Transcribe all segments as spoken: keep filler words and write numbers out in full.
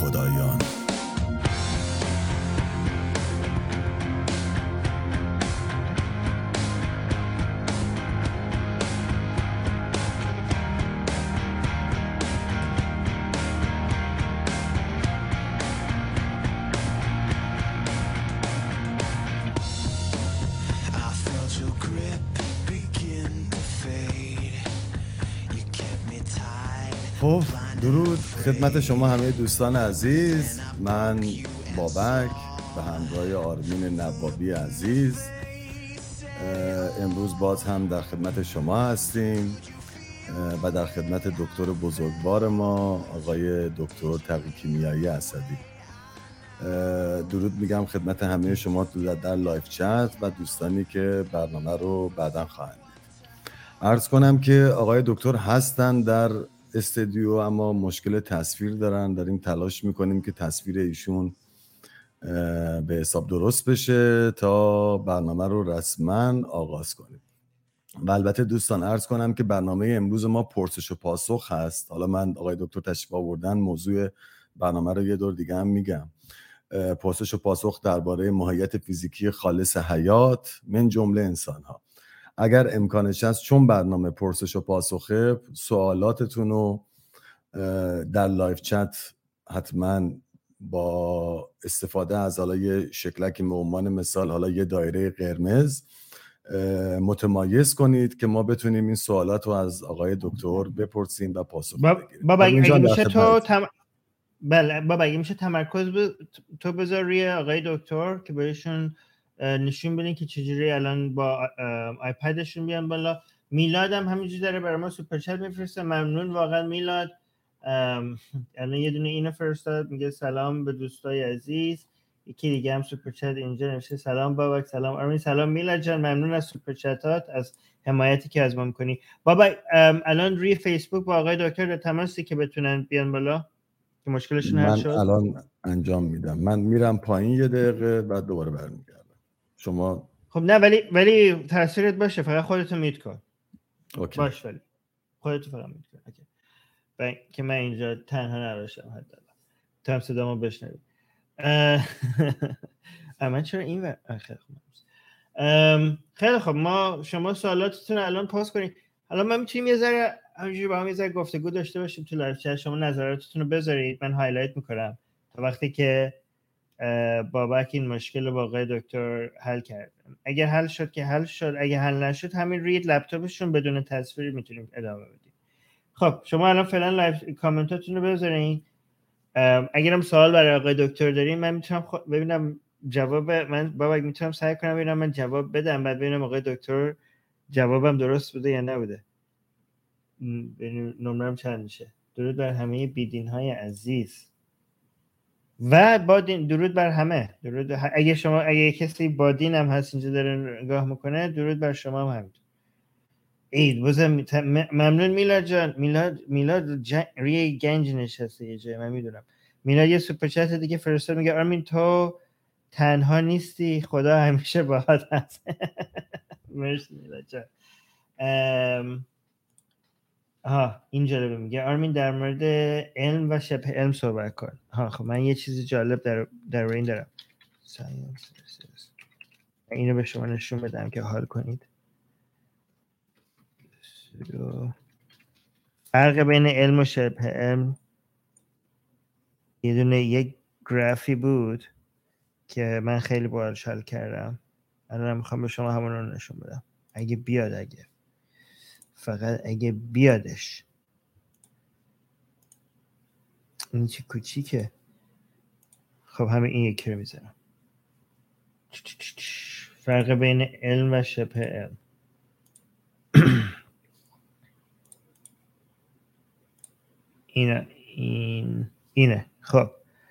خدایان. خب درود خدمت شما همه دوستان عزیز. من بابک به همراه آرمین نوابی عزیز امروز باز هم در خدمت شما هستیم و در خدمت دکتر بزرگوار ما آقای دکتر تقی کیمیایی اسدی. درود میگم خدمت همه شما در لایف چت و دوستانی که برنامه رو بعداً خواهند دید. عرض کنم که آقای دکتر هستن در استودیو اما مشکل تصویر دارن. داریم تلاش میکنیم که تصویر ایشون به حساب درست بشه تا برنامه رو رسما آغاز کنیم. و البته دوستان عرض کنم که برنامه امروز ما پرسش و پاسخ هست. حالا من آقای دکتر تشریف آوردن موضوع برنامه رو یه دور دیگه هم میگم. پرسش و پاسخ درباره ماهیت فیزیکی خالص حیات من جمله انسان ها. اگر امکانش هست چون برنامه پرسش و پاسخه سوالاتتون رو در لایف چت حتما با استفاده از حالا یه شکلکی به عنوان مثال حالا یه دایره قرمز متمایز کنید که ما بتونیم این سوالات رو از آقای دکتر بپرسیم و پاسخ بگیریم. بابا اگه میشه تو تم... بله بابا اگه میشه تمرکز ب... تو بذار روی آقای دکتر که بهشون نشون بدین که چجوری الان با آیپدشون بیان بالا. میلاد هم همینجوری داره برای ما سوپر چت میفرسته. ممنون واقعا میلاد. الان یه دونه اینو فرستاد میگه سلام به دوستای عزیز. یکی دیگه هم سوپر چت اینجا نوشته سلام بابک، سلام آرمین، سلام میلاد جان، ممنون از سوپر چتات، از حمایتی که از ما میکنی. بابا الان روی فیسبوک با آقای دکتر در تماسی که بتونن بیان بالا که مشکلشون حل شد. من الان انجام میدم. من میرم پایین یه دقیقه بعد دوباره برمیگردم. شما خب نه ولی ولی تاثیرت باشه، فقط خودتو میوت کن. اوکی. باش ولی خودتو فقط میوت کن. اوکی. با که من اینجا تنها نباشم حداقل. تو هم صدامو بشنوی. من چرا این و خیلی خوب. خیلی خوب ما شما سوالاتتون الان پاس کنید. حالا ما میتونیم یه ذره همینجوری با هم یه ذره گفتگو داشته باشیم تو لایو چت. شما نظراتتون رو بذارید، من هایلایت میکنم تا وقتی که بابک این مشکل رو با آقای دکتر حل کرد. اگر حل شد که حل شد، اگه حل نشد همین روی لپتاپشون بدون تصویر میتونیم ادامه بدیم. خب شما الان فعلا لایو کامنتاتون رو بذارین. اگرم سوال برای آقای دکتر دارین من میتونم خ... ببینم جواب من بابک میتونم سعی کنم ببینم من جواب بدم بعد ببینم آقای دکتر جوابم درست بوده یا نبوده. ببینیم نمرم چند میشه. درود بر همه بیدین‌های عزیز و با دین. درود بر همه. درود ه... اگه شما اگه کسی با دین هم هست اینجا داره نگاه میکنه درود بر شما هم همینطور. اید بازم ممنون میلاد جان. میلاد میلاد جن... روی گنج نشسته یه جای من میدونم. میلاد یه سوپر چت دیگه فرستاد میگه آرمین تو تنها نیستی، خدا همیشه باهات هست. مرسی میلاد جان. ام... ها این جالبه میگه آرمین در مورد علم و شبه علم صحبت کن. ها خب من یه چیزی جالب در در این دارم. اینو به شما نشون بدم که حال کنید. فرق بین علم و شبه علم یه دونه یک گرافی بود که من خیلی باحالش حل کردم. الان میخوام به شما همون رو نشون بدم اگه بیاد. اگه فقط اگه بیادش. این چه کوچیکه. خب همه این یکی رو میزنم. فرق بین علم و شبه علم. اینه این اینه. خب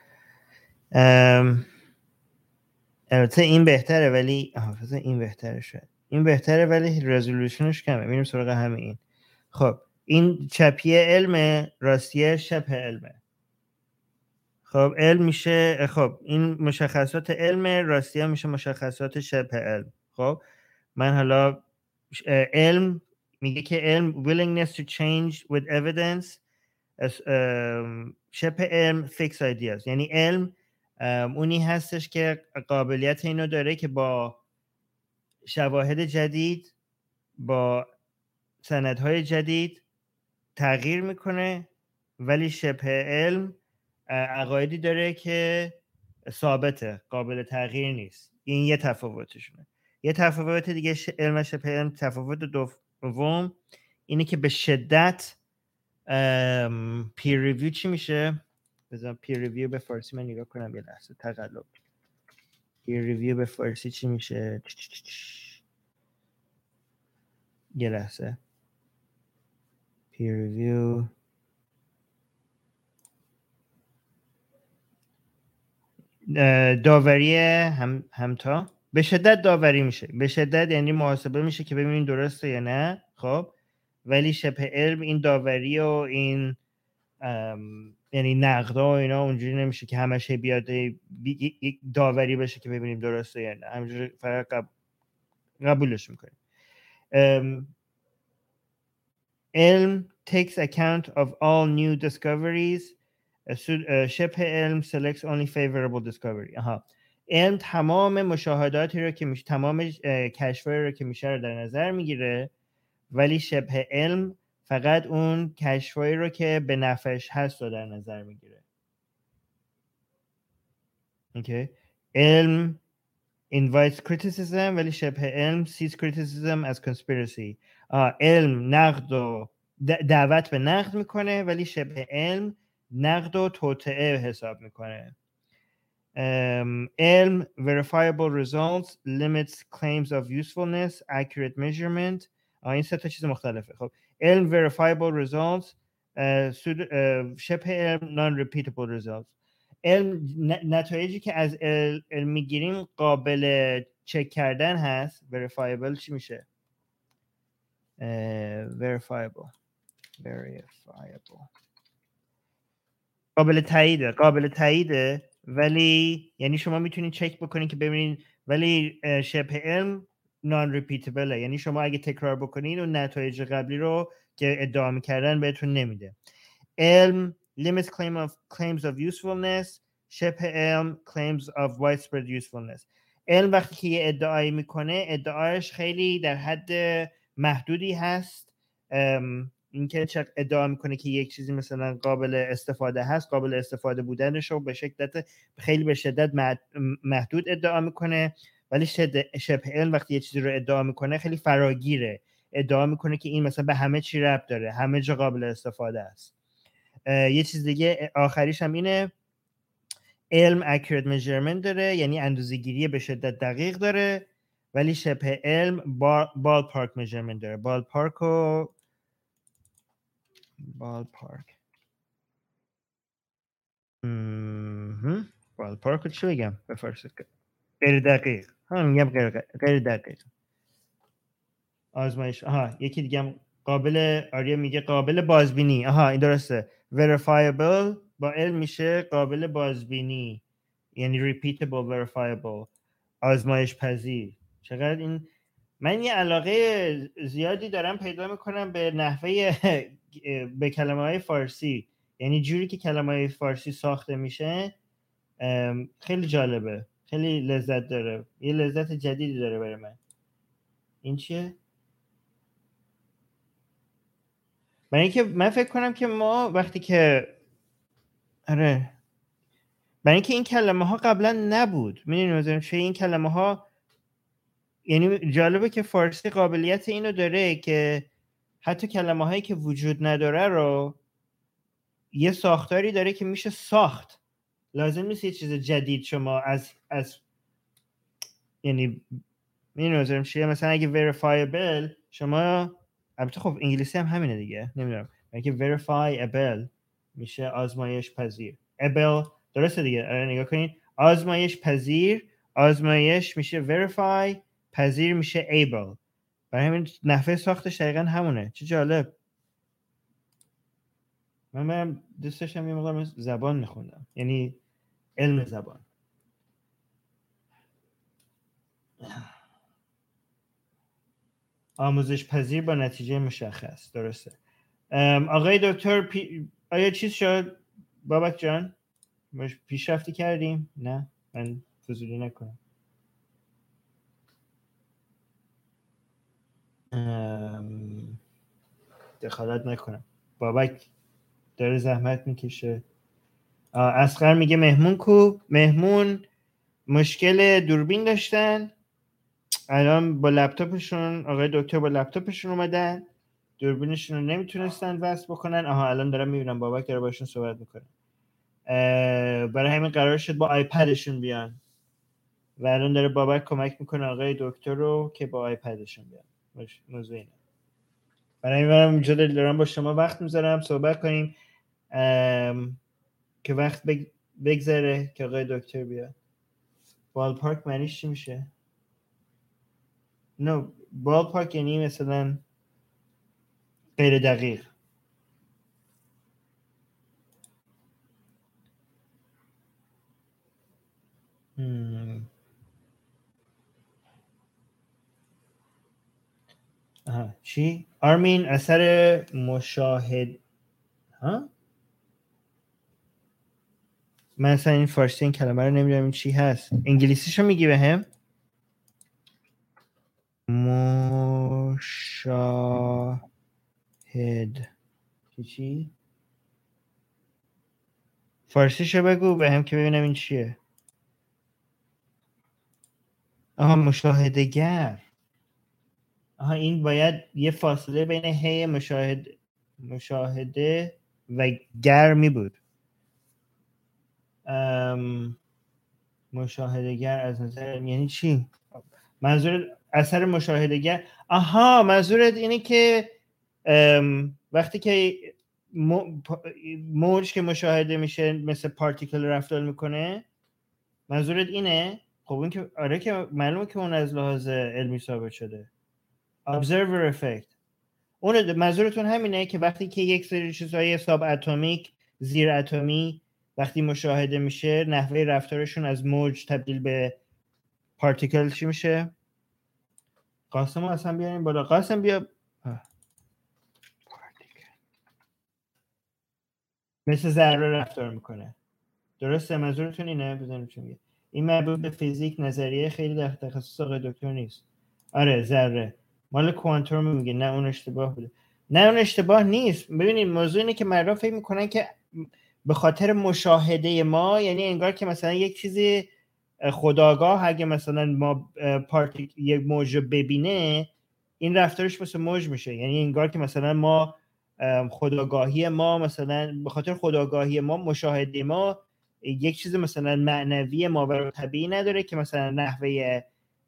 ام البته این بهتره ولی آها این بهتره شد. این بهتره ولی رزولوشنش کمه. میریم سراغ همه این. خب این چپی علمه، راستی شبه علمه. خب علم میشه خب این مشخصات علم، راستی ها میشه مشخصات شبه علم. خب من حالا علم میگه که علم willingness to change with evidence شبه علم فیکس ایدیاز، یعنی علم اونی هستش که قابلیت اینو داره که با شواهد جدید، با سندهای جدید تغییر میکنه، ولی شبه علم عقایدی داره که ثابته، قابل تغییر نیست. این یه تفاوتشونه. یه تفاوت دیگه علم شبه علم، تفاوت دوم اینه که به شدت پیر ریویو چی میشه؟ بذارم پیر ریویو به فارسی من نگاه کنم یه لحظه. تقلب پیر ریویو به فارسی چی میشه؟ یه لحظه. پیر ریویو داوری هم همتا به شدت داوری میشه. به شدت یعنی محاسبه میشه که ببینین درسته یا نه. خب ولی شبه علم این داوری و این یعنی نقدا و اینا اونجوری نمیشه که همش بیاد یک داوری بشه که ببینیم درسته یا نه. همینجوری فقط قب... قبولش میکنیم. علم takes account of all new discoveries. شبه علم selects only favorable discovery. آها. علم تمام مشاهداتی رو که میشه، تمام کشف‌هایی رو که میشه رو در نظر میگیره، ولی شبه علم فقط اون کشف‌هایی رو که به نفعش هست رو در نظر میگیره. اوکی. علم invites criticism، ولی شبه علم sees criticism as conspiracy. آه. علم نقد و دعوت به نقد میکنه، ولی شبه علم نقد و توطئه حساب میکنه. um, علم verifiable results limits claims of usefulness accurate measurement. این سه تا چیز مختلفه. خب علم verifiable results uh, uh, شبه علم non-repeatable results. علم نتایجی که از علم میگیریم قابل چک کردن هست. verifiable چی میشه؟ uh, verifiable verifiable قابل تاییده. قابل تاییده ولی یعنی شما میتونید چک بکنید که ببینید، ولی شبه علم نان ریپیتبله، یعنی شما اگه تکرار بکنید و نتایج قبلی رو که ادعا میکردن بهتون نمیده. علم limits claim of claims of usefulness، شبه علم claims of widespread usefulness. علم وقتی که یه ادعایی میکنه ادعایش خیلی در حد محدودی هست. اینکه چه ادعا میکنه که یک چیزی مثلا قابل استفاده هست، قابل استفاده بودنش رو به شدت خیلی به شدت محدود ادعا میکنه، ولی شبه علم وقتی یه چیزی رو ادعا میکنه خیلی فراگیره. ادعا میکنه که این مثلا به همه چی ربط داره، همه جا قابل استفاده است. یه چیز دیگه آخریش هم اینه، علم accurate measurement داره، یعنی اندازه‌گیری به شدت دقیق داره، ولی شبه علم ballpark measurement داره. ballpark و ballpark مهم. ballpark رو چی بگم به فارسی؟ غیر دقیق. ها میگم غیر غیر دقیق. آزمایش. آها یکی دیگه هم قابل، آریا میگه قابل بازبینی. آها این درسته. verifiable با علم میشه قابل بازبینی، یعنی repeatable verifiable، آزمایش پذیر. چقدر این من یه علاقه زیادی دارم پیدا میکنم به نحوه به کلمه‌های فارسی، یعنی جوری که کلمه‌های فارسی ساخته میشه خیلی جالبه، خیلی لذت داره، یه لذت جدیدی داره برای من. این چیه؟ برای اینکه من فکر کنم که ما وقتی که آره برای اینکه این کلمه ها قبلا نبود، میدونی مثلا چه این کلمه ها، یعنی جالبه که فارسی قابلیت اینو داره که حتی کلمه هایی که وجود نداره رو یه ساختاری داره که میشه ساخت. لازم نیست یه چیز جدید شما از از یعنی میدونی مثلا چیه، مثلا اگه verifiable شما، البته خب انگلیسی هم همینه دیگه، نمیدونم، اگه verifiable میشه آزمایش پذیر. able درسته دیگه. آره نگاه کنین، آزمایش پذیر، آزمایش میشه verify، پذیر میشه able. برای همین نحوه ساختش دقیقا همونه. چه جالب. من من دوست داشتم یه مقدار زبان میخوندم، یعنی علم زبان. آموزش پذیر با نتیجه مشخص. درسته. آقای دکتر پی... آیا چیز شد بابک جان؟ مش پیشرفتی کردیم؟ نه من فضولی نکنم. ام... دخالت نکنم. بابک داره زحمت میکشه. اصغر میگه مهمون کو؟ مهمون مشکل دوربین داشتن، الان با لپتاپشون، آقای دکتر با لپتاپشون اومدن، دوربینشون رو نمیتونستن وصل بکنن. آها الان دارم میبینم بابک داره باشون صحبت میکنه. برای همین قرار شد با آیپدشون بیان و الان داره بابک کمک میکنه آقای دکتر رو که با آیپدشون بیان. موضوع اینه. برای همین من اینجا دارم با شما وقت میذارم صحبت کنیم که وقت بگ... بگذره که آقای دکتر بیاد. بال پارک معنیش چی میشه؟ نه بال پارک یعنی مثلا غیر دقیق. هم. آها چی؟ آرمین اثر مشاهد ها؟ من اصلا این فارسی این کلمه رو نمیدونم این چی هست. انگلیسیشو میگی به هم؟ مشاهد چی؟ فارسیشو بگو به هم که ببینم این چیه. آها مشاهده‌گر. آها این باید یه فاصله بین هی مشاهد مشاهده و گر می بود. مشاهده‌گر از نظر یعنی چی؟ منظور اثر مشاهده‌گر. آها منظورت اینه که وقتی که موج که مشاهده میشه مثل پارتیکل رفتار میکنه، منظورت اینه؟ خب این که آره که معلومه که اون از لحاظ علمی ثابت شده. observer effect. اون منظورتون همینه که وقتی که یک سری چیزهای ساب اتمیک، زیر اتمی وقتی مشاهده میشه نحوه رفتارشون از موج تبدیل به پارتیکل چی میشه؟ قاسم رو اصلا بیاریم بالا. قاسم بیا. مثل ذره رفتار میکنه. درسته منظورتون اینه؟ بزنیم چی میگه. این مربوط به فیزیک نظریه خیلی در تخصص آقای دکتر نیست. آره ذره مال کوانتوم میگه. نه اون اشتباه بوده. نه اون اشتباه نیست. ببینید موضوع اینه که مردم فکر میکنن که به خاطر مشاهده ما، یعنی انگار که مثلا یک چیزی خودآگاه اگه مثلا ما پارتیک یک موج ببینه این رفتارش مثل موج میشه. یعنی انگار که مثلا ما خودآگاهی ما مثلا به خاطر خودآگاهی ما مشاهده ما یک چیز مثلا معنوی ماورالطبیعی نداره که مثلا نحوه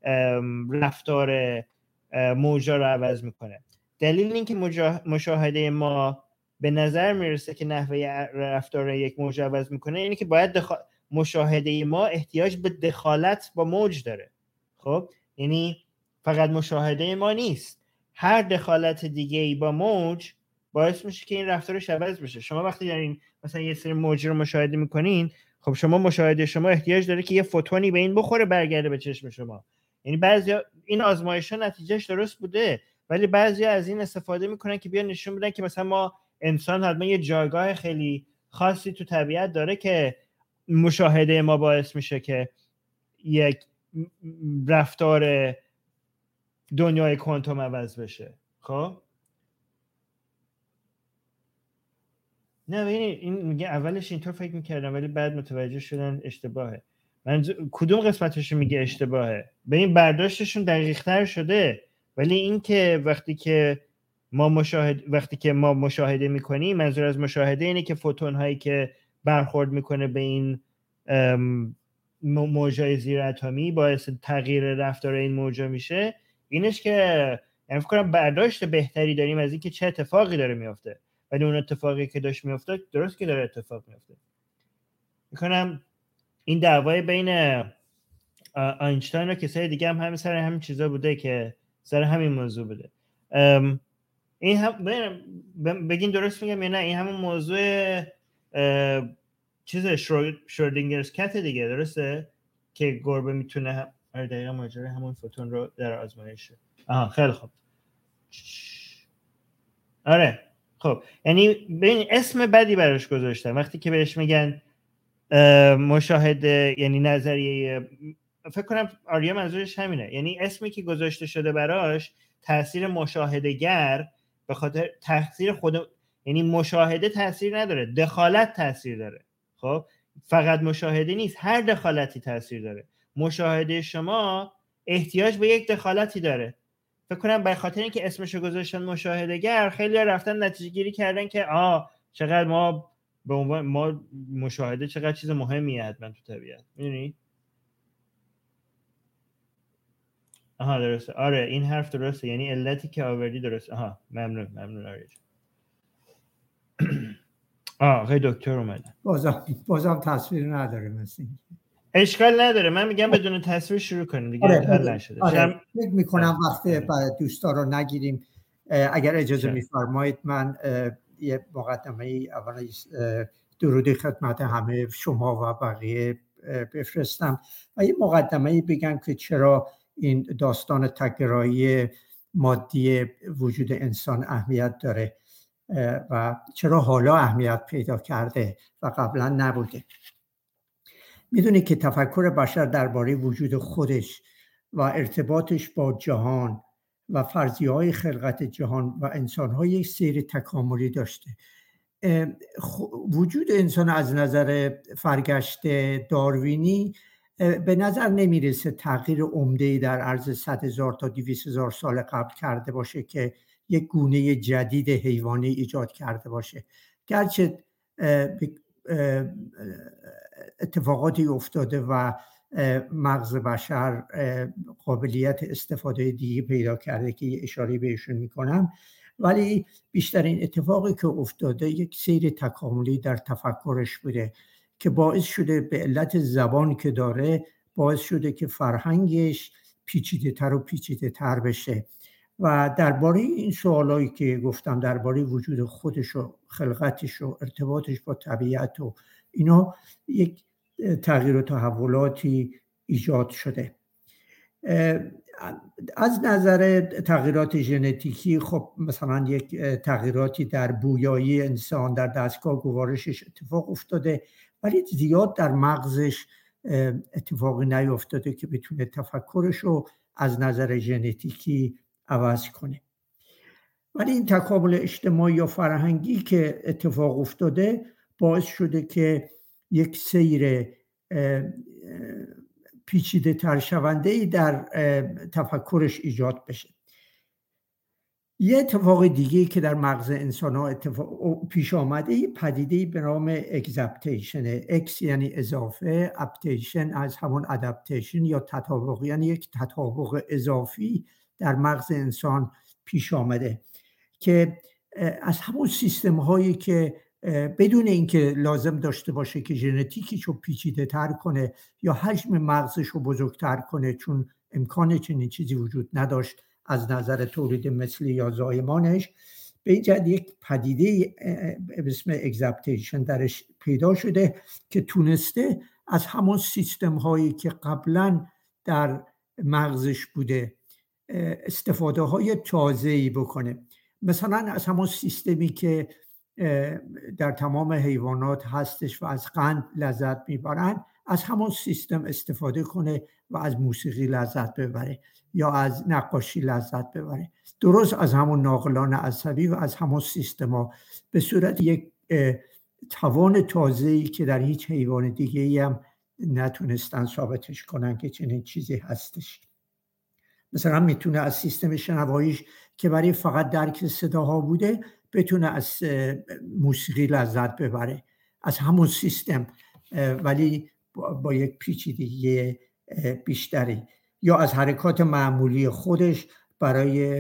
رفتار موجا رو عوض میکنه. دلیل این که مشاهده ما به نظر میرسه که نحوه رفتار یک موج عوض میکنه اینه که باید دخ... مشاهده ما احتیاج به دخالت با موج داره. خب یعنی فقط مشاهده ما نیست، هر دخالت دیگه ای با موج باعث میشه که این رفتارش عوض بشه. شما وقتی دارین مثلا یه سری موج رو مشاهده میکنین، خب شما مشاهده شما احتیاج داره که یه فوتونی به این بخوره برگرده به چشم شما. یعنی بعضیا این آزمایش‌ها نتیجهش درست بوده ولی بعضیا از این استفاده میکنن که بیان نشون بدن که مثلا ما انسان حتما یه جایگاه خیلی خاصی تو طبیعت داره که مشاهده ما باعث میشه که یک رفتار دنیای کوانتوم عوض بشه. خب نه ببینید این میگه اولش اینطور فکر میکردم ولی بعد متوجه شدن اشتباهه. من کدوم قسمتش میگه اشتباهه؟ به این برداشتشون دقیق تر شده ولی این که وقتی که ما مشاهده وقتی که ما مشاهده میکنیم، منظور از مشاهده اینه که فوتون هایی که برخورد میکنه به این موجای زیر اتمی باعث تغییر رفتار این موجا میشه. اینش که یعنی فکر کنم برداشت بهتری داریم از این که چه اتفاقی داره میفته. ولی اون اتفاقی که داشت میفته درست که داره اتفاق میفته. میکنم این دعوای بین آینشتاین و کسای دیگه هم همین سر همین چیزا بوده که سر همین موضوع بوده. این هم بگین درست میگم یا نه؟ این همون موضوع چیز شرودینگرز کت دیگه، درسته؟ که گربه میتونه هم... آره دقیقا ماجرای همون فوتون رو در آزمایشه. آها خیلی خوب. آره خب یعنی ببین اسم بدی براش گذاشتن وقتی که بهش میگن مشاهده، یعنی نظریه، فکر کنم آریا منظورش همینه، یعنی اسمی که گذاشته شده براش تاثیر مشاهده‌گر به خاطر تاثیر خود، یعنی مشاهده تاثیر نداره، دخالت تاثیر داره. خب فقط مشاهده نیست، هر دخالتی تاثیر داره. مشاهده شما احتیاج به یک دخالتی داره. فکر کنم به خاطر اینکه اسمشو گذاشتن مشاهده‌گر، خیلی رفتن نتیجه گیری کردن که آه چقدر ما به عنوان ما مشاهده چقدر چیز مهمیه حتما تو طبیعت. میدونی؟ آها درسته. آره این حرف درسته، یعنی علتی که آوردی درسته. آها ممنون ممنون آریا. آه خیلی دکتر اومدن. بازم بازم تصویر نداره مثل این. اشکال نداره، من میگم بدون تصویر شروع کنیم دیگه. آره حل نشده. آره. شم... فکر میکنم وقتی دوستا رو نگیریم، اگر اجازه میفرمایید من یه مقدمه ای اول درودی خدمت همه شما و بقیه بفرستم و یه مقدمه ای بگم که چرا این داستان تک‌گرایی مادی وجود انسان اهمیت داره و چرا حالا اهمیت پیدا کرده و قبلا نبوده. میدونی که تفکر بشر درباره وجود خودش و ارتباطش با جهان و فرضیه‌های خلقت جهان و انسان‌ها یک سیر تکاملی داشته. وجود انسان از نظر فرگشت داروینی به نظر نمیرسه تغییر عمده‌ای در عرض صد هزار تا دویست هزار سال قبل کرده باشه که یک گونه جدید حیوانی ایجاد کرده باشه. گرچه اتفاقاتی افتاده و مغز بشر قابلیت استفاده دیگه پیدا کرده که اشاره بهشون میکنم، ولی بیشترین اتفاقی که افتاده یک سیر تکاملی در تفکرش بوده که باعث شده به علت زبان که داره باعث شده که فرهنگش پیچیده تر و پیچیده تر بشه و درباره این سوالایی که گفتم درباره وجود خودش و خلقتش و ارتباطش با طبیعت و اینا یک تغییر و تحولاتی ایجاد شده. از نظر تغییرات ژنتیکی خب مثلا یک تغییراتی در بویایی انسان در دستگاه گوارشش اتفاق افتاده، ولی زیاد در مغزش اتفاقی نیفتاده که بتونه تفکرش رو از نظر ژنتیکی عوض کنه. ولی این تکامل اجتماعی یا فرهنگی که اتفاق افتاده باعث شده که یک سیر پیچیده تر شونده در تفکرش ایجاد بشه. یه اتفاق دیگه که در مغز انسان ها اتفاق پیش آمده یه پدیده‌ای به نام اکزاپتیشن. اکس یعنی اضافه، اپتیشن از همون ادپتیشن یا تطابق، یعنی یک تطابق اضافی در مغز انسان پیش آمده که از همون سیستم هایی که بدون اینکه لازم داشته باشه که ژنتیکیش رو پیچیده تر کنه یا حجم مغزش رو بزرگتر کنه، چون امکان چنین چیزی وجود نداشت از نظر تولید مثلی یا زایمانش، به این جهت یک پدیده به اسم اکزاپتیشن درش پیدا شده که تونسته از همون سیستم هایی که قبلا در مغزش بوده استفاده های تازه‌ای بکنه. مثلا از همون سیستمی که در تمام حیوانات هستش و از قند لذت میبرن، از همون سیستم استفاده کنه و از موسیقی لذت ببره یا از نقاشی لذت ببره، درست از همون ناقلان عصبی و از همون سیستم ها به صورت یک توان تازه‌ای که در هیچ حیوان دیگه‌ای هم نتونستن ثابتش کنن که چنین چیزی هستش. مثلا میتونه از سیستم شنواییش که برای فقط درک صداها بوده بتونه از موسیقی لذت ببره، از همون سیستم ولی با یک پیچیدگی بیشتری، یا از حرکات معمولی خودش برای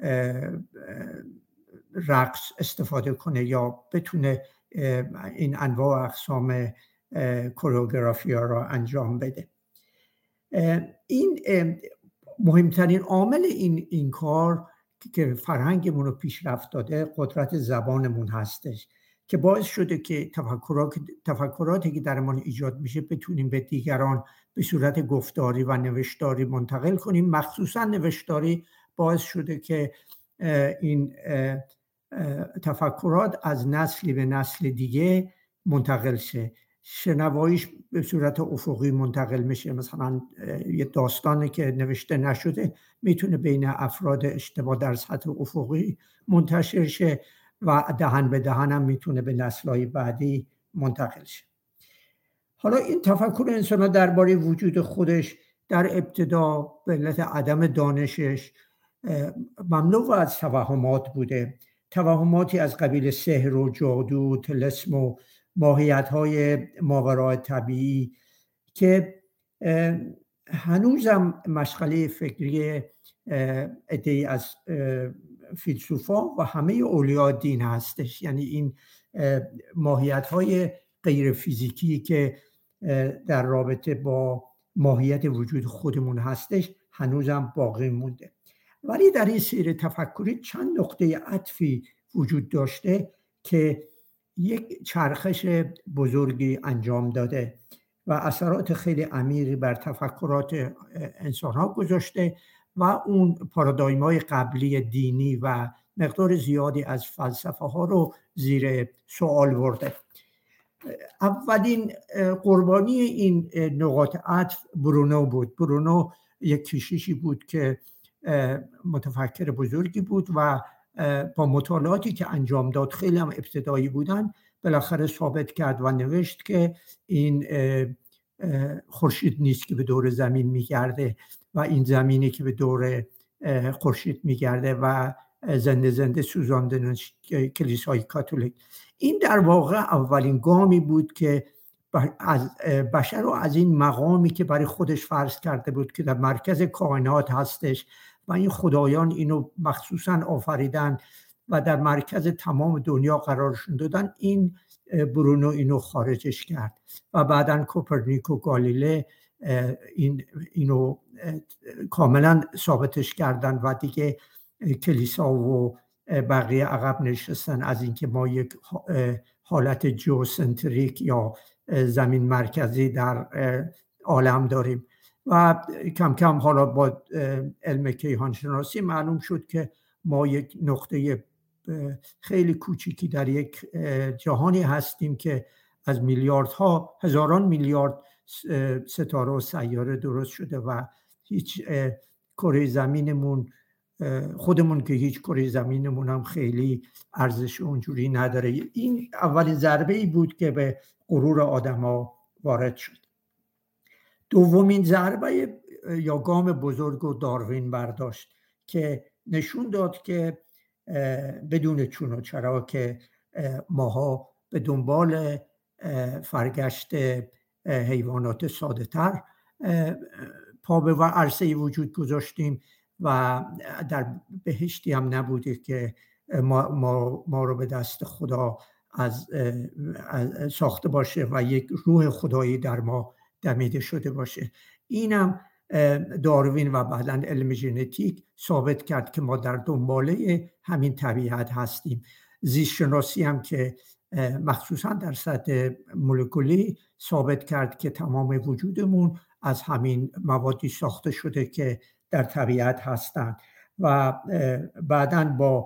رقص استفاده کنه یا بتونه این انواع و اقسام کوریوگرافی ها را انجام بده. این مهمترین عامل این این کار که فرهنگمون رو پیشرفت داده قدرت زبانمون هستش که باعث شده که تفکرات تفکراتی که درمان ایجاد میشه بتونیم به دیگران به صورت گفتاری و نوشتاری منتقل کنیم. مخصوصا نوشتاری باعث شده که این تفکرات از نسلی به نسل دیگه منتقل شه. شنواییش به صورت افقی منتقل میشه. مثلا یه داستانی که نوشته نشده میتونه بین افراد اشتباه در سطح افقی منتشر شه و دهن به دهن هم میتونه به نسل‌های بعدی منتقل شه. حالا این تفکر انسان درباره وجود خودش در ابتدا به علت عدم دانشش مملو از توهمات بوده، توهماتی از قبیل سحر و جادو، طلسم و ماهیت‌های ماورای طبیعی که هنوزم مشغله فکری عده‌ای از فیلسوفا و همه اولیاء دین هستش. یعنی این ماهیت‌های غیر فیزیکی که در رابطه با ماهیت وجود خودمون هستش هنوزم باقی مونده. ولی در این سیر تفکری چند نقطه عطفی وجود داشته که یک چرخش بزرگی انجام داده و اثرات خیلی عمیقی بر تفکرات انسان‌ها گذاشته و اون پارادایم‌های قبلی دینی و مقدار زیادی از فلسفه ها رو زیر سوال برده. اولین قربانی این نقاط عطف برونو بود. برونو یک کشیشی بود که متفکر بزرگی بود و با مطالعاتی که انجام داد خیلی هم ابتدایی بودن بالاخره ثابت کرد و نوشت که این خورشید نیست که به دور زمین میگرده و این زمینی که به دور خورشید میگرده و زنده زنده سوزاندن کلیسای کاتولیک. این در واقع اولین گامی بود که از بشر رو از این مقامی که برای خودش فرض کرده بود که در مرکز کائنات هستش و این خدایان اینو مخصوصا آفریدن و در مرکز تمام دنیا قرارشون دادن، این برونو اینو خارجش کرد و بعداً کوپرنیک و گالیله این اینو کاملا ثابتش کردن و دیگه کلیسا و بقیه عقب نشستن از اینکه ما یک حالت جیوسنتریک یا زمین مرکزی در عالم داریم و کم کم حالا با علم کیهان شناسی معلوم شد که ما یک نقطه خیلی کوچیکی در یک جهانی هستیم که از میلیاردها هزاران میلیارد ستاره و سیاره درست شده و هیچ کره زمینمون خودمون که هیچ کره زمینمون هم خیلی ارزش اونجوری نداره. این اولین ضربه ای بود که به غرور آدما وارد شد. دومین ضربه یا گام بزرگ و داروین برداشت که نشون داد که بدون چون و چرا که ماها به دنبال فرگشت حیوانات ساده تر پا به عرصه وجود گذاشتیم و در بهشتی هم نبوده که ما, ما, ما رو به دست خدا از, از ساخته باشه و یک روح خدایی در ما دمیده شده باشه. اینم داروین و بعداً علم ژنتیک ثابت کرد که ما در دنباله همین طبیعت هستیم. زیست شناسی هم که مخصوصاً در سطح مولکولی ثابت کرد که تمام وجودمون از همین موادی ساخته شده که در طبیعت هستند و بعداً با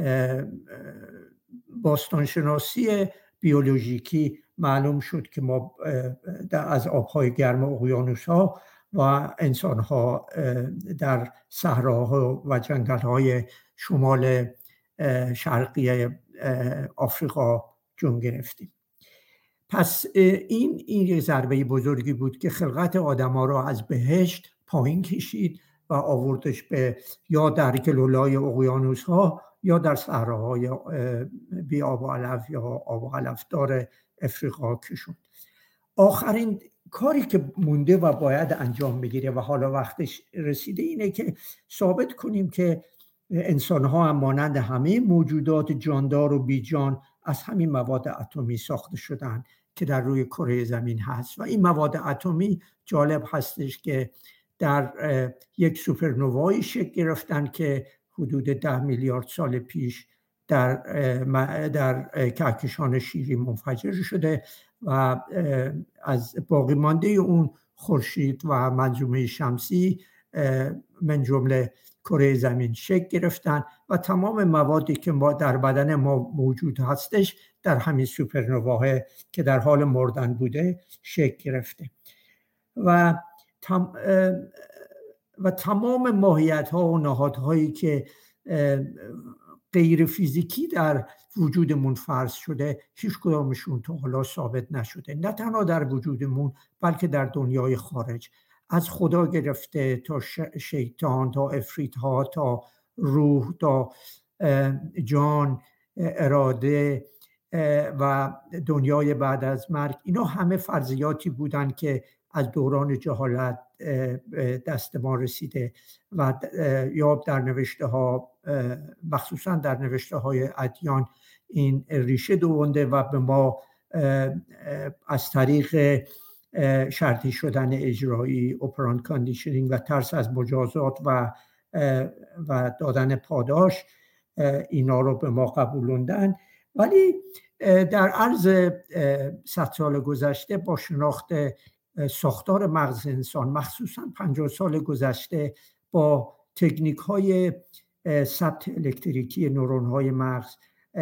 باستانشناسی بیولوژیکی معلوم شد که ما از آبهای گرم اقیانوس‌ها و انسان‌ها در صحراها و جنگل‌های شمال شرقی آفریقا جون گرفتیم. پس این این یک ضربه بزرگی بود که خلقت آدم‌ها را از بهشت پایین کشید و آوردش به یا در گلولای اقیانوس‌ها یا در صحراهای بی آب و علف یا آب و علفدار افریقا کشوند. آخرین کاری که مونده و باید انجام بگیره و حالا وقتش رسیده اینه که ثابت کنیم که انسان‌ها هم مانند همه موجودات جاندار و بیجان از همین مواد اتمی ساخته شدن که در روی کره زمین هست و این مواد اتمی جالب هستش که در یک سوپرنوایی شکل گرفتن که حدود ده میلیارد سال پیش در در کهکشان شیری منفجر شده و از باقی مانده اون خورشید و منظومه شمسی من جمله کره زمین شکل گرفتن و تمام موادی که ما در بدن ما موجود هستش در همین سوپرنوواها که در حال مردن بوده شکل گرفته و تم و تمام ماهیت‌ها و نهادهایی که غیر فیزیکی در وجودمون فرض شده هیچ کدامشون تا حالا ثابت نشده، نه تنها در وجودمون بلکه در دنیای خارج، از خدا گرفته تا شیطان تا عفریت‌ها تا روح تا جان، اراده و دنیای بعد از مرگ. اینا همه فرضیاتی بودن که از دوران جهالت دست ما رسیده و یا در نوشته ها مخصوصا در نوشته های ادیان این ریشه دوونده و به ما از طریق شرطی شدن اجرایی، اپرانت کاندیشنینگ و ترس از مجازات و و دادن پاداش اینا رو به ما قبولوندن. ولی در عرض صد سال گذشته با شناخت ساختار مغز انسان، مخصوصا پنجاه سال گذشته با تکنیک های ثبت الکتریکی نورون های مغز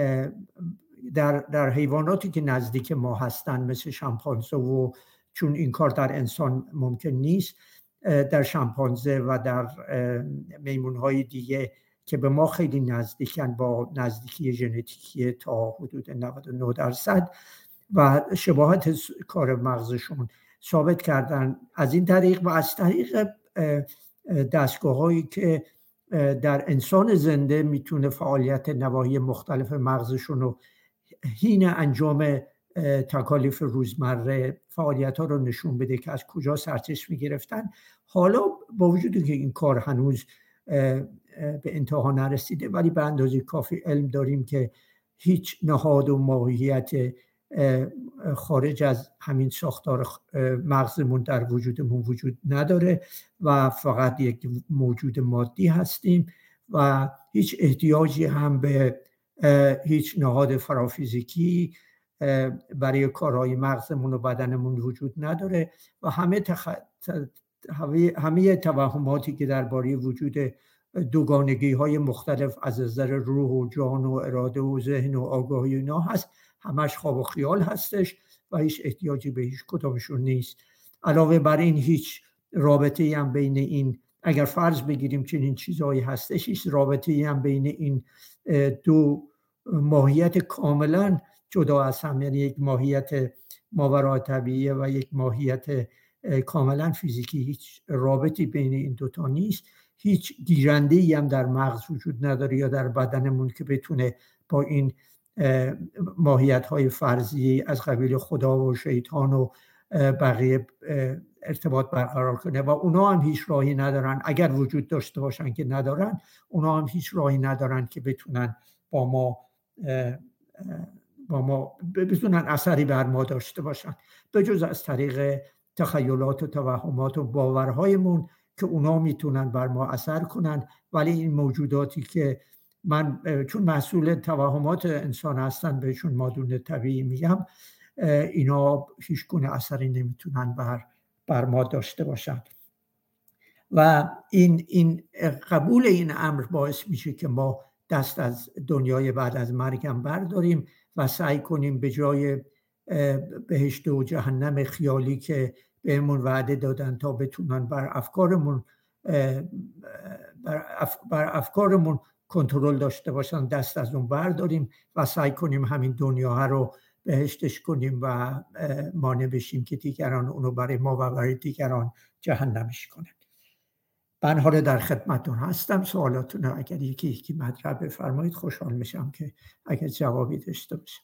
در در حیواناتی که نزدیک ما هستن مثل شامپانزه، و چون این کار در انسان ممکن نیست، در شامپانزه و در میمون های دیگه که به ما خیلی نزدیکن با نزدیکی ژنتیکی تا حدود نود و نه درصد و شباهت کار مغزشون ثابت کردن از این طریق و از طریق دستگاه هایی که در انسان زنده میتونه فعالیت نواحی مختلف مغزشون رو حین انجام تکالیف روزمره فعالیت ها رو نشون بده که از کجا سرچشمه گرفتن. حالا با وجود که این کار هنوز به انتها نرسیده ولی به اندازه کافی علم داریم که هیچ نهاد و ماهیت خارج از همین ساختار مغزمون در وجودمون وجود نداره و فقط یک موجود مادی هستیم و هیچ احتیاجی هم به هیچ نهاد فرافیزیکی برای کارهای مغزمون و بدنمون وجود نداره و همه تخ... همه توهماتی که درباره وجود دوگانگی های مختلف از نظر روح و جان و اراده و ذهن و آگاهی اینا هست، همش خواب و خیال هستش و هیچ احتیاجی به هیچ کدامشون نیست. علاوه بر این هیچ رابطه‌ای هم بین این، اگر فرض بگیریم چنین چیزهایی هستش، هیچ رابطه‌ای هم بین این دو ماهیت کاملا جدا از هم، یعنی یک ماهیت ماورای طبیعی و یک ماهیت کاملا فیزیکی، هیچ رابطی بین این دوتا نیست. هیچ گیرنده‌ای هم در مغز وجود نداره یا در بدنمون که بتونه با این ماهیت‌های فرضی از قبیل خدا و شیطان و بقیه ارتباط برقرار کنه و اونا هم هیچ راهی ندارن، اگر وجود داشته باشن که ندارن، اونا هم هیچ راهی ندارن که بتونن با ما با ما بتونن اثری بر ما داشته باشن به جز از طریق تخیلات و توهمات و باورهایمون که اونا میتونن بر ما اثر کنن. ولی این موجوداتی که من چون مسئول توهمات انسان هستن بهشون مادون طبیعی میگم، اینا هیچ گونه اثری نمیتونن بر بر ما داشته باشن و این این قبول این امر باعث میشه که ما دست از دنیای بعد از مرگم برداریم و سعی کنیم به جای بهشت و جهنم خیالی که بهمون وعده دادن تا بتونن بر افکارمون بر, اف بر افکارمون کنترل داشته باشن، دست از اون برداریم و سعی کنیم همین دنیا رو بهشتش کنیم و مانع بشیم که دیگران اونو برای ما و برای دیگران جهنمش کنن. من حالا در خدمتتون هستم. سوالاتون اگر یکی یکی مطرح بفرمایید خوشحال میشم که اگر جوابی داشته باشه.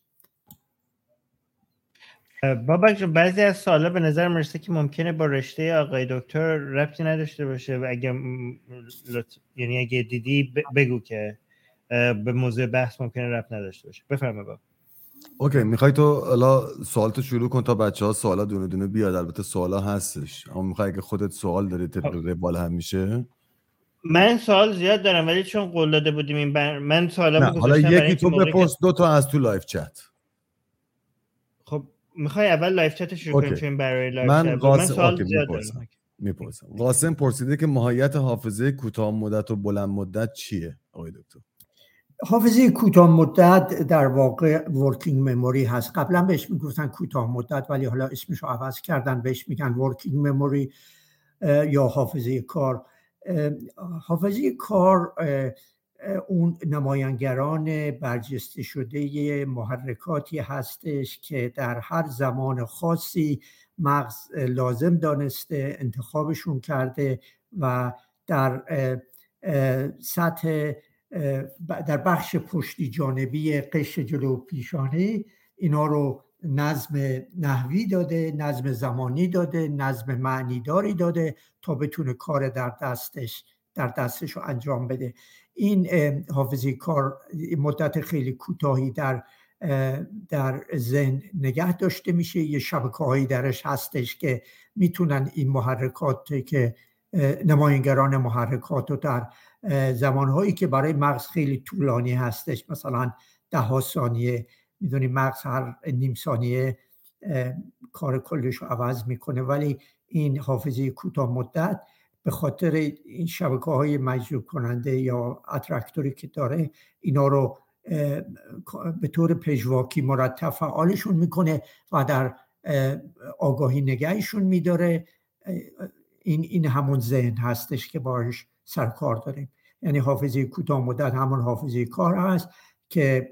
بابک جون، بعضی از سوالا به نظر میرسه که ممکنه با رشته آقای دکتر ربطی نداشته باشه و اگه لط... یعنی اگه دیدی بگو که به موضوع بحث ممکنه ربط نداشته باشه. بفرمایید بابا. اوکی، میخوای تو حالا سوالتو شروع کن تا بچه‌ها سوالا دونه دونه بیاد. البته سوالا هستش، اما میخوای اگه خودت سوال داری طبق بالا هم میشه. من سوال زیاد دارم ولی چون قول داده بودیم این بر... من سوالا گذاشتم. حالا یکی تو بپرس، دو تا از تو لایف چت. خب میخوای اول لایف چت شروع کنیم چون برای لایف من چت من سوال زیاد دارم. میپرسم. قاسم پرسیده که ماهیت حافظه کوتاه مدت و بلند مدت چیه آقای دکتر؟ حافظه کوتاه مدت در واقع ورکینگ مموری هست. قبلا بهش میگفتن کوتاه مدت ولی حالا اسمش رو عوض کردن، بهش میگن ورکینگ مموری یا حافظه کار. حافظه کار اون نمایانگران برجسته شده محرکاتی هستش که در هر زمان خاصی مغز لازم دانسته، انتخابشون کرده و در سطح در بخش پشتی جانبی قشر جلو پیشانه اینا رو نظم نحوی داده، نظم زمانی داده، نظم معنیداری داده تا بتونه کار در دستش در دستش رو انجام بده. این حافظه کار مدت خیلی کوتاهی در در ذهن نگه داشته میشه. یه شبکه‌هایی درش هستش که میتونن این محرکات که نمایانگران محرکات رو در زمانهایی که برای مغز خیلی طولانی هستش، مثلا ده ها ثانیه، میدونی مغز هر نیم ثانیه کار کلش رو عوض میکنه، ولی این حافظه کوتاه مدت به خاطر این شبکه‌های مجذوب کننده یا اترکتوری که داره اینا رو به طور پژواکی مرتب فعالشون میکنه و در آگاهی نگهشون میداره. این این همون ذهن هستش که باهاش سرکار داریم. یعنی حافظه کوتاه مدت همون حافظه کار هست که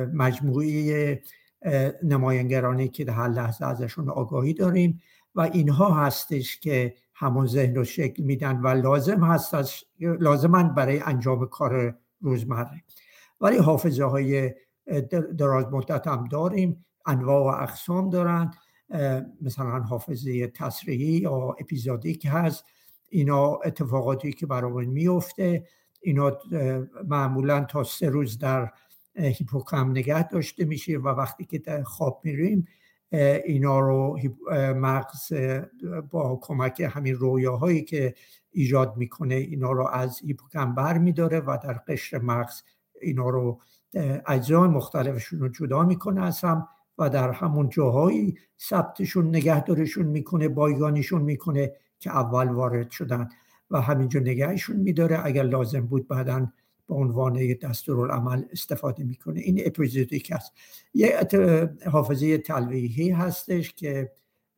مجموعه نمایانگرانی که در هر لحظه ازشون آگاهی داریم و اینها هستش که همون ذهن رو شکل میدن و لازم هستش لازمن برای انجام کار روزمره. ولی حافظه های دراز مدت هم داریم، انواع و اقسام دارن، مثلا حافظه تصریحی یا اپیزودیک هست. اینا اتفاقاتی که برامون میفته، اینا معمولا تا سه روز در هیپوکامپ نگه داشته میشه و وقتی که در خواب میریم اینا رو مغز با کمک همین رویاهایی که ایجاد میکنه اینا رو از هیپوکامپ بر میداره و در قشر مغز اینا رو اجزای مختلفشون رو جدا میکنه از هم و در همون جاهایی ثبتشون نگهداریشون میکنه، بایگانیشون میکنه که اول وارد شدن و همینجا نگهشون میداره. اگر لازم بود بعداً به عنوان دستورالعمل استفاده میکنه. این اپیزودیک هست. یه حافظه تلویحی هستش که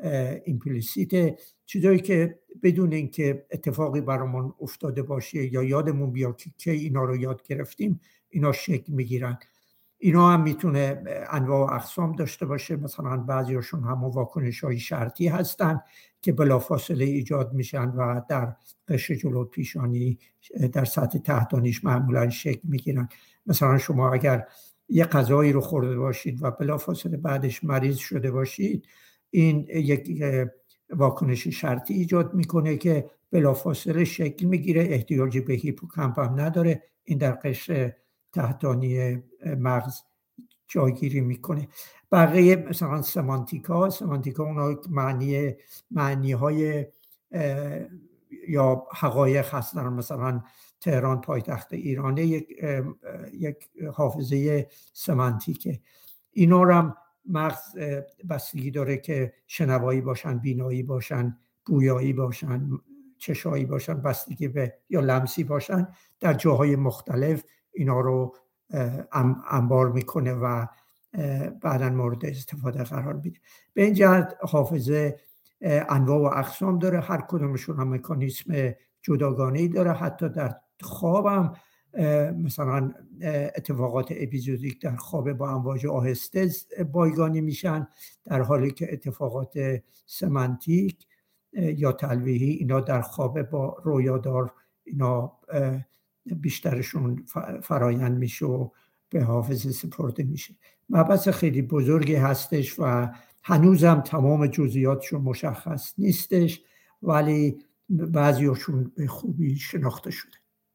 ایمپلیسیت، چیزایی که بدون اینکه اتفاقی برامون افتاده باشه یا یادمون بیاد که کی اینا رو یاد گرفتیم اینا شکل میگیرن. اینا هم میتونه انواع و اقسام داشته باشه. مثلا بعضیاشون هم واکنش‌های شرطی هستن که بلافاصله ایجاد میشن و در قشر جلو پیشانی در سطح تحتانیش معمولا شکل میگیرن. مثلا شما اگر یه غذایی رو خورده باشید و بلافاصله بعدش مریض شده باشید، این یک واکنش شرطی ایجاد میکنه که بلافاصله شکل میگیره، احتیاجی به هیپوکامپ هم نداره، این در قشر تحتانی مغز جایگیری میکنه. بقیه مثلا سمانتیکا سمانتیکا اونا معنی معنی های یا حقایق هستن. مثلا تهران پایتخت ایرانه یک یک حافظه سمانتیکه. اینا رو هم مغز بستگی داره که شنوایی باشن، بینایی باشن، بویایی باشن، چشایی باشن، بستگی به یا لمسی باشن، در جاهای مختلف اینا رو انبار میکنه و بعداً مورد استفاده قرار میده. به این جهت حافظه انواع و اقسام داره، هر کدومشون هم مکانیسم جداگانه‌ای داره. حتی در خواب هم مثلا اتفاقات اپیزودیک در خواب با امواج آهسته بایگانی میشن، در حالی که اتفاقات سمانتیک یا تلویحی اینا در خواب با رویادار اینا بیشترشون فرایند میشه و به حافظه سپرده میشه. مبحث خیلی بزرگی هستش و هنوزم تمام جزئیاتشون مشخص نیستش، ولی بعضیاشون به خوبی شناخته شده.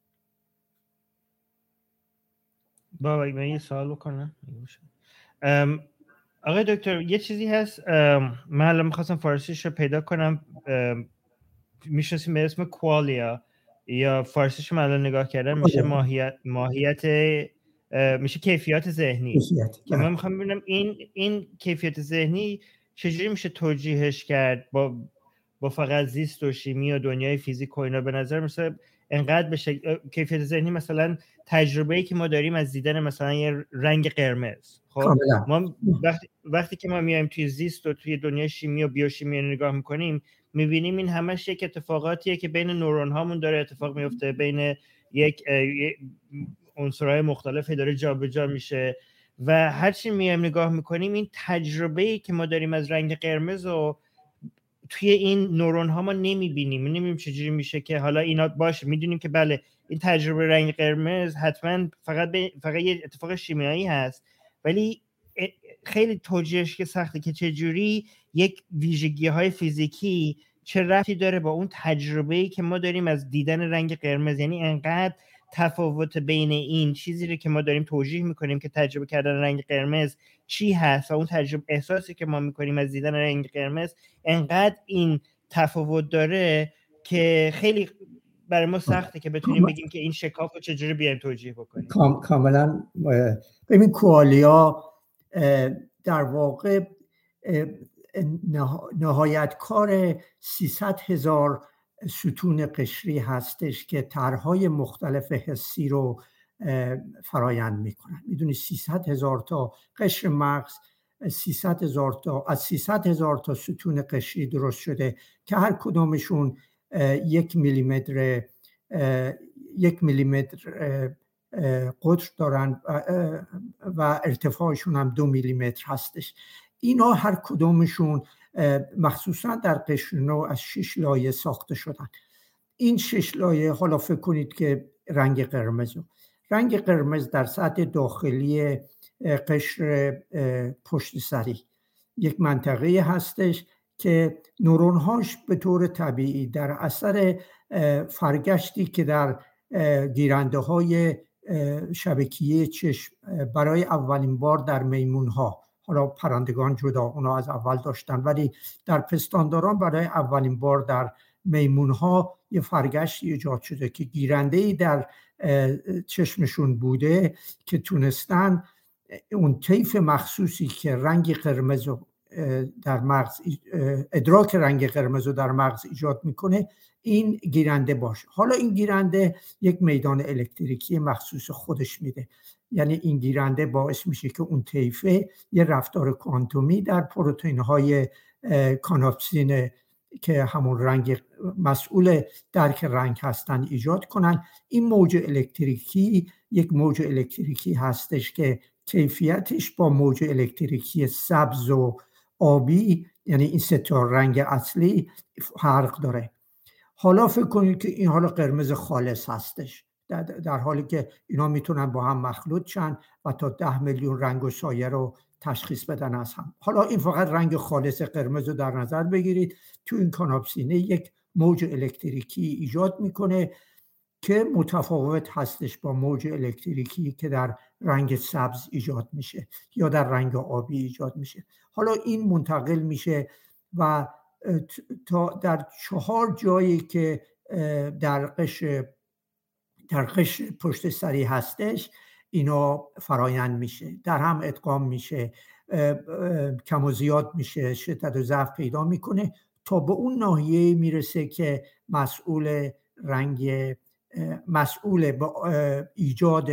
بابا من یه سوال بکنم. آقای دکتر یه چیزی هست من الان میخواستم فارسیش رو پیدا کنم، میشناسیم به اسم کوالیا یا فارسیش من الان نگاه کردم میشه ماهیت ماهیت میشه کیفیات ذهنی که من میخوام ببینم این این کیفیت ذهنی چجوری میشه توجیهش کرد با با فقط زیست و شیمی و دنیای فیزیک و اینا، به نظر مثلا انقدر به شکل کیفیت ذهنی، مثلا تجربه‌ای که ما داریم از دیدن مثلا یه رنگ قرمز، خب ما وقتی وقتی که ما میایم توی زیست و توی دنیای شیمی و بیوشیمی نگاه میکنیم، میبینیم این همش یک اتفاقاتیه که بین نورون هامون داره اتفاق میفته، بین یک عنصرهای مختلفی داره جابجا میشه و هرچی میایم نگاه میکنیم این تجربه‌ای که ما داریم از رنگ قرمز و توی این نورون ها ما نمیبینیم، نمیبینیم چجوری میشه که حالا اینا باشه. میدونیم که بله این تجربه رنگ قرمز حتما فقط ب... فقط یه اتفاق شیمیایی هست، ولی خیلی توجیهش که سخته که چجوری یک ویژگی های فیزیکی چه ربطی داره با اون تجربه‌ای که ما داریم از دیدن رنگ قرمز. یعنی انقدر تفاوت بین این چیزی رو که ما داریم توجیه میکنیم که تجربه کردن رنگ قرمز چی هست و اون تجربه احساسی که ما میکنیم از دیدن رنگ قرمز، انقدر این تفاوت داره که خیلی برای ما سخته که بتونیم بگیم که این شکاف رو چجوری بیایم توجیه بکنیم. کام کاملا. ببین کوالیا در واقع نهایت کار سیصد هزار ستون قشری هستش که طرح‌های مختلف حسی رو فرایند میکنن. میدونی سیصد هزار تا قشر مغز، سیصد هزار تا از سیصد هزار تا ستون قشری درست شده که هر کدامشون یک میلیمتر یک میلیمتر قطر دارن و ارتفاعشون هم دو میلیمتر هستش. اینا هر کدامشون مخصوصا در قشر نو از شش لایه ساخته شدن. این شش لایه، حالا فکر کنید که رنگ قرمز رنگ قرمز در سطح داخلی قشر پشت سری یک منطقه هستش که نورون‌هاش به طور طبیعی در اثر فرگشتی که در گیرنده‌های شبکیه چشم برای اولین بار در میمون‌ها، حالا پرندگان جدا اونا از اول داشتن، ولی در پستانداران برای اولین بار در میمون‌ها یه فرگشتی ایجاد شده که گیرنده‌ای در چشمشون بوده که تونستن اون طیف مخصوصی که رنگ قرمز در مغز ادراک رنگ قرمز رو در مغز ایجاد میکنه این گیرنده باشه. حالا این گیرنده یک میدان الکتریکی مخصوص خودش میده، یعنی این گیرنده باعث میشه که اون طیفه یه رفتار کوانتومی در پروتئین های کاناپسین که همون رنگ مسئول درک رنگ هستن ایجاد کنن. این موج الکتریکی یک موج الکتریکی هستش که کیفیتش با موج الکتریکی سبز و آبی، یعنی این سه تا رنگ اصلی، فرق داره. حالا فکر کنید که این حالا قرمز خالص هستش، در, در حالی که اینا میتونن با هم مخلوط شن و تا ده میلیون رنگ و سایه رو تشخیص بدن از هم. حالا این فقط رنگ خالص قرمز رو در نظر بگیرید. تو این کاناپسینه یک موج الکتریکی ایجاد میکنه که متفاوت هستش با موج الکتریکی که در رنگ سبز ایجاد میشه یا در رنگ آبی ایجاد میشه. حالا این منتقل میشه و تا در چهار جایی که در قشر در قشر پشت سری هستش اینا فرایند میشه، در هم ادغام میشه، کم و زیاد میشه، شدت و ضعف پیدا میکنه تا به اون ناحیه میرسه که مسئول رنگ مسئول با ایجاد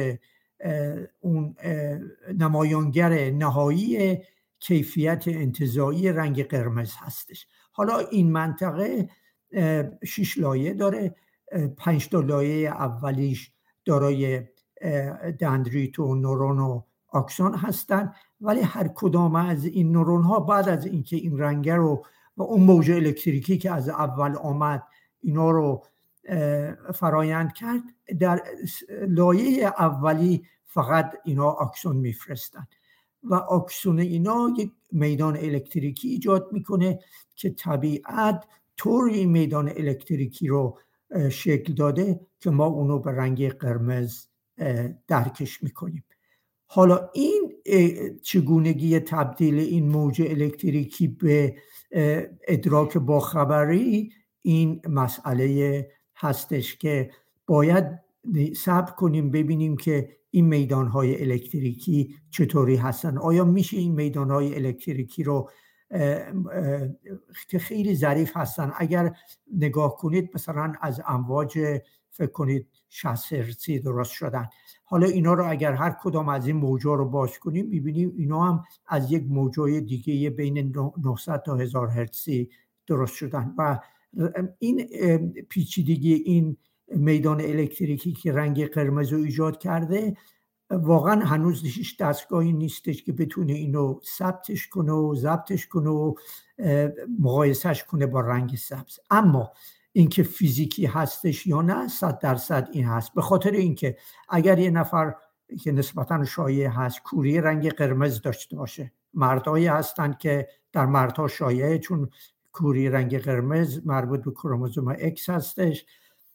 اون نمایانگر نهایی کیفیت انتزاعی رنگ قرمز هستش. حالا این منطقه شش لایه داره. پنج تا لایه اولیش دارای دندریت و نورون و آکسون هستن، ولی هر کدام از این نورون ها بعد از اینکه این رنگ رو و اون موج الکتریکی که از اول آمد اینا رو فرایند کرد، در لایه اولی فقط اینا آکسون میفرستن و آکسون اینا یک میدان الکتریکی ایجاد میکنه که طبیعت طوری این میدان الکتریکی رو شکل داده که ما اونو به رنگ قرمز درکش میکنیم. حالا این چگونگی تبدیل این موج الکتریکی به ادراک باخبری، این مسئله هستش که باید صبر کنیم ببینیم که این میدانهای الکتریکی چطوری هستن. آیا میشه این میدانهای الکتریکی رو که خیلی ظریف هستن. اگر نگاه کنید مثلا از امواج فکر کنید شصت هرتزی درست شدن. حالا اینا رو اگر هر کدام از این موجا رو باز کنیم میبینیم اینا هم از یک موجای دیگه بین نهصد تا هزار هرتزی درست شدن و این پیچیدگی این میدان الکتریکی که رنگ قرمز رو ایجاد کرده واقعا هنوز هیچ دستگاهی نیستش که بتونه اینو ثبتش کنه و ضبطش کنه و مقایسهش کنه با رنگ سبز. اما اینکه فیزیکی هستش یا نه صد درصد این هست، به خاطر اینکه اگر یه نفر که نسبتاً شایع هست کوری رنگ قرمز داشته باشه، مردایی هستن که در مردها شایعه چون کوری رنگ قرمز مربوط به کروموزوم اکس هستش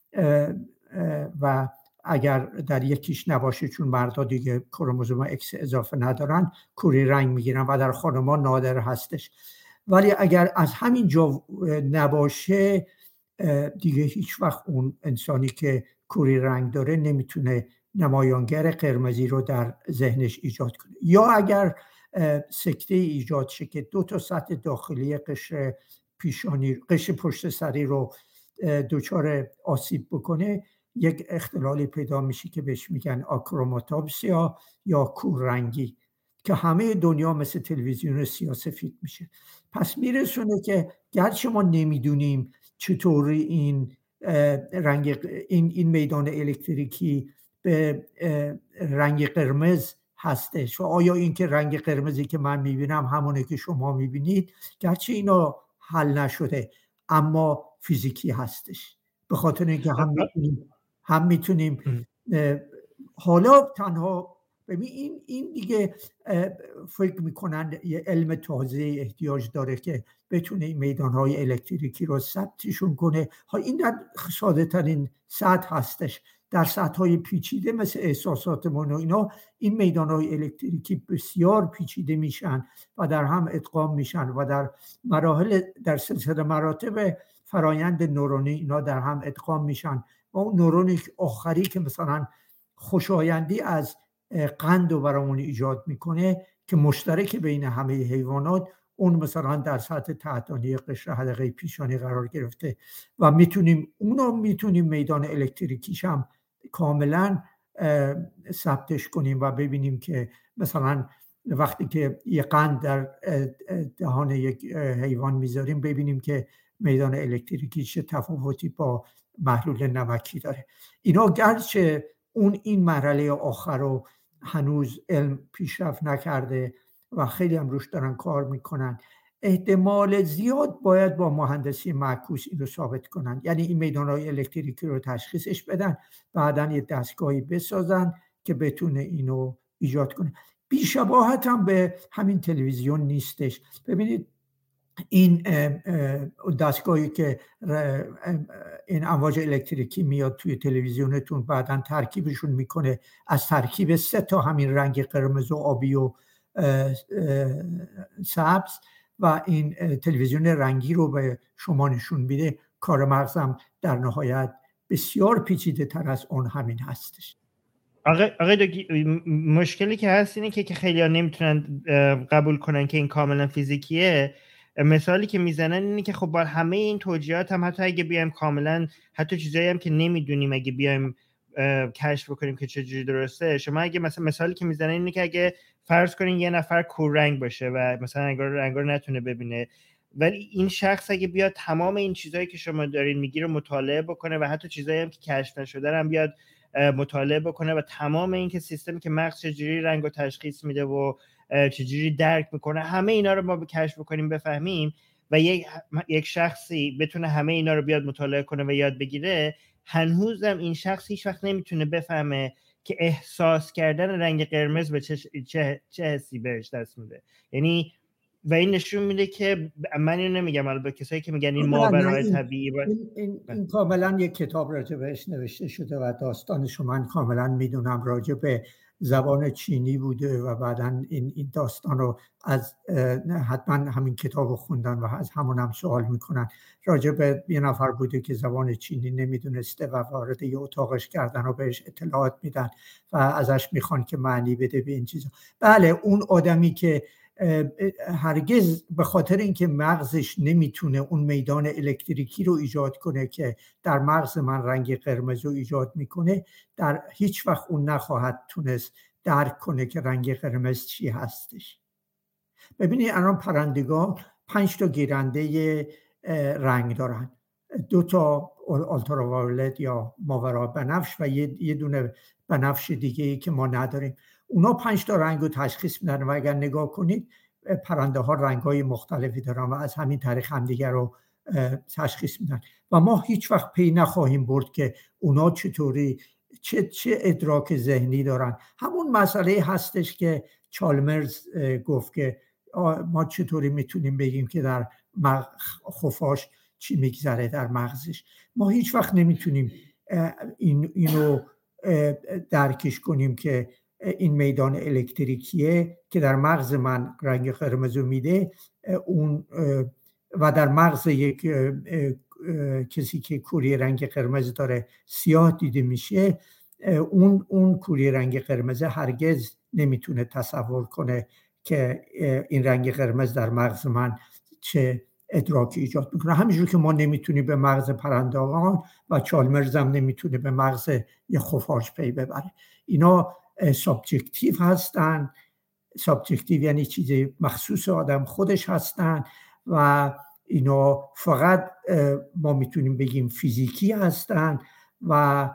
و اگر در یکیش نباشه چون مردها دیگه کروموزوم اکس اضافه ندارن کوری رنگ میگیرن و در خانم‌ها نادر هستش. ولی اگر از همین جا نباشه دیگه هیچ وقت اون انسانی که کوری رنگ داره نمیتونه نمایانگر قرمزی رو در ذهنش ایجاد کنه. یا اگر سکته ایجاد شه که دو تا سطح داخلی قشر پیشانی قشر پشت سری رو دچار آسیب بکنه یک اختلالی پیدا میشه که بهش میگن آکروماتوپسیا یا کوررنگی که همه دنیا مثل تلویزیون سیاه‌سفید میشه. پس میرسونه که گرچه ما نمیدونیم چطوری این رنگ این این میدان الکتریکی به رنگ قرمز هستش و آیا این که رنگ قرمزی که من میبینم همونه که شما میبینید، گرچه اینا حل نشده اما فیزیکی هستش، به خاطر اینکه هم میتونیم هم میتونیم حالا تنها ببین این این دیگه فکر میکنن یه علم تازه احتیاج داره که بتونه این میدانهای الکتریکی رو ثبتشون کنه. ها این در ساده ترین سطح هستش. در سطح های پیچیده مثل احساساتمون و اینا این میدانهای الکتریکی بسیار پیچیده میشن و در هم ادغام میشن و در مراحل در سلسله مراتب فرایند نورونی اینا در هم ادغام میشن و اون نورونی آخری که مثلا خوشایندی از قند رو برامون ایجاد میکنه که مشترک بین همه حیوانات، اون مثلا در سطح تحتانی قشر حلقه پیشانی قرار گرفته و میتونیم اونو میتونیم میدان الکتریکیش هم کاملا ثبتش کنیم و ببینیم که مثلا وقتی که یه قند در دهان یک حیوان میذاریم ببینیم که میدان الکتریکی چه تفاوتی با محلول نمکی داره. اینا گرچه اون این مرحله آخر رو هنوز علم پیشرفت نکرده و خیلی هم روش دارن کار میکنن، احتمال زیاد باید با مهندسی معکوس این رو ثابت کنن، یعنی این میدانهای الکتریکی رو تشخیصش بدن، بعدن یه دستگاهی بسازن که بتونه اینو ایجاد کنه. بیشباهت هم به همین تلویزیون نیستش. ببینید این دستگاهی که این امواج الکتریکی میاد توی تلویزیونتون بعدن ترکیبشون میکنه از ترکیب سه تا همین رنگ قرمز و آبی و سبز و این تلویزیون رنگی رو به شما نشون میده. کار مغزم در نهایت بسیار پیچیده تر از اون همین هستش. آقای آقای مشکلی که هست اینه که خیلی ها نمیتونن قبول کنن که این کاملا فیزیکیه. مثالی که میزنن اینه که خب با همه این توجیهات هم حتی اگه بیایم کاملا حتی چیزایی هم که نمیدونیم اگه بیایم کشف بکنیم که چجوری درسته، شما اگه مثلا مثالی که میزنن اینه که اگه فرض کنین یه نفر کوررنگ باشه و مثلا رنگا رو رنگا رو نتونه ببینه، ولی این شخص اگه بیاد تمام این چیزایی که شما دارین میگی رو مطالعه بکنه و حتی چیزایی هم که کشف نشده هم بیاد مطالعه بکنه و تمام این که سیستمی که مغز چجوری رنگو تشخیص میده و چجوری درک میکنه همه اینا رو ما به کشف بکنیم بفهمیم و یک یک شخصی بتونه همه اینا رو بیاد مطالعه کنه و یاد بگیره، هنوزم این شخص هیچ وقت نمیتونه بفهمه که احساس کردن رنگ قرمز به چه چه چه حسی بهش دست میده. یعنی و این نشون میده که من اینو نمیگم البته کسایی که میگن این ماورای طبیعی با... این, این, این کاملا یک کتاب راجع بهش نوشته شده و داستانشو من کاملا میدونم، راجع به زبان چینی بوده و بعدن این این داستان رو از حتما همین کتاب رو خوندن و از همون هم سوال میکنن. راجع به یه نفر بوده که زبان چینی نمیدونسته و وارد یه اتاقش کردن و بهش اطلاعات میدن و ازش میخوان که معنی بده به این چیزا. بله اون آدمی که هرگز به خاطر اینکه مغزش نمیتونه اون میدان الکتریکی رو ایجاد کنه که در مغز من رنگ قرمز رو ایجاد میکنه، در هیچ وقت اون نخواهد تونست درک کنه که رنگ قرمز چی هستش. ببینید الان پرندگان پنج تا گیرنده رنگ دارن، دو تا آلتراوایولت یا ماورا بنفش و یه دونه بنفش دیگه ای که ما نداریم. اونا پنج تا رنگ رو تشخیص میدن و اگر نگاه کنید پرنده ها رنگ های مختلفی دارن و از همین طریق همدیگر رو تشخیص میدن و ما هیچ وقت پی نخواهیم برد که اونا چطوری چه چه ادراک ذهنی دارن. همون مسئله هستش که چالمرز گفت که ما چطوری میتونیم بگیم که در خفاش چی میگذره در مغزش. ما هیچ وقت نمیتونیم این اینو درکش کنیم که این میدان الکتریکیه که در مغز من رنگ قرمز رو میده اون و در مغز یک کسی که کوری رنگ قرمز داره سیاه دیده میشه، اون اون کوری رنگ قرمز هرگز نمیتونه تصور کنه که این رنگ قرمز در مغز من چه ادراکی ایجاد میکنه. همینجور که ما نمیتونیم به مغز پرندگان و چالمرز هم نمیتونه به مغز یه خفاش پی ببره. اینا سابجکتیو هستن. سابجکتیو یعنی چیزی مخصوص آدم خودش هستن و اینا فقط ما میتونیم بگیم فیزیکی هستن و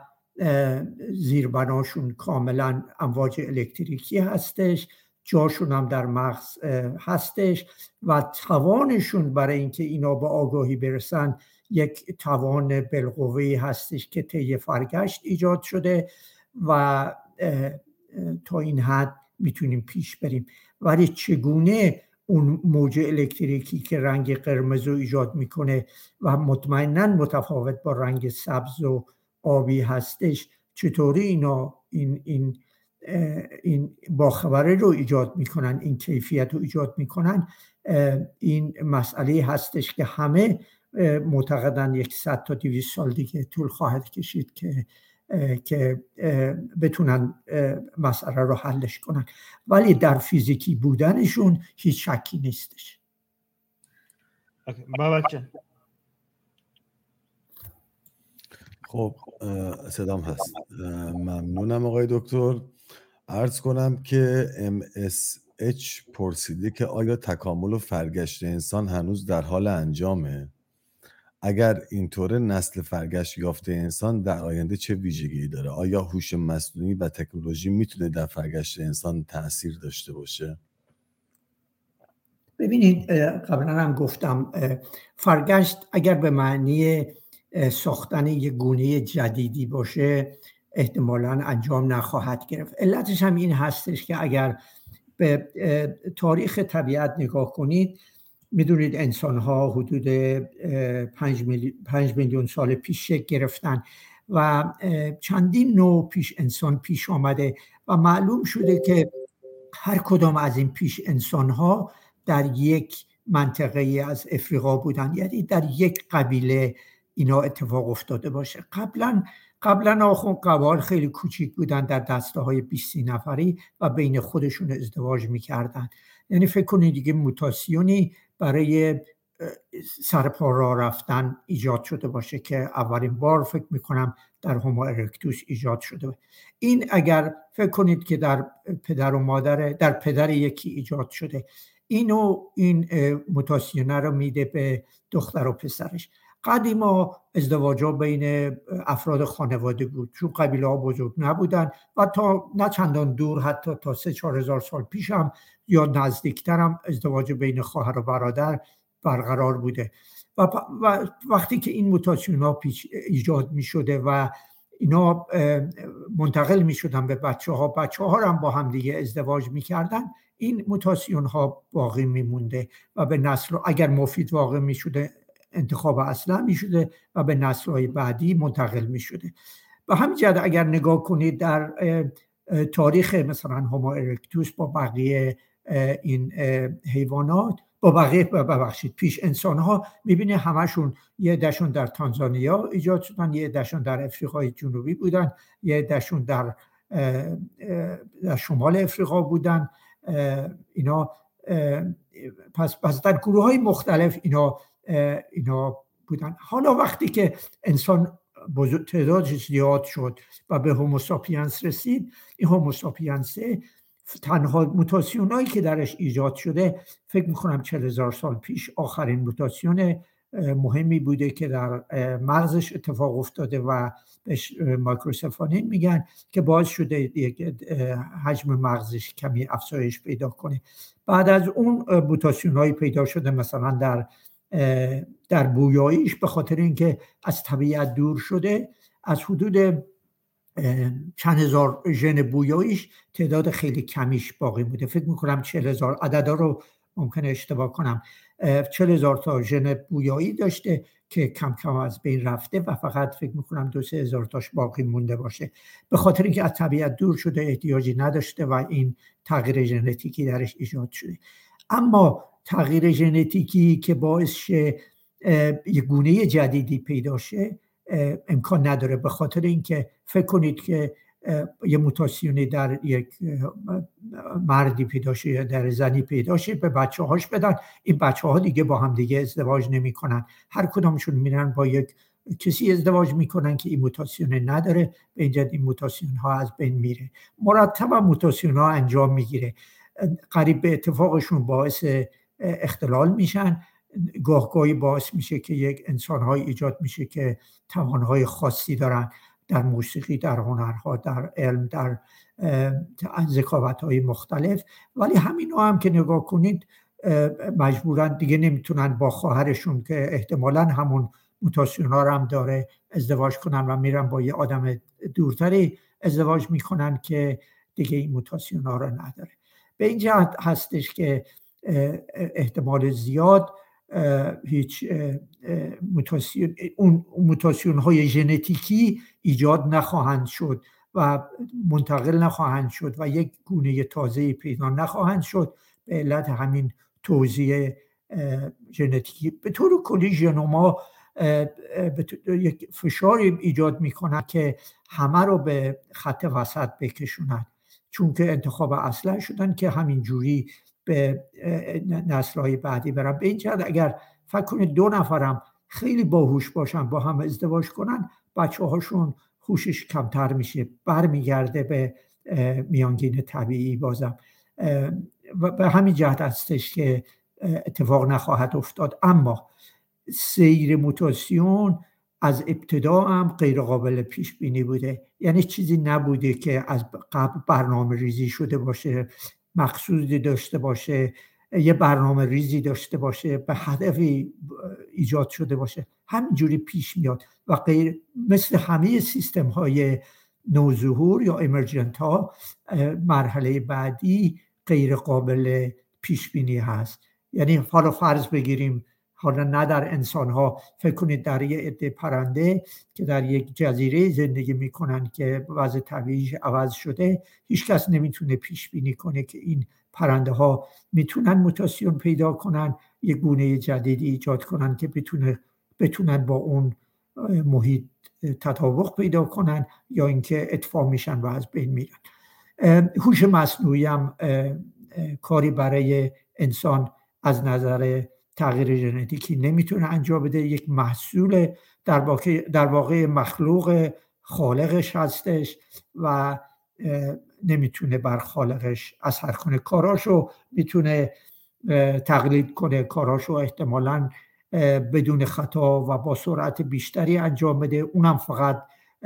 زیربناشون کاملا امواج الکتریکی هستش، جاشون هم در مغز هستش و توانشون برای اینکه اینا به آگاهی برسن یک توان بالقوه‌ای هستش که طی فرگشت ایجاد شده و تا این حد میتونیم پیش بریم. ولی چگونه اون موج الکتریکی که رنگ قرمز رو ایجاد میکنه و مطمئناً متفاوت با رنگ سبز و آبی هستش، چطوری اینا این این این باخبره رو ایجاد میکنن، این کیفیت رو ایجاد میکنن، این مسئله هستش که همه معتقدن یک صد تا دویست سال دیگه طول خواهد کشید که که بتونن مسئله رو حلش کنن. ولی در فیزیکی بودنشون هیچ شکی نیستش. بابک جان. خب صدام هست. ممنونم آقای دکتر. عرض کنم که ام اس اچ پرسیده که آیا تکامل و فرگشت انسان هنوز در حال انجامه؟ اگر اینطوره نسل فرگشت یافته انسان در آینده چه ویژگی داره؟ آیا هوش مصنوعی و تکنولوژی میتونه در فرگشت انسان تأثیر داشته باشه؟ ببینید قبلا هم گفتم فرگشت اگر به معنی ساختن یک گونه جدیدی باشه احتمالاً انجام نخواهد گرفت. علتش هم این هستش که اگر به تاریخ طبیعت نگاه کنید میدونید انسان ها حدود پنج, میلی... پنج میلیون سال پیش شکل گرفتن و چندین نوع پیش انسان پیش آمده و معلوم شده که هر کدام از این پیش انسان ها در یک منطقه از افریقا بودن، یعنی در یک قبیله اینا اتفاق افتاده باشه. قبلا قبلا آخون قبایل خیلی کوچیک بودن در دسته های بیست نفری و بین خودشون ازدواج میکردن. یعنی فکر کنید دیگه موتاسیونی برای سرپا راه رفتن ایجاد شده باشه که اولین بار فکر میکنم در هومو ارکتوس ایجاد شده. این اگر فکر کنید که در پدر و مادر در پدر یکی ایجاد شده، اینو این موتاسیونه رو میده به دختر و پسرش. قدیما ازدواجا بین افراد خانواده بود چون قبیله ها بزرگ نبودن و تا نه چندان دور حتی تا سه چهار هزار سال پیش هم یا نزدیکتر هم ازدواج بین خواهر و برادر برقرار بوده و, و وقتی که این موتاسیون ها ایجاد می شده و اینا منتقل می شدن به بچه ها، بچه ها هم با هم دیگه ازدواج می کردن، این موتاسیون ها باقی می مونده و به نسل اگر مفید واقع می شده انتخاب اصلا می شده و به نسل‌های بعدی منتقل می شده. به همین جهت اگر نگاه کنید در تاریخ مثلا هومو ارکتوس با بقیه این حیوانات با بقیه ببخشید پیش انسان ها میبینه همشون یه عده‌شون در تانزانیا ایجاد شدن، یه عده‌شون در افریقای جنوبی بودن، یه عده‌شون در در شمال افریقا بودن. اینا پس پس در گروه های مختلف اینا اینا بودن. حالا وقتی که انسان بزرگ تعداد زیاد شد و به هوموساپینس رسید، این هوموساپینس تنها موتاسیون هایی که درش ایجاد شده فکر میکنم چهل هزار سال پیش آخرین موتاسیون مهمی بوده که در مغزش اتفاق افتاده و بهش مایکروسفالین میگن که باعث شده یک حجم مغزش کمی افزایش پیدا کنه. بعد از اون موتاسیون هایی پیدا شده مثلا در در بویاییش، به خاطر اینکه از طبیعت دور شده، از حدود چند هزار ژن بویاییش تعداد خیلی کمیش باقی بوده. فکر میکنم چهل هزار، عددا رو ممکنه اشتباه کنم، چهل هزار تا ژن بویایی داشته که کم کم از بین رفته و فقط فکر میکنم دو سه هزار تاش باقی مونده باشه، به خاطر اینکه از طبیعت دور شده، احتیاجی نداشته و این تغییر ژنتیکی درش ایجاد شده. اما تغییر ژنتیکی که باعث شه یک گونه جدیدی پیدا شه امکان نداره، به خاطر اینکه فکر کنید که یه موتاسیونی در یک مردی پیدا شه یا در زنی پیدا شه، به بچه هاش بدن، این بچه ها دیگه با هم دیگه ازدواج نمی کنن، هر کدامشون میرن با یک کسی ازدواج میکنن که این موتاسیون نداره، به اینجا این موتاسیون ها از بین میره. مرتبا موتاسیون ها انجام میگیره، قریب به اتفاقشون باعث اختلال میشن، گاه گاهی باعث میشه که یک انسان‌های ایجاد میشه که توان‌های خاصی دارن در موسیقی، در هنرها، در علم، در ذکاوت‌های مختلف، ولی همین ها هم که نگاه کنید مجبورن دیگه نمیتونن با خواهرشون که احتمالاً همون موتاسیون ها هم داره ازدواج کنن و میرن با یه آدم دورتری ازدواج میکنن که دیگه این موتاسیون ها رو نداره. به این جهت هستش که احتمال زیاد هیچ موتاسیون اون موتاسیون های ژنتیکی ایجاد نخواهند شد و منتقل نخواهند شد و یک گونه تازه پیدا نخواهند شد به علت همین توزیع ژنتیکی. به طور کلی ژنوما یک فشار ایجاد میکنه که همه رو به خط وسط بکشونن، چون که انتخاب اصلا شدن که همین جوری به نسل‌های بعدی برن. به این جهت اگر فکر کنید دو نفرم خیلی باهوش باشن با هم ازدواج کنن، بچه هاشون هوشش کمتر میشه، برمیگرده به میانگین طبیعی بازم، و به همین جهت هستش که اتفاق نخواهد افتاد. اما سیر موتاسیون از ابتدا هم غیر قابل پیش بینی بوده، یعنی چیزی نبوده که از قبل برنامه ریزی شده باشه، مقصودی داشته باشه، یه برنامه ریزی داشته باشه، به هدفی ایجاد شده باشه، همینجوری پیش میاد و غیر مثل همه سیستم های نوظهور یا ایمرجنت ها مرحله بعدی غیر قابل پیش بینی هست. یعنی حالا فرض بگیریم حالا نه در انسان ها، فکر کنید در یه عده پرنده که در یک جزیره زندگی میکنن که وضع طبیعیش عوض شده، هیچ کس نمیتونه پیش بینی کنه که این پرنده ها میتونن موتاسیون پیدا کنن، یک گونه جدیدی ایجاد کنن که بتونه بتونن با اون محیط تطابق پیدا کنن یا اینکه اطفا میشن و از بین میرن. هوش مصنوعی هم کاری برای انسان از نظر تغییر ژنتیکی نمیتونه انجام بده، یک محصول در واقع در واقع مخلوق خالقش هستش و نمیتونه بر خالقش اثر کنه. کاراشو میتونه تقلید کنه، کاراشو احتمالاً بدون خطا و با سرعت بیشتری انجام بده، اونم فقط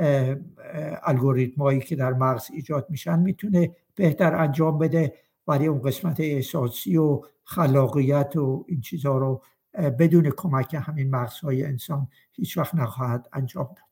الگوریتمایی که در مغز ایجاد میشن میتونه بهتر انجام بده، ولی اون قسمت احساسی و خلاقیت و این چیزها رو بدون کمک همین مغزهای انسان هیچ وقت نخواهد انجام داد.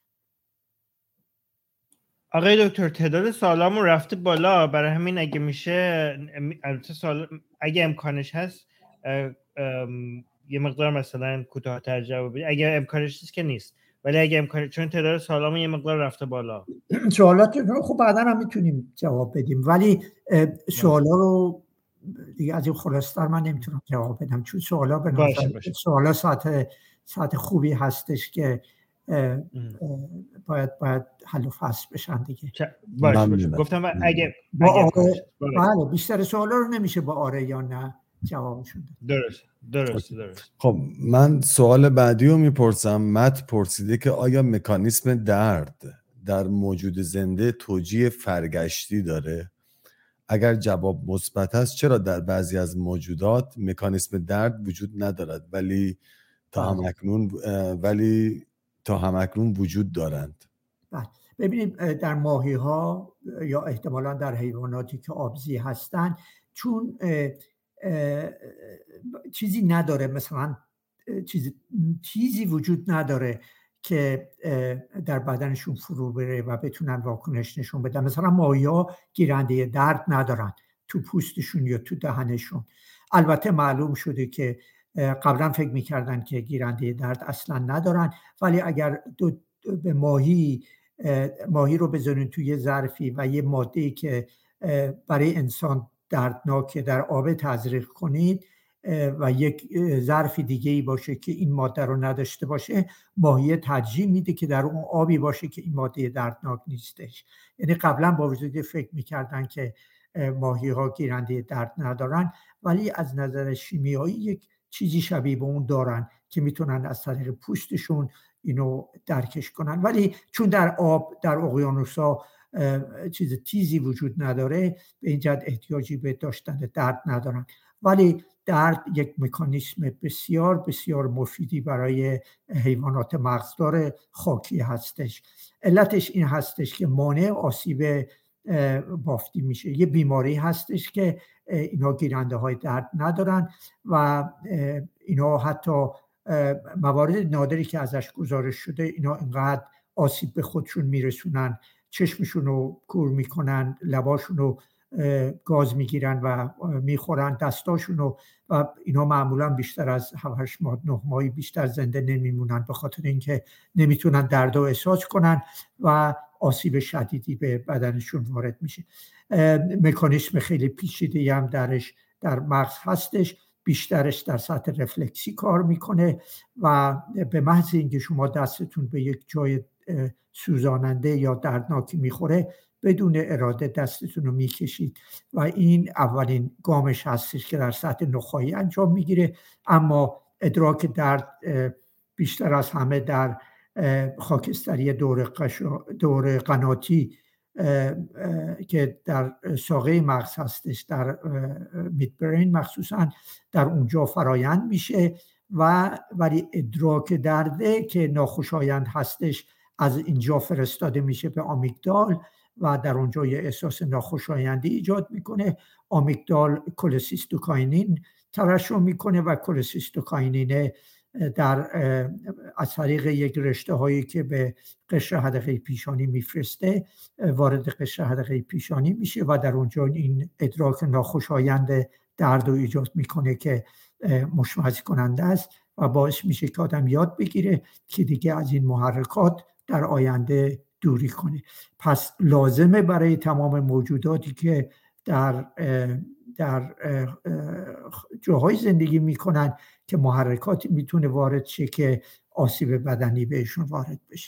آقای دکتر تعداد سوالامون رفته بالا، برای همین اگه میشه البته سوال اگه امکانش هست یه مقدار مثلا کوتاه‌تر جواب بدید، اگه امکانش نیست که نیست، ولی اگه امکانش، چون تعداد سوالامون یه مقدار رفته بالا. سوالات رو خب بعدا هم میتونیم جواب بدیم، ولی سوالا رو دیگه از این خلاص‌تر من نمیتونم جواب بدم، چون سوالا به نظر سوالا ساعت ساعت خوبی هستش که باید باید حل و فصل بشن دیگه. باشه باشه گفتم اگه با آره، بله بیشتر سوالا رو نمیشه با آره یا نه جوابشون داد. درست درست درست. خب من سوال بعدی رو میپرسم. مت پرسیده که آیا مکانیسم درد در موجود زنده توجیه فرگشتی داره؟ اگر جواب مثبت است چرا در بعضی از موجودات مکانیسم درد وجود ندارد ولی تا همکنون ولی تا همکنون وجود دارند؟ بله. ببینید در ماهی ها یا احتمالاً در حیواناتی که آبزی هستند، چون اه اه چیزی نداره، مثلا چیزی چیزی وجود نداره که در بدنشون فرو بره و بتونن واکنش نشون بدن. مثلا ماهی‌ها گیرنده درد ندارن تو پوستشون یا تو دهنشون. البته معلوم شده که قبلا فکر میکردن که گیرنده درد اصلا ندارن، ولی اگر دو به ماهی ماهی رو بذارین توی ظرفی و یه ماده‌ای که برای انسان دردناکه در آب تزریق کنید و یک ظرف دیگه‌ای باشه که این ماده رو نداشته باشه، ماهی ترجیح میده که در اون آبی باشه که این ماده دردناک نیستش. یعنی قبلا با وجود فکر میکردن که ماهی ها گیرنده درد ندارن، ولی از نظر شیمیایی یک چیزی شبیه به اون دارن که میتونن از طریق پوستشون اینو درکش کنن. ولی چون در آب، در اقیانوس‌ها چیز تیزی وجود نداره، به این جهت احتیاجی به داشتن درد ندارن. ولی درد یک مکانیسم بسیار بسیار مفیدی برای حیوانات مغزدار خاکی هستش. علتش این هستش که مانع آسیب بافتی میشه. یه بیماری هستش که اینا گیرنده های درد ندارن و اینا حتی موارد نادری که ازش گزارش شده، اینا اینقدر آسیب به خودشون میرسونن، چشمشون رو کور میکنن، لباشون رو گاز میگیرن و میخورن، دستاشون رو، و اینا معمولا بیشتر از هشت ماه نه ماهی بیشتر زنده نمیمونن به خاطر اینکه نمیتونن درد رو احساس کنن و آسیب شدیدی به بدنشون وارد میشه. مکانیسم خیلی پیچیده‌ای هم درش در مغز هستش، بیشترش در سطح رفلکسی کار میکنه و به محض اینکه شما دستتون به یک جای سوزاننده یا دردناکی میخوره، بدون اراده دستتون رو میکشید و این اولین گامش هستش که در سطح نخاعی انجام میگیره. اما ادراک درد بیشتر از همه در خاکستری دور, دور قناتی که در ساقه مغز هستش، در میدبرین مخصوصا، در اونجا فرایند میشه و ولی ادراک درده که ناخوشایند هستش از اینجا فرستاده میشه به آمیگدال و در اونجا یه احساس ناخوشایندی ایجاد میکنه. آمیگدال کولسیستوکاینین ترشح میکنه و کولسیستوکاینین در از طریق یک رشته هایی که به قشر حدقه پیشانی میفرسته وارد قشر حدقه پیشانی میشه و در اونجا این ادراک ناخوشایند درد رو ایجاد میکنه که مشمئز کننده است و باعث میشه که آدم یاد بگیره که دیگه از این محرکات در آینده دوری کنه. پس لازمه برای تمام موجوداتی که در در جاهای زندگی میکنن که محرکاتی میتونه وارد شه که آسیب بدنی بهشون وارد بشه.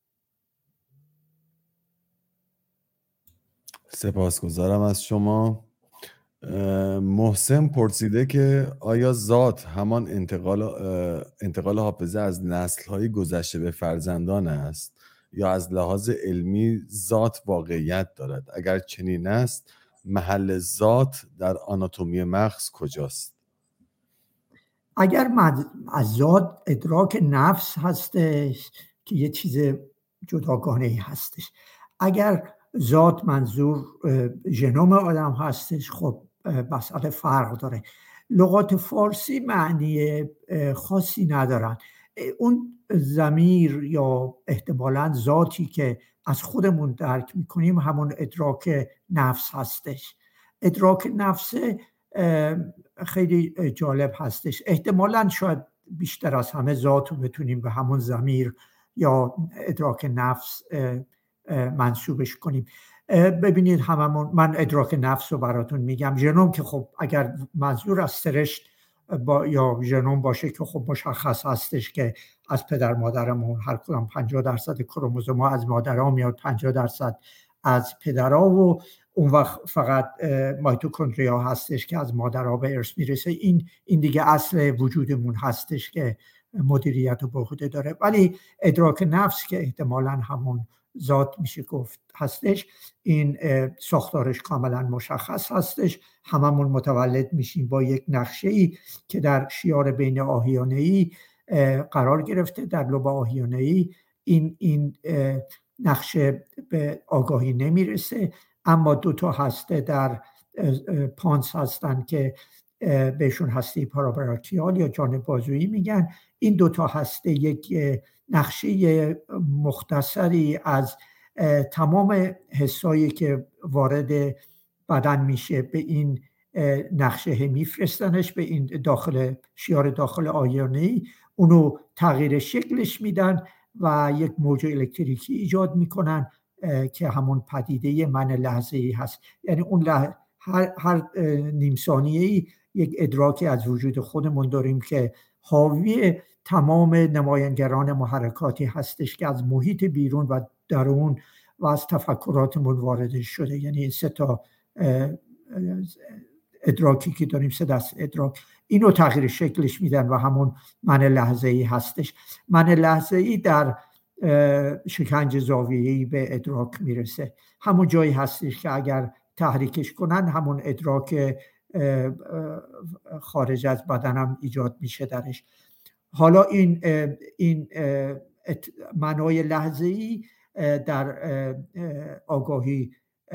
سپاسگزارم از شما. محسن پرسیده که آیا ذات همان انتقال انتقال حافظه از نسل‌های گذشته به فرزندان است یا از لحاظ علمی ذات واقعیت دارد؟ اگر چنین است محل ذات در آناتومی مغز کجاست؟ اگر از ذات ادراک نفس هستش که یه چیز جداگانه‌ای هستش، اگر ذات منظور ژنوم آدم هستش، خب مسئله فرق داره. لغات فارسی معنی خاصی ندارن. اون ضمیر یا احتمالاً ذاتی که از خودمون درک میکنیم همون ادراک نفس هستش. ادراک نفس خیلی جالب هستش. احتمالاً شاید بیشتر از همه ذات رو بتونیم به همون ضمیر یا ادراک نفس منسوبش کنیم. ببینید هممون، من ادراک نفس رو براتون میگم. ژنوم که خب اگر منظور از سرشت با یا ژنوم باشه که خب مشخص هستش که از پدر مادرمون هر کدام پنجاه درصد کروموزوم ها از مادرها میاد، پنجاه درصد از پدرها، و اون وقت فقط مایتوکندریا هستش که از مادرها به ارث میرسه. این این دیگه اصل وجودمون هستش که مدیریت رو به عهده داره. ولی ادراک نفس که احتمالاً همون ذات میشه گفت هستش، این ساختارش کاملا مشخص هستش. هممون متولد میشیم با یک نقشه‌ای که در شیار بین آهیانه‌ای قرار گرفته، در لوب آهیانه‌ای. این این نقشه به آگاهی نمیرسه، اما دو تا هسته در پانس هستن که بهشون هسته پارابراکیال یا جانب بازویی میگن. این دو تا هسته یک نقشه مختصری از تمام حسایی که وارد بدن میشه به این نقشه میفرستنش به این داخل شیار داخل آیونی، اونو تغییر شکلش میدن و یک موج الکتریکی ایجاد میکنن که همون پدیده من لحظه‌ای هست. یعنی اون لح... هر, هر نیم ثانیه‌ای یک ادراکی از وجود خودمون داریم که حاوی تمام نمایانگران محرکاتی هستش که از محیط بیرون و درون و از تفکراتمون وارد شده. یعنی این سه تا ادراکی که داریم، سه دست ادراک، اینو تغییر شکلش میدن و همون من لحظه‌ای هستش. من لحظه‌ای در شکنج زاویه‌ای به ادراک میرسه. همون جایی هستش که اگر تحریکش کنن همون ادراک خارج از بدنم ایجاد میشه درش. حالا این این معنای لحظه‌ای در آگاهی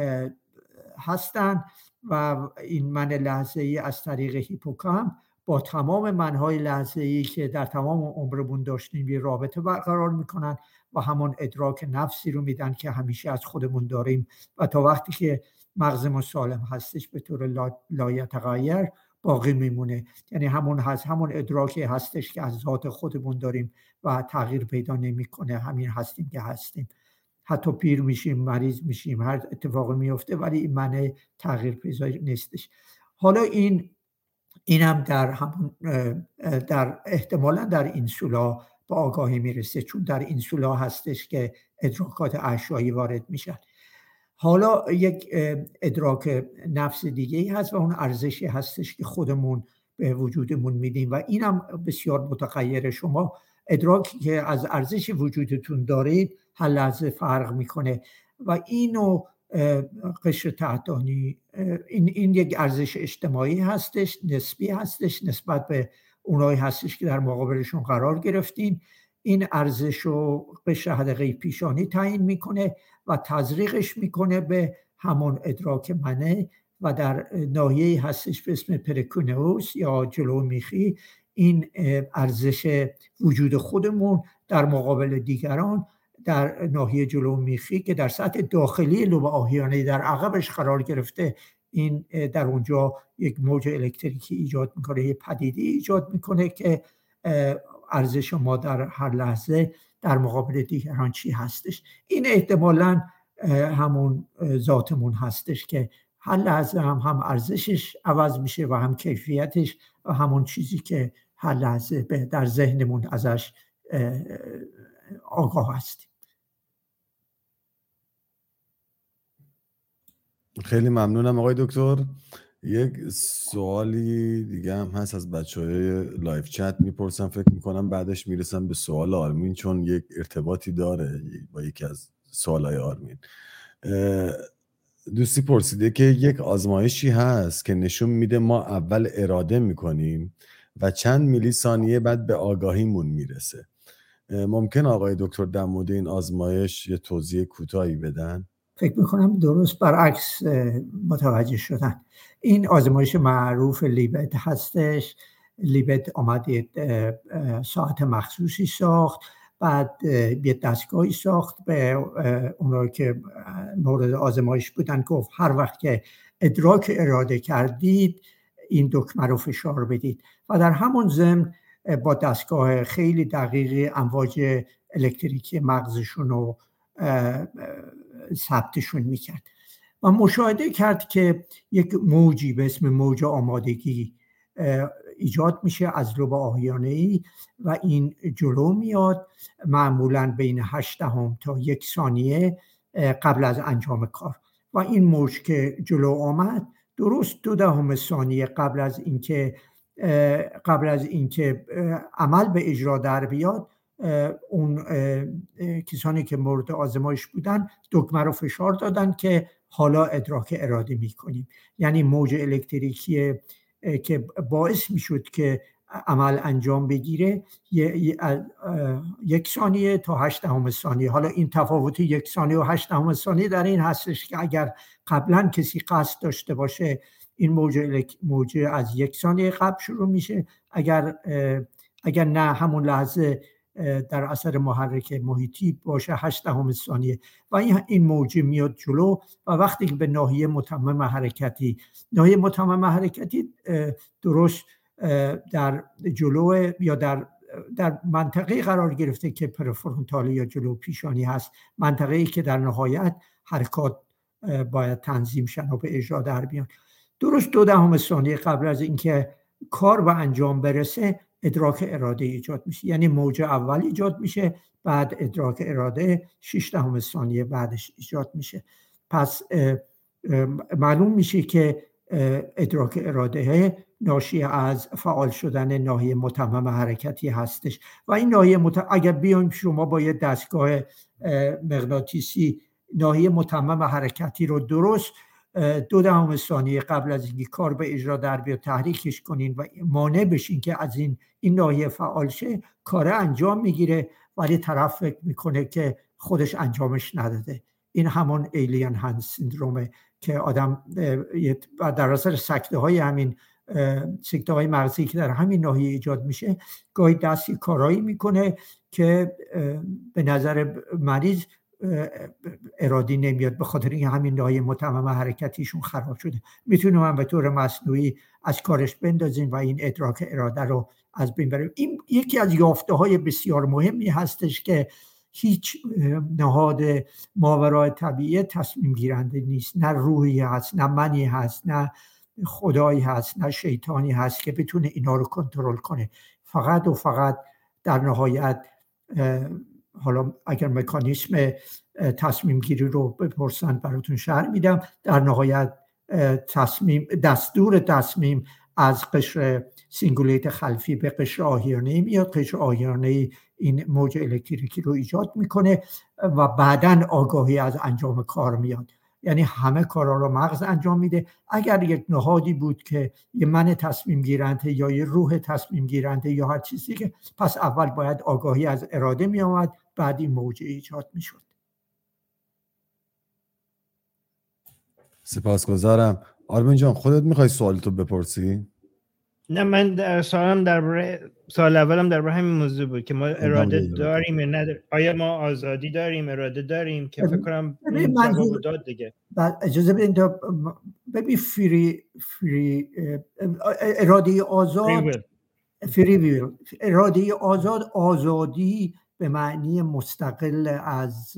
هستن و این من لحظه‌ای از طریق هیپوکامپ با تمام منهای لحظه‌ای که در تمام عمرمون داشتیم یه رابطه برقرار میکنن و همون ادراک نفسی رو میدن که همیشه از خودمون داریم و تا وقتی که مغزمون سالم هستش به طور لا, لا یتغیر باقی میمونه. یعنی همون هست همون ادراکی هستش که از ذات خودمون داریم و تغییر پیدا نمیکنه. همین هستیم که هستیم. حتی پیر میشیم، مریض میشیم، هر اتفاقی میفته ولی این معنی تغییر پیدا نیستش. حالا این اینم در همون در احتمالاً در اینسولا با آگاهی میرسه، چون در اینسولا هستش که ادراکات اشیایی وارد میشن. حالا یک ادراک نفس دیگه هست و اون ارزشی هستش که خودمون به وجودمون میدیم و اینم بسیار متغیره. شما ادراکی که از ارزش وجودتون دارید هر لحظه فرق میکنه و اینو قشر تحتانی این این یک ارزش اجتماعی هستش، نسبی هستش، نسبت به اونایی هستش که در مقابلشون قرار گرفتین. این ارزش رو قشر حدقه پیشانی تعیین میکنه و تزریقش میکنه به همون ادراک منه و در ناحیه‌ای هستش به اسم پرکونئوس یا جلو میخی. این ارزش وجود خودمون در مقابل دیگران در ناحیه جلو میخی که در سطح داخلی لوب آهیانه در عقبش قرار گرفته، این در اونجا یک موج الکتریکی ایجاد میکنه، یک پدیده ایجاد میکنه که ارزش ما در هر لحظه در مقابل دیگران چی هستش. این احتمالاً همون ذاتمون هستش که هر لحظه هم هم ارزشش عوض میشه و هم کیفیتش و همون چیزی که هر لحظه در ذهنمون ازش آگاه هستیم. خیلی ممنونم آقای دکتر. یک سوالی دیگه هم هست از بچهای لایف چت میپرسم، فکر میکنم بعدش میرسم به سوال آرمین چون یک ارتباطی داره با یکی از سوالای آرمین. دوستی پرسیده که یک آزمایشی هست که نشون میده ما اول اراده میکنیم و چند میلی ثانیه بعد به آگاهیمون میرسه. ممکن آقای دکتر در مورد این آزمایش یه توضیح کوتاهی بدن؟ فکر میکنم درست برعکس متوجه شدن. این آزمایش معروف لیبت هستش. لیبت آمد ساعت مخصوصی ساخت، بعد یه دستگاهی ساخت به اونایی که مورد آزمایش بودن، گفت هر وقت که ادراک اراده کردید این دکمه رو فشار بدید و در همون ضمن با دستگاه خیلی دقیقی امواج الکتریکی مغزشون رو ثبتشون میکرد و مشاهده کرد که یک موجی به اسم موج آمادگی ایجاد میشه از لوب آهیانه‌ای و این جلو میاد معمولاً بین هشت دهم تا یک ثانیه قبل از انجام کار و این موج که جلو آمد درست دو دهم ثانیه قبل از اینکه قبل از اینکه عمل به اجرا در بیاد، اون کسانی که مورد آزمایش بودن دکمه رو فشار دادن که حالا ادراک ارادی میکنیم. یعنی موج الکتریکی که باعث میشد که عمل انجام بگیره یک ثانیه تا هشت دهم ثانیه. حالا این تفاوت یک ثانیه و هشت دهم ثانیه در این هستش که اگر قبلا کسی قصد داشته باشه این موج موج از یک ثانیه قبل شروع میشه، اگر اگر نه همون لحظه در اثر محرک محیطی باشه هشت دهم ثانیه و این موج میاد جلو و وقتی که به ناحیه متمم حرکتی ناحیه متمم حرکتی درست در جلو یا در در منطقه قرار گرفته که پرفرونتال یا جلو پیشانی هست، منطقه‌ای که در نهایت حرکات باید تنظیم شن و به اجرا در بیان. درست دو دهم ثانیه قبل از اینکه کار به انجام برسه ادراک اراده ایجاد میشه، یعنی موج اول ایجاد میشه، بعد ادراک اراده شش دهم ثانیه بعدش ایجاد میشه. پس معلوم میشه که ادراک اراده ناشی از فعال شدن ناحیه متمم حرکتی هستش و این ناحیه مت... اگر بیایم شما با یه دستگاه مغناطیسی ناحیه متمم حرکتی رو درست دو دهم ثانیه قبل از اینکه کار به اجرا در بیاد تحریکش کنین و مانع بشین که از این این ناحیه فعال شه، کار انجام میگیره ولی طرف فکر میکنه که خودش انجامش نداده. این همون ایلین هند سیندرومه که آدم در اثر سکته های همین سکته های مغزی که در همین ناحیه ایجاد میشه گاهی دستی کارایی میکنه که به نظر مریض ارادی نمیاد، به خاطر این همین ناحیه متمم حرکتیشون خراب شده. میتونیم هم به طور مصنوعی از کارش بندازیم و این ادراک اراده رو از بین بریم. این یکی از یافته های بسیار مهمی هستش که هیچ نهاد ماورای طبیعه تصمیم گیرنده نیست، نه روحی هست، نه منی هست، نه خدایی هست، نه شیطانی هست که بتونه اینا رو کنترل کنه. فقط و فقط در نهایت حالا اگر مکانیسم تصمیم گیری رو بپرسن براتون شرح میدم. در نهایت تصمیم دستور تصمیم از قشر سینگولیت خلفی به قشر آهیانه‌ای میاد، قشر آهیانه‌ای این موج الکتریکی رو ایجاد میکنه و بعداً آگاهی از انجام کار میاد. یعنی همه کارا رو مغز انجام میده. اگر یک نهادی بود که یه من تصمیم گیرنده یا یه روح تصمیم گیرنده یا هر چیزی که، پس اول باید آگاهی از اراده می آمد، بعد این موج ایجاد می شد. سپاسگزارم. آرمین جان خودت میخوای سوالتو بپرسی؟ نه، من در سوالم درباره سوال اولم درباره همین موضوع بود که ما اراده داریم یا نداریم. آیا ما آزادی داریم، اراده داریم که فکر کنم این جواب داد دیگه. بعد اجازه بدین تا ببین فری فری اراده آزاد فری ویل اراده آزاد آزادی به معنی مستقل از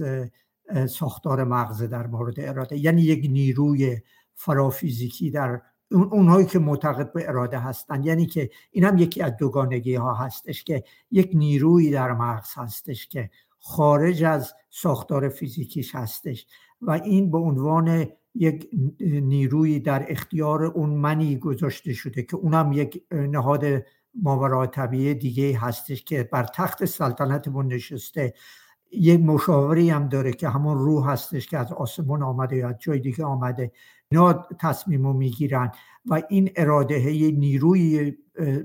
ساختار مغز در مورد اراده، یعنی یک نیروی فرافیزیکی در اون اونهایی که معتقد به اراده هستن. یعنی که این هم یکی از دوگانگی ها هستش که یک نیروی در مغز هستش که خارج از ساختار فیزیکیش هستش و این به عنوان یک نیروی در اختیار اون منی گذاشته شده که اونم یک نهاد ماورای طبیعه دیگه هستش که بر تخت سلطنتمون نشسته. یک مشاوری هم داره که همون روح هستش که از آسمون آمده یا از جای دیگه آمده، اینا تصمیمو میگیرن و این اراده نیروی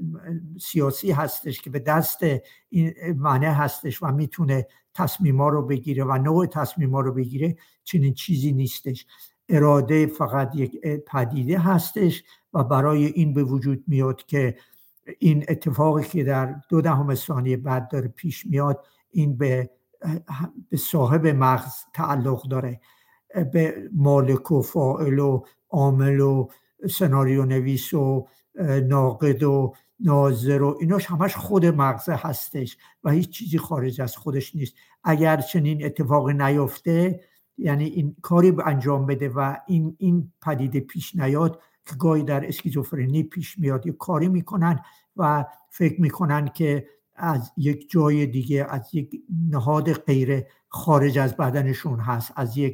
سیاسی هستش که به دست این معنی هستش و میتونه تصمیما رو بگیره و نوع تصمیما رو بگیره. چنین چیزی نیستش. اراده فقط یک پدیده هستش و برای این به وجود میاد که این اتفاقی که در دو دهم ثانیه بعد داره پیش میاد این به به صاحب مغز تعلق داره، به مالک و فاعل و عامل و سناریو نویس و ناقد و ناظر و ایناش همش خود مغز هستش و هیچ چیزی خارج از خودش نیست. اگر چنین اتفاق نیفته، یعنی این کاری به انجام بده و این این پدیده پیش نیاد که گاهی در اسکیزوفرنی پیش میاد، یک کاری میکنن و فکر میکنن که از یک جای دیگه، از یک نهاد غیر خارج از بدنشون هست، از یک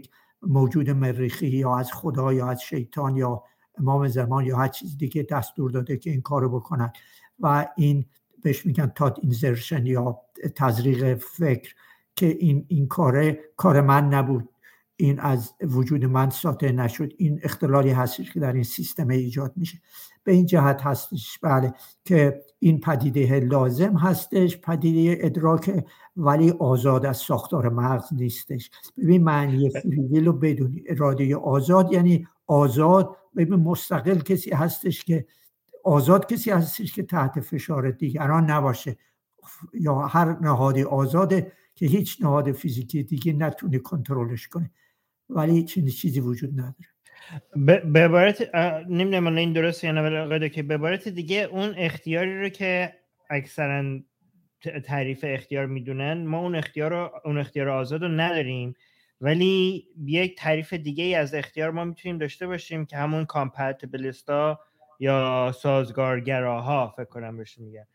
موجود مریخی یا از خدا یا از شیطان یا امام زمان یا هر چیز دیگه دستور داده که این کارو بکنن و این بهش میگن تات اینزرشن یا تزریق فکر که این این کاره کار من نبود، این از وجود من ساطع نشد، این اختلالی هستش که در این سیستم ایجاد میشه. به این جهت هستش بله که این پدیده لازم هستش، پدیده ادراک، ولی آزاد از ساختار مغز نیستش. ببین معنی فری ویل رو بدونی، اراده آزاد یعنی آزاد. ببین مستقل کسی هستش که آزاد کسی هستش که تحت فشار دیگران نباشه، یا هر نهادی آزاده که هیچ نهاد فیزیکی دیگه نتونه کنترلش کنه، ولی چنین چیزی وجود نداره. به عبارت نمیدونم این درسته یا نه، ولی آقای دکتر به عبارت دیگه اون اختیاری رو که اکثرا تعریف اختیار میدونن، ما اون اختیار رو اون اختیار آزاد رو نداریم، ولی یک تعریف دیگه ای از اختیار ما میتونیم داشته باشیم که همون کامپتیبلیستا یا سازگارگراها فکر کنم بهش میگن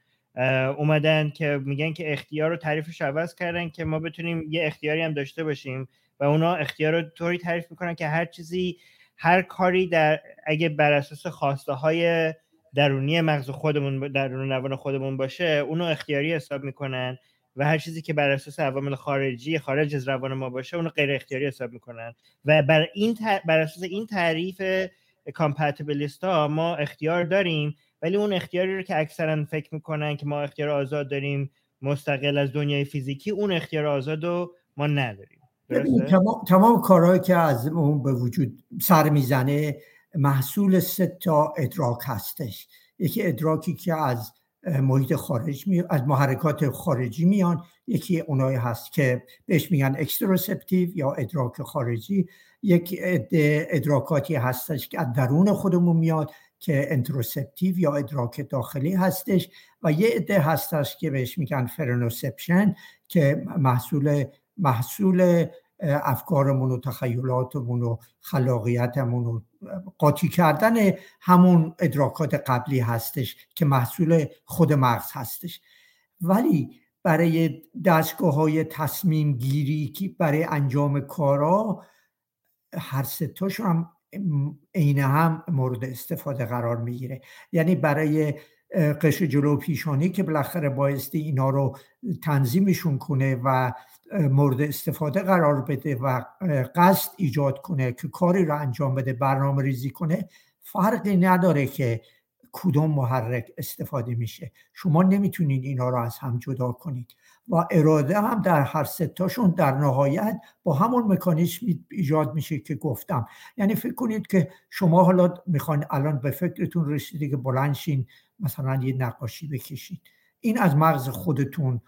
اومدن که میگن که اختیار رو تعریفش عوض کردن که ما بتونیم یه اختیاری هم داشته باشیم و اونا اختیار رو طوری تعریف میکنن که هر چیزی، هر کاری در اگه بر اساس خواسته های درونی مغز خودمون، درون روان خودمون باشه، اونو اختیاری حساب میکنن و هر چیزی که بر اساس عوامل خارجی خارج از روان ما باشه اونو غیر اختیاری حساب میکنن و بر این ت... بر اساس این تعریف کامپتیبلیستا ما اختیار داریم، ولی اون اختیاری رو که اکثرا فکر میکنن که ما اختیار آزاد داریم مستقل از دنیای فیزیکی، اون اختیار آزاد رو ما نداریم. تمام تمام کارهایی که از اون به وجود سر میزنه محصول سه تا ادراک هستش. یکی ادراکی که از محیط خارج می از محرکات خارجی میان، یکی اونایی هست که بهش میگن اکستروسپتیو یا ادراک خارجی، یک ادراکاتی هستش که از درون خودمون میاد که انتروسپتیو یا ادراک داخلی هستش، و یه عده هستش که بهش میگن فرنوسپشن که محصول محصول افکارمون و تخیلاتمون و خلاقیتمون و قاطی کردن همون ادراکات قبلی هستش که محصول خود مغز هستش. ولی برای دستگاه‌های تصمیم گیری که برای انجام کارا هر سه تاشون هم عین هم مورد استفاده قرار میگیره. یعنی برای قشر جلو پیشانی که بالاخره بایستی اینا رو تنظیمشون کنه و مورد استفاده قرار بده و قصد ایجاد کنه که کاری رو انجام بده، برنامه ریزی کنه، فرقی نداره که کدوم محرک استفاده میشه. شما نمیتونید اینا رو از هم جدا کنید و اراده هم در هر سه تاشون در نهایت با همون مکانیزم ایجاد میشه که گفتم. یعنی فکر کنید که شما حالا میخواین الان به فکرتون رسیده که بلند شین مثلا یه نقاشی بکشید، این از مغز خودتون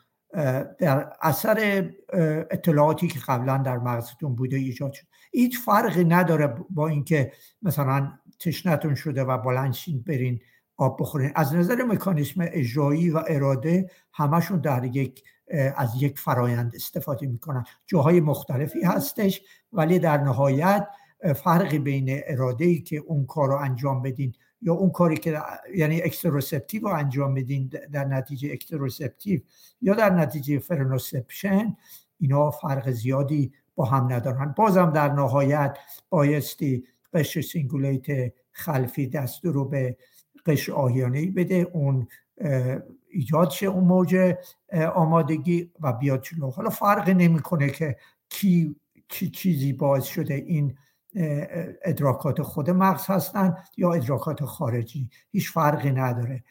در اثر اطلاعاتی که قبلا در مغزتون بوده ایجاد شد. هیچ فرقی نداره با اینکه مثلا تشنتون شده و بلند شین برین آب بخورین. از نظر مکانیزم اجرایی و اراده همشون در یک از یک فرایند استفاده میکنن. جاهای مختلفی هستش ولی در نهایت فرقی بین اراده‌ای که اون کار رو انجام بدین یا اون کاری که یعنی اکستروسپتیو رو انجام بدین در نتیجه اکستروسپتیو یا در نتیجه فرنوسپشن، اینا فرق زیادی با هم ندارن. بازم در نهایت بایستی قشر سینگولیت خلفی دستور رو به قشر آهیانه‌ای بده، اون ایجاد شه اون موج آمادگی و بیاد جلو. حالا فرقی نمیکنه که کی چی چیزی باعث شده این ادراکات خود مغز هستن یا ادراکات خارجی، هیچ فرقی نداره.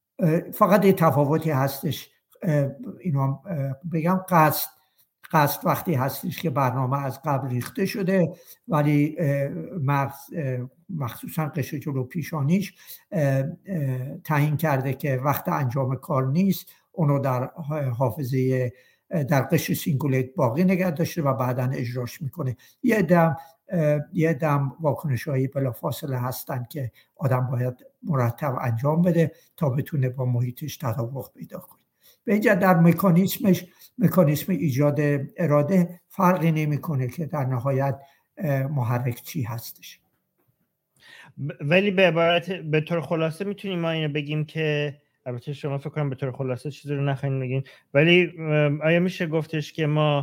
فقط یه تفاوتی هستش، اینو بگم، قصد قصد وقتی هستش که برنامه از قبل ریخته شده ولی مغز مخصوصا قشر جلو پیشانیش تعیین کرده که وقت انجام کار نیست، اونو در حافظه در قشر سینگولیت باقی نگه داشته و بعداً اجراش میکنه. یه دم یه دم واکنش هایی بلافاصله هستن که آدم باید مرتب انجام بده تا بتونه با محیطش تطابق پیدا کنه. به اینجا در مکانیسمش مکانیسم ایجاد اراده فرقی نمیکنه که در نهایت محرک چی هستش. ولی به عبارت به طور خلاصه میتونیم ما اینو بگیم که، البته شما فکر کنم به طور خلاصه چیزی رو نخواین بگین، ولی آیا میشه گفتش که ما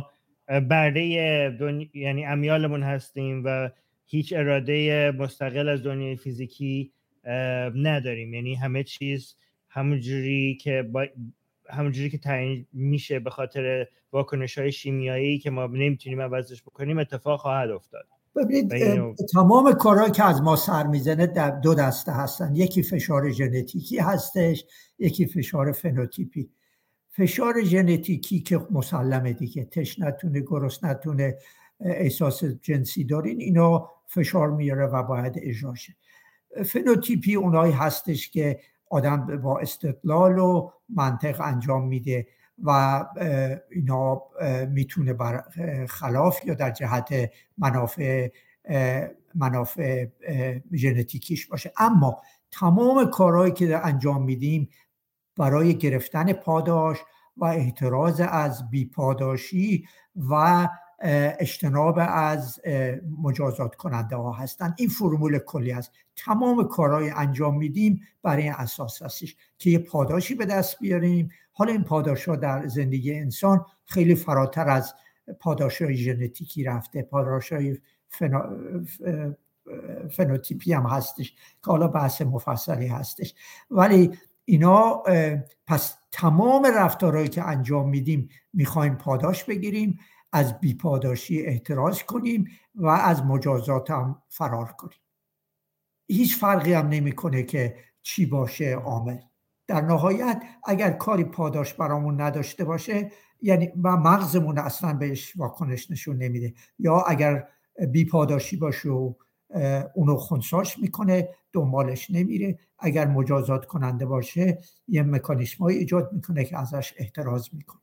برده دنیا، یعنی امیالمون هستیم و هیچ اراده مستقل از دنیای فیزیکی نداریم، یعنی همه چیز همونجوری که با همونجوری که تعیین میشه به خاطر واکنش‌های شیمیایی که ما نمیتونیم عوضش بکنیم اتفاق خواهد افتاد. ببینید اینو... تمام کارهایی که از ما سر میزنه در دو دسته هستن، یکی فشار ژنتیکی هستش، یکی فشار فنوتیپی. فشار ژنتیکی که مسلمه دیگه، تشنتونه، گرسنتونه، احساس جنسی دارین، اینا فشار میاره و باید اجرا شه. فنوتیپی اونایی هستش که آدم با استدلال و منطق انجام میده و اینا میتونه بر خلاف یا در جهت منافع منافع ژنتیکیش باشه. اما تمام کارهایی که انجام میدیم برای گرفتن پاداش و احتراز از بیپاداشی و اجتناب از مجازات کننده ها هستند. این فرمول کلی است. تمام کارهای انجام میدیم برای این اساس هستش که یه پاداشی به دست بیاریم. حالا این پاداش ها در زندگی انسان خیلی فراتر از پاداش های ژنتیکی رفته، پاداش های فنا... فنوتیپی هم هستش که حالا بحث مفصلی هستش. ولی اینا پس تمام رفتارهایی که انجام میدیم میخوایم پاداش بگیریم، از بیپاداشی احتراز کنیم و از مجازات هم فرار کنیم. هیچ فرقی هم نمیکنه که چی باشه عامل. در نهایت اگر کاری پاداش برامون نداشته باشه، یعنی و مغزمون اصلا بهش واکنش نشون نمیده، یا اگر بیپاداشی باشه و اونو خنثاش میکنه، دنبالش نمیره، اگر مجازات کننده باشه یه مکانیسمایی ایجاد میکنه که ازش احتراز میکنه.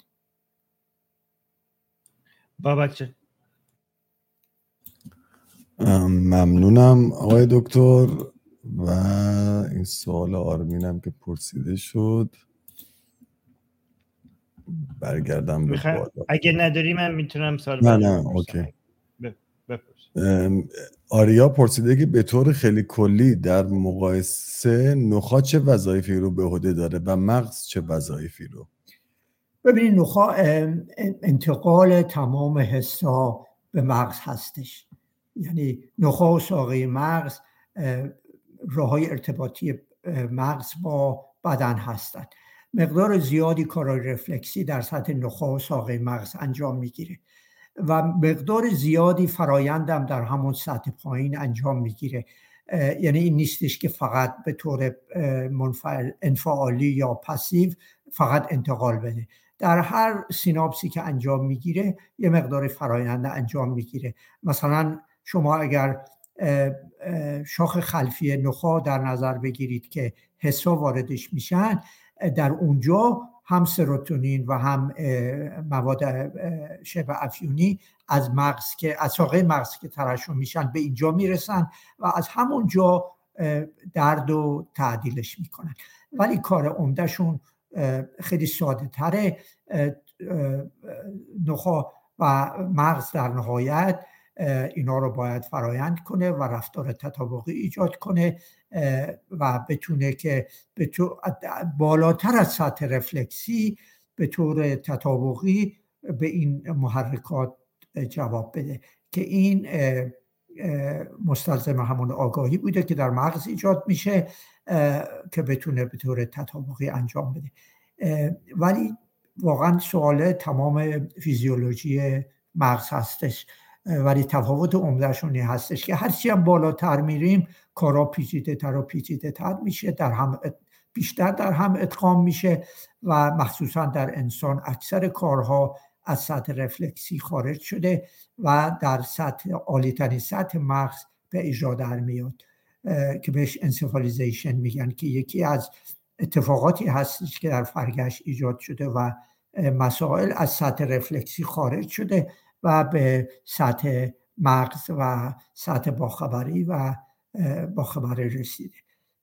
بابک چه؟ ممنونم آقای دکتر. و این سوال آرمینم که پرسیده شد برگردم به بالا. اگه نداری من میتونم سوال نه نه اوکی. بپرس. آریا پرسیده که به طور خیلی کلی در مقایسه نخاع چه وظایفی رو به عهده داره و مغز چه وظایفی رو؟ ببینید نخاع انتقال تمام حسا به مغز هستش، یعنی نخاع و ساقه مغز راههای ارتباطی مغز با بدن هستند. مقدار زیادی کارهای رفلکسی در سطح نخاع و ساقه مغز انجام میگیره و مقدار زیادی فرایندم در همون سطح پایین انجام میگیره. یعنی این نیستش که فقط به طور منفعل انفعالی یا پسیو فقط انتقال بده. در هر سیناپسی که انجام میگیره یه مقدار فرایند انجام میگیره. مثلا شما اگر شاخ خلفی نخاع در نظر بگیرید که حسا واردش میشن، در اونجا هم سروتونین و هم مواد شبه افیونی از مغز که از ساقه مغز که ترشح میشن به اینجا میرسن و از همونجا درد و تعدیلش میکنن. ولی کار عمدهشون خیلی ساده تره. نخاع و مغز در نهایت اینا رو باید فرایند کنه و رفتار تطابقی ایجاد کنه و بتونه که به طور بالاتر از سطح رفلکسی به طور تطابقی به این محرکات جواب بده که این مستلزم همون آگاهی بوده که در مغز ایجاد میشه که بتونه به طور تطابقی انجام بده. ولی واقعا سوال تمام فیزیولوژی مغز هستش، ولی تفاوت عمدهشون این هستش که هرچی هم بالاتر میریم کارا پیچیده تر و پیچیده تر میشه، در هم بیشتر در هم ادغام میشه و مخصوصا در انسان اکثر کارها از سطح رفلکسی خارج شده و در سطح عالی‌ترین سطح مغز به اجرا در میاد که بهش انسفالیزیشن میگن، که یکی از اتفاقاتی هستش که در فرگشت ایجاد شده و مسائل از سطح رفلکسی خارج شده و به سطح مغز و سطح باخبری و باخبری رسیده.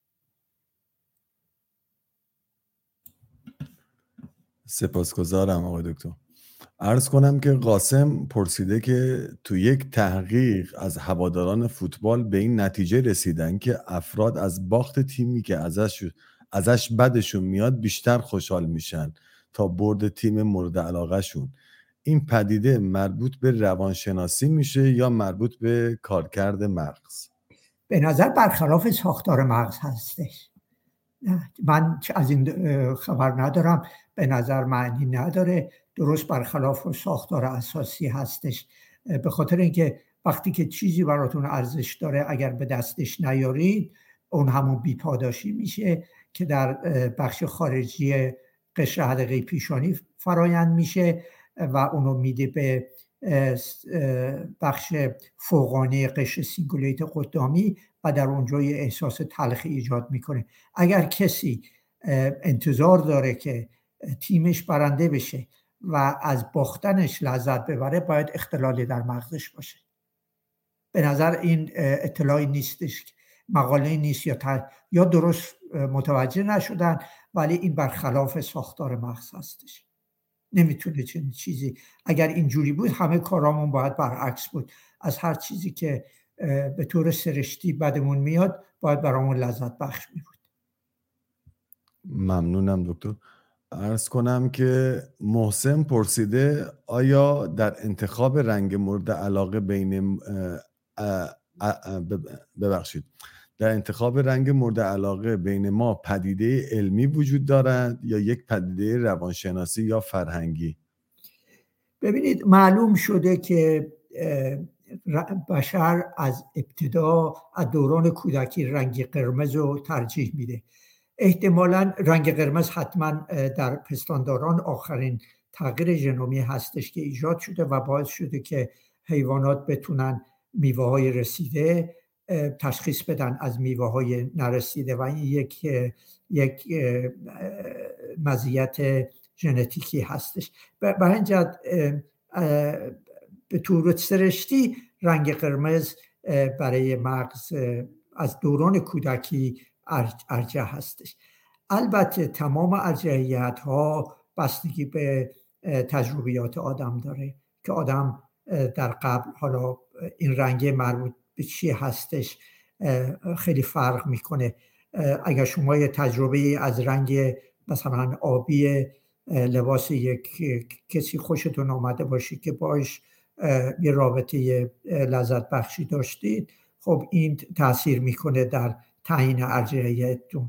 سپاسگزارم آقای دکتر. عرض کنم که قاسم پرسیده که تو یک تحقیق از هواداران فوتبال به این نتیجه رسیدن که افراد از باخت تیمی که ازش ازش بدشون میاد بیشتر خوشحال میشن تا برد تیم مورد علاقه شون. این پدیده مربوط به روانشناسی میشه یا مربوط به کارکرد مغز؟ به نظر برخلاف ساختار مغز هستش. من از این خبر ندارم، به نظر معنی نداره، درست برخلاف ساختار اساسی هستش، به خاطر اینکه وقتی که چیزی براتون ارزش داره اگر به دستش نیارید اون همون بیپاداشی میشه که در بخش خارجی قشر حلقه پیشانی فرایند میشه و اونو میده به بخش فوقانی قشر سینگولیت قدامی و در اونجا یه احساس تلخی ایجاد میکنه. اگر کسی انتظار داره که تیمش برنده بشه و از باختنش لذت ببره باید اختلالی در مغزش باشه. به نظر این اطلاعی نیستش، مقاله نیست یا تر... یا درست متوجه نشدن، ولی این برخلاف ساختار مغز هستش. نمیتونه چنین چیزی، اگر اینجوری بود همه کارامون باید برعکس بود، از هر چیزی که به طور سرشتی بدمون میاد باید برامون لذت بخش می بود. ممنونم دکتر. عرض کنم که محسن پرسیده آیا در انتخاب رنگ مورد علاقه بین ببخشید در انتخاب رنگ مورد علاقه بین ما پدیده علمی وجود دارد یا یک پدیده روانشناسی یا فرهنگی؟ ببینید معلوم شده که بشر از ابتدا از دوران کودکی رنگ قرمز رو ترجیح میده. احتمالاً رنگ قرمز حتما در پستانداران آخرین تغییر ژنومی هستش که ایجاد شده و باعث شده که حیوانات بتونن میوه های رسیده تشخیص بدن از میوه های نرسیده و این یک یک مزیت ژنتیکی هستش. به این جهت به طور سرشتی رنگ قرمز برای مغز از دوران کودکی ارجح هستش. البته تمام ارجحیت ها بستگی به تجربیات آدم داره که آدم در قبل حالا این رنگ مربوط به چی هستش خیلی فرق میکنه. اگر شما یه تجربه از رنگ مثلا آبی لباس یک کسی خوشتون آمده باشی که باش یه رابطه لذت بخشی داشتید، خب این تاثیر میکنه در تعیین ارجحیتتون.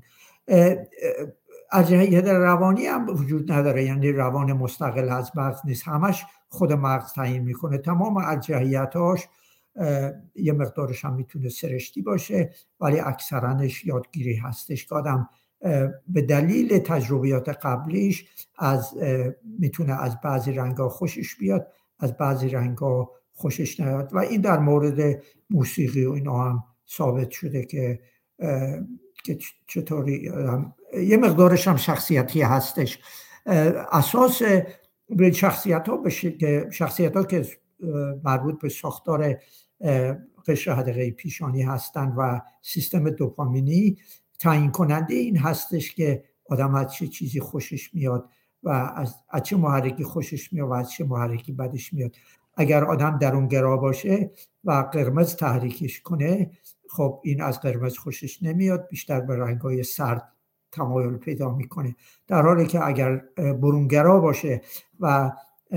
ارجحیت روانی هم وجود نداره، یعنی روان مستقل از مغز نیست، همش خود مغز تعیین میکنه. تمام ارجحیتاش یه مقدارش هم میتونه سرشتی باشه ولی اکثرانش یادگیری هستش که آدم به دلیل تجربیات قبلیش از میتونه از بعضی رنگا خوشش بیاد، از بعضی رنگا خوشش نیاد و این در مورد موسیقی و اینا هم ثابت شده که که چطوری یه مقدارش هم شخصیتی هستش. اساس به شخصیت ها بشه که شخصیت ها که مربوط به ساختار قشر حلقه پیشانی هستن و سیستم دوپامینی تعیین کننده این هستش که آدم از چه چیزی خوشش میاد و از, از چه محرکی خوشش میاد و از چه محرکی بدش میاد. اگر آدم درونگرا باشه و قرمز تحریکش کنه، خب این از قرمز خوشش نمیاد، بیشتر به رنگ‌های سرد تمایل پیدا میکنه. در حالی که اگر برونگرا باشه و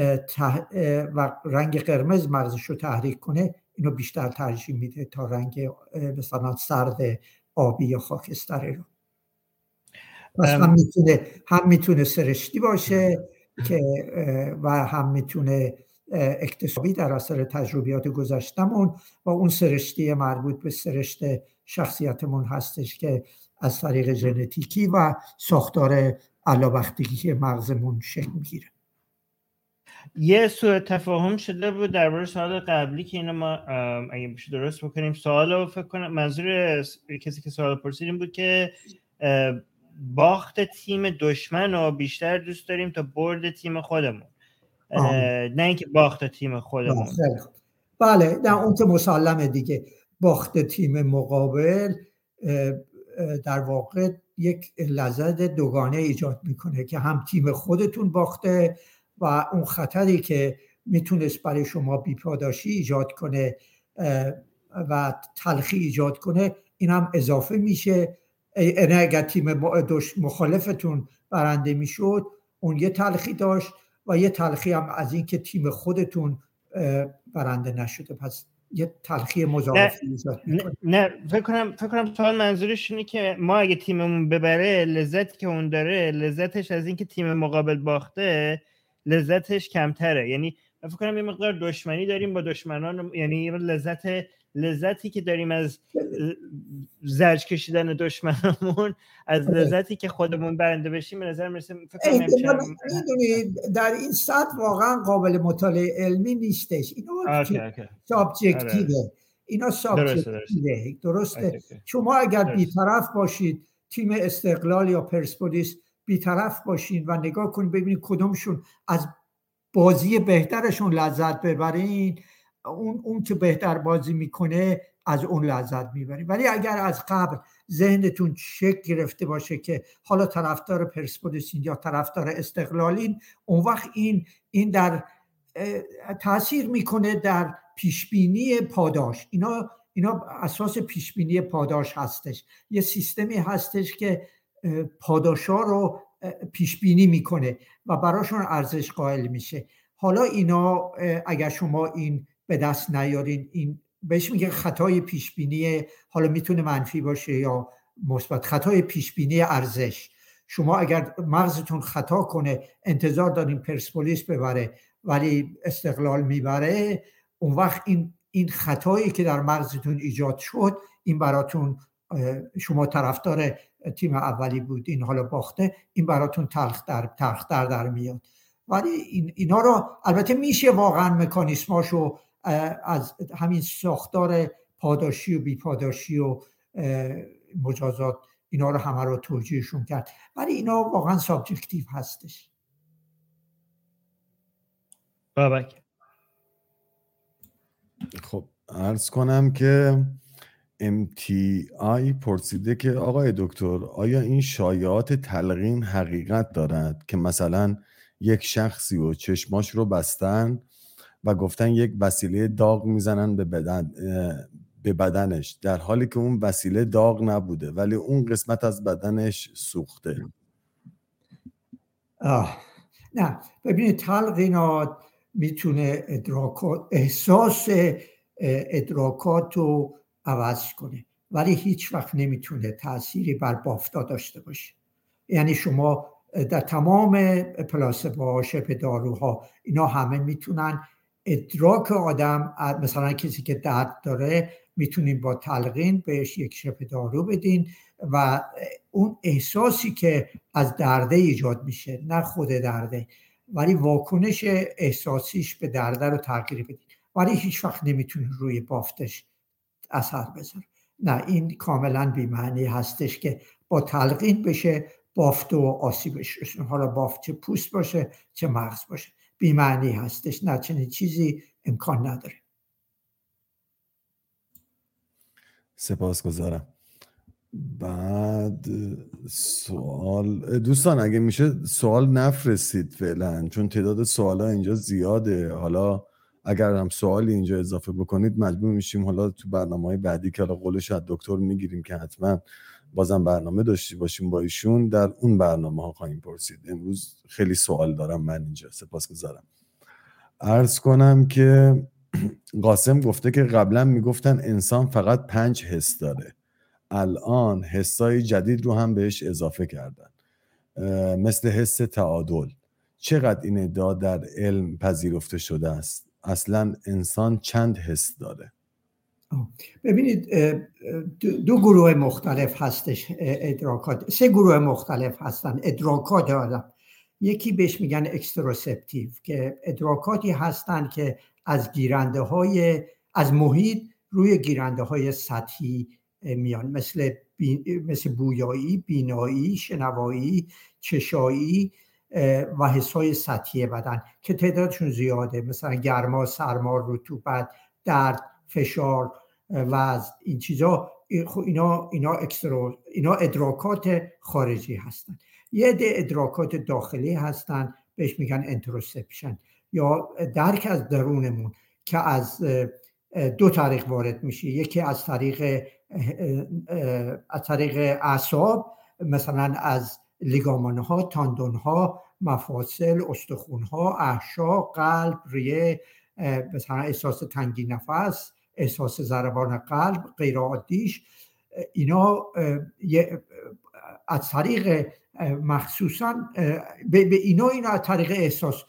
و رنگ قرمز مغزش رو تحریک کنه، اینو بیشتر ترجیح میده تا رنگ مثلا سرد آبی یا خاکستری رو. پس هم میتونه هم میتونه سرشتی باشه که و هم میتونه اکتسابی در اثر تجربیات گذشتمون و اون سرشتی مربوط به سرشت شخصیتمون هستش که از طریق ژنتیکی و ساختار علابختگی مغزمون شکل میگیره. یه سوء تفاهم شده بود درباره سوال قبلی که اینو ما اگه بشه درست بکنیم. سوالو فکر کنم منظور کسی که سوال پرسیدیم بود که باخت تیم دشمن رو بیشتر دوست داریم تا برد تیم خودمون، نه اینکه باخت تیم خودمون. بله، نه اون که مسلمه دیگه. باخت تیم مقابل در واقع یک لذت دوگانه ایجاد میکنه که هم تیم خودتون باخته و اون خطری که میتونست برای شما بیپاداشی ایجاد کنه و تلخی ایجاد کنه این هم اضافه میشه. اگر تیم مخالفتون برنده میشد اون یه تلخی داشت و یه تلخی هم از این که تیم خودتون برنده نشده، پس یه تلخی مضاعفی ایجاد میکنه. نه فکر کنم فکر کنم سوال منظورش اینه که ما اگه تیممون ببره لذتی که اون داره لذتش از این که تیم مقابل باخته لذتش کمتره. یعنی فکر کنم یه مقدار دشمنی داریم با دشمنان، یعنی لذت لذتی که داریم از زرج کشیدن دشمنمون از لذتی که خودمون برنده بشیم به نظر میرسه. فکر کنم میدونید در این سطح واقعا قابل مطالعه علمی نیستش، اینا سابجکتیوه، اینا سابجکتیوه. درسته؟ شما اگر بی‌طرف باشید، تیم استقلال یا پرسپولیس بی‌طرف باشین و نگاه کنید ببینید کدومشون از بازی بهترشون لذت ببرین، اون اون که بهتر بازی میکنه از اون لذت میبرین. ولی اگر از قبل ذهنتون شکل گرفته باشه که حالا طرفدار پرسپولیسین یا طرفدار استقلالین، اون وقت این این در تاثیر میکنه در پیشبینی پاداش. اینا اینا اساس پیشبینی پاداش هستش، یه سیستمی هستش که پاداشا رو پیشبینی میکنه و براشون ارزش قائل میشه. حالا اینا اگر شما این به دست نیارین، این بهش میگه خطای پیشبینی، حالا میتونه منفی باشه یا مثبت، خطای پیشبینی ارزش. شما اگر مغزتون خطا کنه انتظار دارین پرسپولیس ببره ولی استقلال میبره، اون وقت این این خطایی که در مغزتون ایجاد شد، این براتون، شما طرفدار تیم اولی بودین حالا باخته، این براتون تلخ در تلخ در در میاد. ولی این اینا رو البته میشه واقعا مکانیسماشو از همین ساختار پاداشی و بیپاداشی و مجازات اینا رو همه رو توجیهشون کرد، ولی اینا واقعا سابجکتیو هستش. بابک خب عرض کنم که ام تی آی پرسیده که آقای دکتر آیا این شایعات تلقین حقیقت دارد که مثلا یک شخصی و چشماش رو بستن و گفتن یک وسیله داغ میزنن به بدن به بدنش، در حالی که اون وسیله داغ نبوده ولی اون قسمت از بدنش سوخته؟ آه نه، ببینید تلقینات میتونه ادراکات، احساس ادراکات رو عوض کنه ولی هیچ وقت نمیتونه تأثیری بر بافتا داشته باشه. یعنی شما در تمام پلاسبوها، شبه داروها، اینا همه میتونن ادراک آدم، مثلا کسی که درد داره میتونین با تلقین بهش یک شبه دارو بدین و اون احساسی که از درده ایجاد میشه، نه خود درده ولی واکنش احساسیش به درده رو تغییر بدین، ولی هیچ وقت نمیتونه روی بافتش اثر بذاره. نه، این کاملا بی‌معنی هستش که با تلقین بشه بافت و آسیبش رسونه، حالا بافت چه پوست باشه چه مغز باشه، بی‌معنی هستش، نه چنین چیزی امکان نداره. سپاسگزارم. بعد سوال دوستان اگه میشه سوال نفرستید فعلا، چون تعداد سوالا اینجا زیاده. حالا اگر هم سوالی اینجا اضافه بکنید مجبور میشیم حالا تو برنامه‌های بعدی که حالا قولش از دکتر میگیریم که حتما بازم برنامه داشتی باشیم با ایشون، در اون برنامه ها خواهیم پرسید. امروز خیلی سوال دارم من اینجا. سپاسگزارم. عرض کنم که قاسم گفته که قبلا میگفتن انسان فقط پنج حس داره، الان حسای جدید رو هم بهش اضافه کردن مثل حس تعادل. چقدر این ادعا در علم پذیرفته شده است؟ اصلا انسان چند حس داره؟ ببینید دو گروه مختلف هستش ادراکات، سه گروه مختلف هستن ادراکات آدم. یکی بهش میگن اکستروسپتیو که ادراکاتی هستن که از گیرنده های از محیط روی گیرنده های سطحی میان، مثل بی، مثل بویایی، بینایی، شنوایی، چشایی و حسای سطحی بدن که تعدادشون زیاده، مثلا گرما، سرما، رطوبت، درد، فشار و این چیزا. اینا اینا اکسترا اینا ادراکات خارجی هستن. یه عده ادراکات داخلی هستن بهش میگن انتروسپشن یا درک از درونمون که از دو طریق وارد میشه. یکی از طریق از طریق اعصاب، مثلا از لیگامن‌ها، تاندون‌ها مفاصل، استخوان‌ها، احشا، قلب، ریه، مثلا احساس تنگی نفس، احساس ضربان قلب غیر عادیش، اینا از طریق مخصوصا به اینا اینا از طریق احساس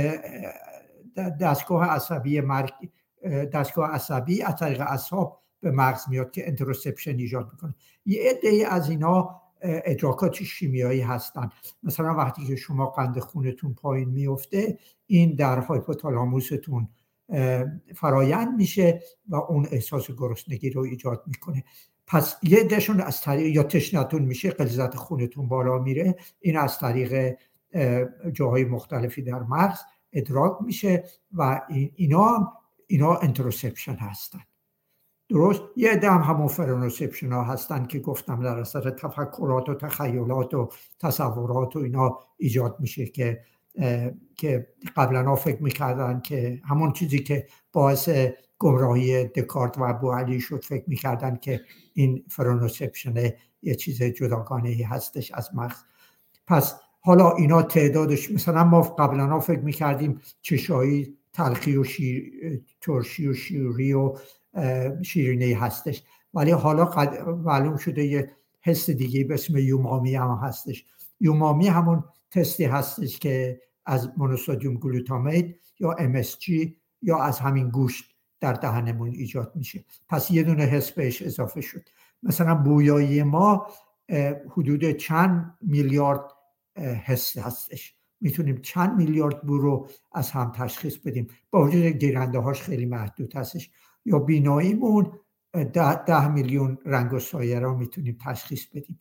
دستگاه عصبی مرگ دستگاه عصبی از طریق اعصاب به مغز میاد که انتروسپشن ایجاد میکنه. یه عده از اینا ادراکات شیمیایی هستن. مثلا وقتی که شما قند خونتون پایین میفته، این در هایپوتالاموستون فرایند میشه و اون احساس گرسنگی رو ایجاد میکنه. پس یه عدهشون از طریق یا تشنتون میشه، غلظت خونتون بالا میره، این از طریق جاهای مختلفی در مغز ادراک میشه و اینا اینا انتروسپشن هستن. درست؟ یه عده هم همون فرونوسپشن ها هستن که گفتم در اثر تفکرات و تخیلات و تصورات و اینا ایجاد میشه که که قبلا ها فکر میکردن که همون چیزی که باعث گمراهی دکارت و ابوعلی شد، فکر میکردن که این فرونوسپشن یه چیز جداگانه‌ای هستش از مغز. پس حالا اینا تعدادش، مثلا ما قبلا ها فکر میکردیم چشایی، تلخی و شیر، ترشی و شیری و شیرینی هستش، ولی حالا معلوم شده یه حس دیگه به اسم یومامی هم هستش. یومامی همون تستی هستش که از مونوسودیوم گلوتامیت یا ام اس جی یا از همین گوشت در دهنمون ایجاد میشه. پس یه دونه حس بهش اضافه شد. مثلا بویایی ما حدود چند میلیارد حس هستش، میتونیم چند میلیارد بو رو از هم تشخیص بدیم، با وجود گیرنده هاش خیلی محدود هستش. یا بیناییمون ده, ده میلیون رنگ و سایه رو میتونیم تشخیص بدیم.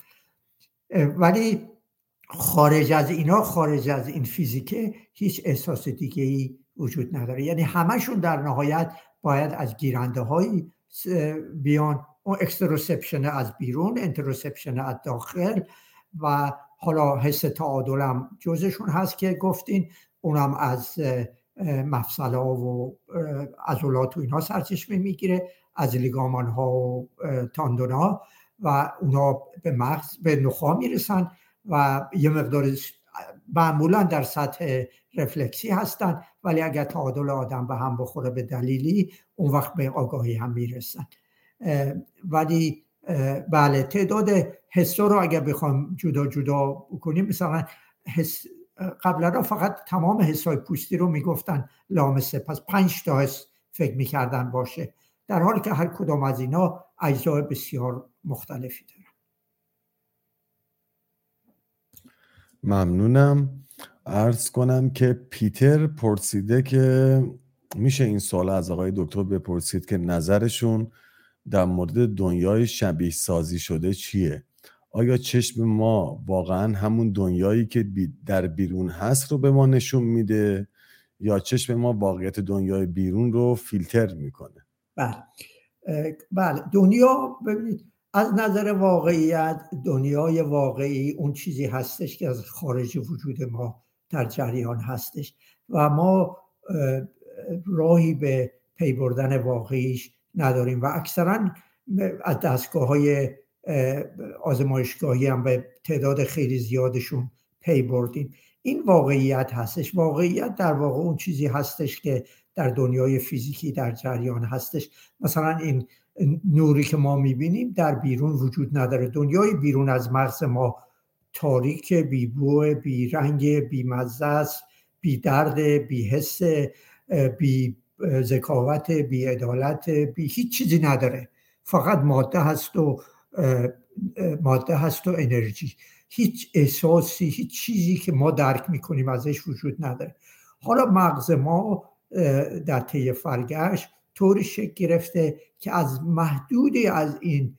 ولی خارج از اینا، خارج از این فیزیکه، هیچ احساس دیگه ای وجود نداره. یعنی همشون در نهایت باید از گیرنده هایی بیان، اون اکستروسپشن از بیرون، انتروسپشن از داخل، و حالا حس تعادل هم جزشون هست که گفتین، اونم از مفصل ها و عضلات و اینها سرچشمه میگیره، از لیگامان ها و تاندون ها، و اونا به مغز، به نخاع میرسن و یه مقدار معمولا در سطح رفلکسی هستن، ولی اگر تعادل آدم به هم بخوره به دلیلی، اون وقت به آگاهی هم میرسن. ولی بله، تعداد حسا رو اگر بخوام جدا جدا بکنیم، مثلا حس قبلا فقط تمام حسای پوستی رو میگفتن لامسه، پس پنج تا حس فکر میکردن باشه، در حالی که هر کدام از اینا اجزای بسیار مختلفی دارن. ممنونم. عرض کنم که پیتر پرسیده که میشه این سوال از آقای دکتر بپرسید که نظرشون در مورد دنیای شبیه سازی شده چیه؟ آیا چشم ما واقعا همون دنیایی که در بیرون هست رو به ما نشون میده، یا چشم ما واقعیت دنیای بیرون رو فیلتر میکنه؟ بله بله دنیا، ببینید، از نظر واقعیت، دنیای واقعی اون چیزی هستش که از خارج وجود ما در جریان هستش و ما راهی به پی بردن واقعیش نداریم و اکثرا از دستگاه‌های آزمایشگاهی هم به تعداد خیلی زیادشون پی بردیم. این واقعیت هستش. واقعیت در واقع اون چیزی هستش که در دنیای فیزیکی در جریان هستش. مثلا این نوری که ما میبینیم در بیرون وجود نداره. دنیای بیرون از مغز ما تاریک، بی بو، بی رنگ، بی مزه است، بی درد، بی حس، بی ذکاوت، بی عدالت، بی هیچ چیزی نداره. فقط ماده هست و ماده هست و انرژی. هیچ احساسی، هیچ چیزی که ما درک میکنیم ازش وجود نداره. حالا مغز ما در طی فرگشت طوری شکل گرفته که از محدودی از این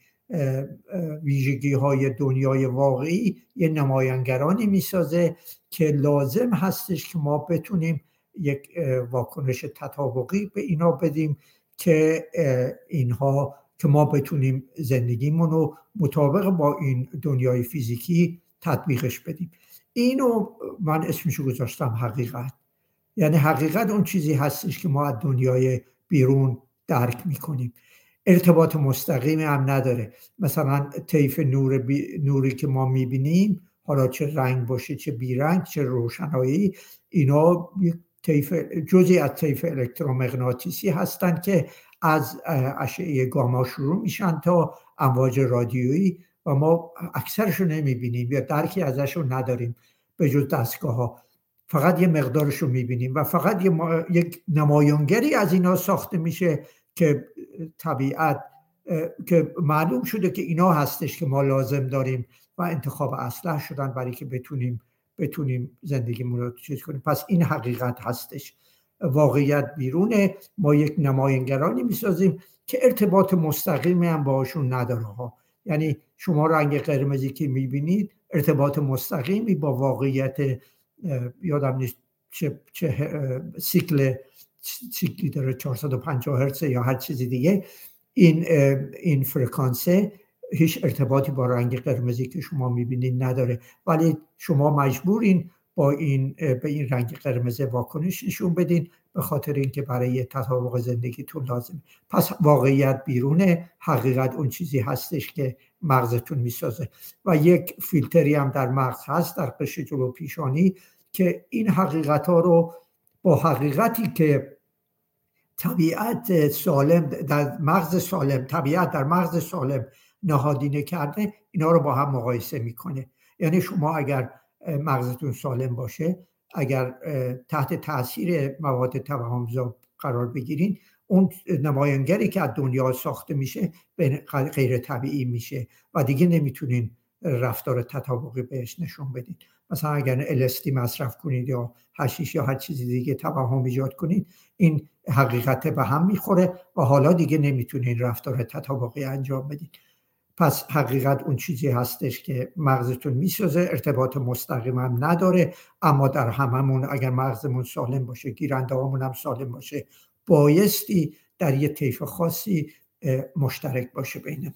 ویژگی های دنیای واقعی یه نمایانگرانی میسازه که لازم هستش که ما بتونیم یک واکنش تطابقی به اینا بدیم که اینها که ما بتونیم زندگیمون رو مطابق با این دنیای فیزیکی تطبیقش بدیم. اینو من اسمشو گذاشتم حقیقت. یعنی حقیقت اون چیزی هستش که ما از دنیای بیرون درک میکنیم. ارتباط مستقیمی هم نداره. مثلا طیف نور بی... نوری که ما میبینیم حالا چه رنگ باشه، چه بیرنگ، چه روشنایی، اینا یک طیف جزئی از طیف الکترومغناطیسی هستند که از اشعه گاما شروع میشن تا امواج رادیویی و ما اکثرشو نمیبینیم یا درکی ازشو نداریم به جز دستگاه ها، فقط یه مقدارشو میبینیم و فقط یه ما... یک نمایانگری از اینا ساخته میشه که طبیعت که معلوم شده که اینا هستش که ما لازم داریم و انتخاب اصلح شدن برای که بتونیم بتونیم زندگیمون رو چیز کنیم. پس این حقیقت هستش. واقعیت بیرونه، ما یک نمایانگرانی میسازیم که ارتباط مستقیمی هم باشون نداره ها. یعنی شما رنگ قرمزی که میبینید ارتباط مستقیمی با واقعیت، یادم نیست چه, چه سیکل سیکلی داره، چهارصد و پنجاه هرتز یا هر چیزی دیگه، این این فرکانسه هیچ ارتباطی با رنگ قرمزی که شما میبینید نداره، ولی شما مجبورین با این به این رنگ قرمز واکنش نشون بدین به خاطر اینکه برای تطابق زندگیتون لازم. پس واقعیت بیرونه، حقیقت اون چیزی هستش که مغزتون میسازه و یک فیلتری هم در مغز هست، در قشر جلو پیشانی، که این حقیقت ها رو با حقیقتی که طبیعت سالم در مغز سالم طبیعت در مغز سالم نهادینه کرده، اینا رو با هم مقایسه میکنه. یعنی شما اگر مغزتون سالم باشه، اگر تحت تاثیر مواد توهمزا قرار بگیرین، اون نمایانگری که از دنیا ساخته میشه غیر طبیعی میشه و دیگه نمیتونین رفتار تطابقی بهش نشون بدین. مثلا اگر ال اس دی مصرف کنید یا حشیش یا هر چیزی دیگه توهم ایجاد کنید، این حقیقت به هم میخوره و حالا دیگه نمیتونین رفتار تطابقی انجام بدین. پس حقیقت اون چیزی هستش که مغزتون میسازه، ارتباط مستقیم هم نداره، اما در هممون اگر مغزمون سالم باشه، گیرنده هامون هم سالم باشه، بایستی در یه طیف خاصی مشترک باشه بینم.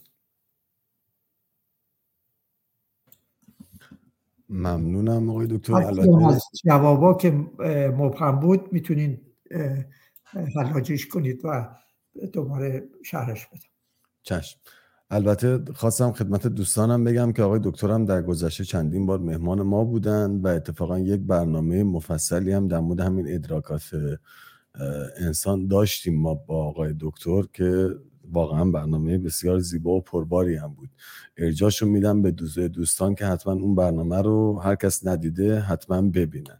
ممنونم آقای دکتر. البته جوابا که مبهم بود میتونین حلاجش کنید و دوباره شرحش بدم. چشم. البته خواستم خدمت دوستانم بگم که آقای دکترم در گذشته چندین بار مهمان ما بودن و اتفاقا یک برنامه مفصلی هم در مورد همین ادراکات انسان داشتیم ما با آقای دکتر که واقعا برنامه بسیار زیبا و پرباری هم بود. ارجاعشو میدم به دوستان که حتما اون برنامه رو هر کس ندیده حتما ببینن.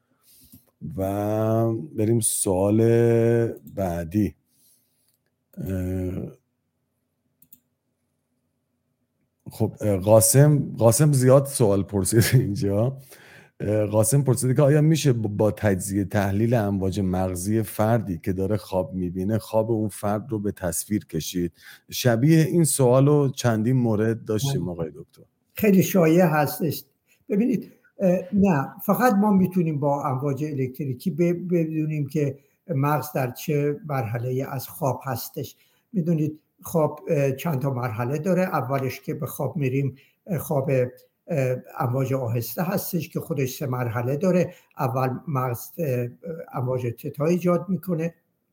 و بریم سوال بعدی. خب قاسم قاسم زیاد سوال پرسید اینجا. قاسم پرسید که آیا میشه با تجزیه تحلیل امواج مغزی فردی که داره خواب میبینه خواب اون فرد رو به تصویر کشید؟ شبیه این سوالو چندین مورد داشتیم آقای دکتر. خیلی شایع هستش. ببینید نه، فقط ما میتونیم با امواج الکتریکی بدونیم که مغز در چه مرحله از خواب هستش. میدونید خواب چند تا مرحله داره. اولش که به خواب میریم خواب امواج آهسته هستش که خودش سه مرحله داره. اول مغز امواج تتا ایجاد میکنه،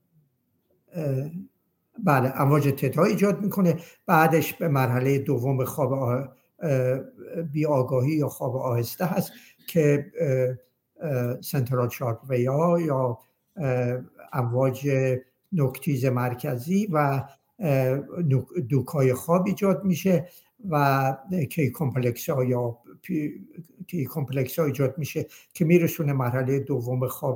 بله امواج تتا ایجاد میکنه، بعدش به مرحله دوم خواب بی آگاهی یا خواب آهسته هست که سنترال شارپ ویا یا امواج نوک‌تیز مرکزی و دوکای خواب ایجاد میشه و کی کمپلکس ها یا کی کمپلکس ها ایجاد میشه که میرسونه مرحله دوم خواب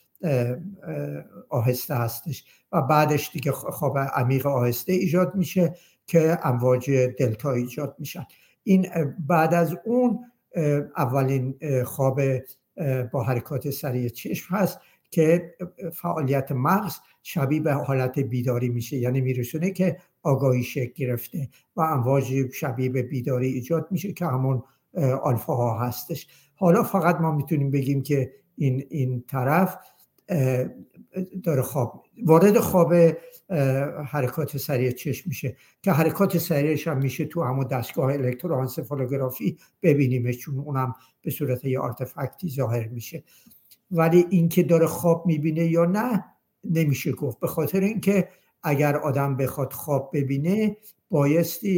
آهسته هستش و بعدش دیگه خواب عمیق آهسته ایجاد میشه که امواج دلتا ایجاد میشن. این بعد از اون اولین خواب با حرکات سریع چشم هست که فعالیت مغز شبیه به حالت بیداری میشه، یعنی میرسونه که آگاهی شکل گرفته و امواج شبیه به بیداری ایجاد میشه که همون آلفا ها هستش. حالا فقط ما میتونیم بگیم که این این طرف داره خواب وارد خواب حرکات سریع چشم میشه که حرکات سریعش هم میشه تو همون دستگاه الکتروانسفالوگرافی ببینیمش، چون اونم به صورت یه آرتفکتی ظاهر میشه. ولی اینکه داره خواب میبینه یا نه نمیشه گفت، به خاطر اینکه اگر آدم بخواد خواب ببینه بایستی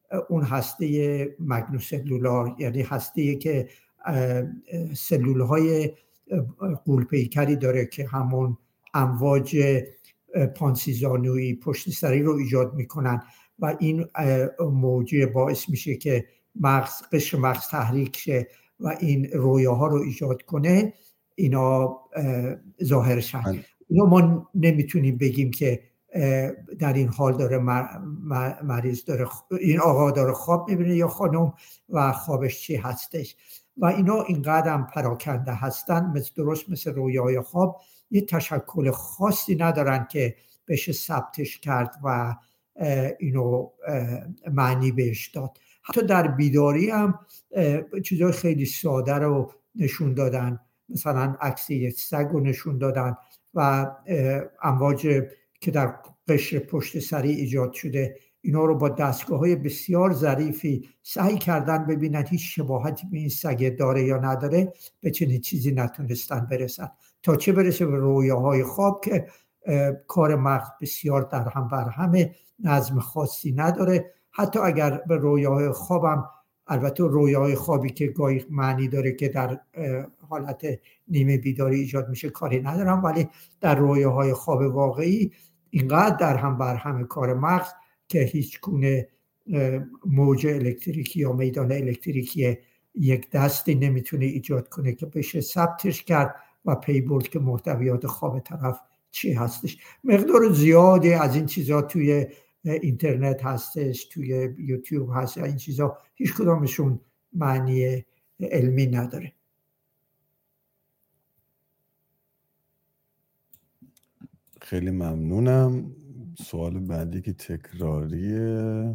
اون هسته مگنوسلولار، یعنی هسته که سلولهای غول‌پیکری داره که همون امواج پانسیزانویی پشت سری رو ایجاد میکنن و این موجه باعث میشه که مغز قشر مغز تحریک شه و این رویاها رو ایجاد کنه، اینا ظاهر شن. اینا ما نمیتونیم بگیم که در این حال داره مریض داره، این آقا داره خواب میبینه یا خانم و خوابش چی هستش و اینا اینقدر هم پراکنده هستن، مثل درست مثل رویای خواب یه تشکل خاصی ندارن که بشه ثبتش کرد و اینو معنی بهش داد. حتی در بیداری هم چیزای خیلی ساده رو نشون دادن، مثلا عکس یک سگ رو نشون دادن و امواج که در قشر پشت سری ایجاد شده، اینا رو با دستگاه‌های بسیار ظریفی سعی کردن ببینن هیچ شباهتی به این سگ داره یا نداره، به چنین چیزی نتونستن برسن، تا چه برسه به رویاهای خواب که کار مغز بسیار در هم بر همه، نظم خاصی نداره. حتی اگر به رویاهای خوابم، البته رویاهای خوابی که گاهی معنی داره که در حالت نیمه بیداری ایجاد میشه کاری ندارم، ولی در رویاهای خواب واقعی اینقدر در هم بر همه کار مغز که هیچ گونه موج الکتریکی یا میدان الکتریکی یک دستی نمیتونه ایجاد کنه که بشه ثبتش کرد و پی برد که محتویات خواب طرف چی هستش. مقدار زیادی از این چیزا توی اینترنت هستش، توی یوتیوب هست، این چیزا هیچ کدامشون معنی علمی نداره. خیلی ممنونم. سوال بعدی که تکراریه،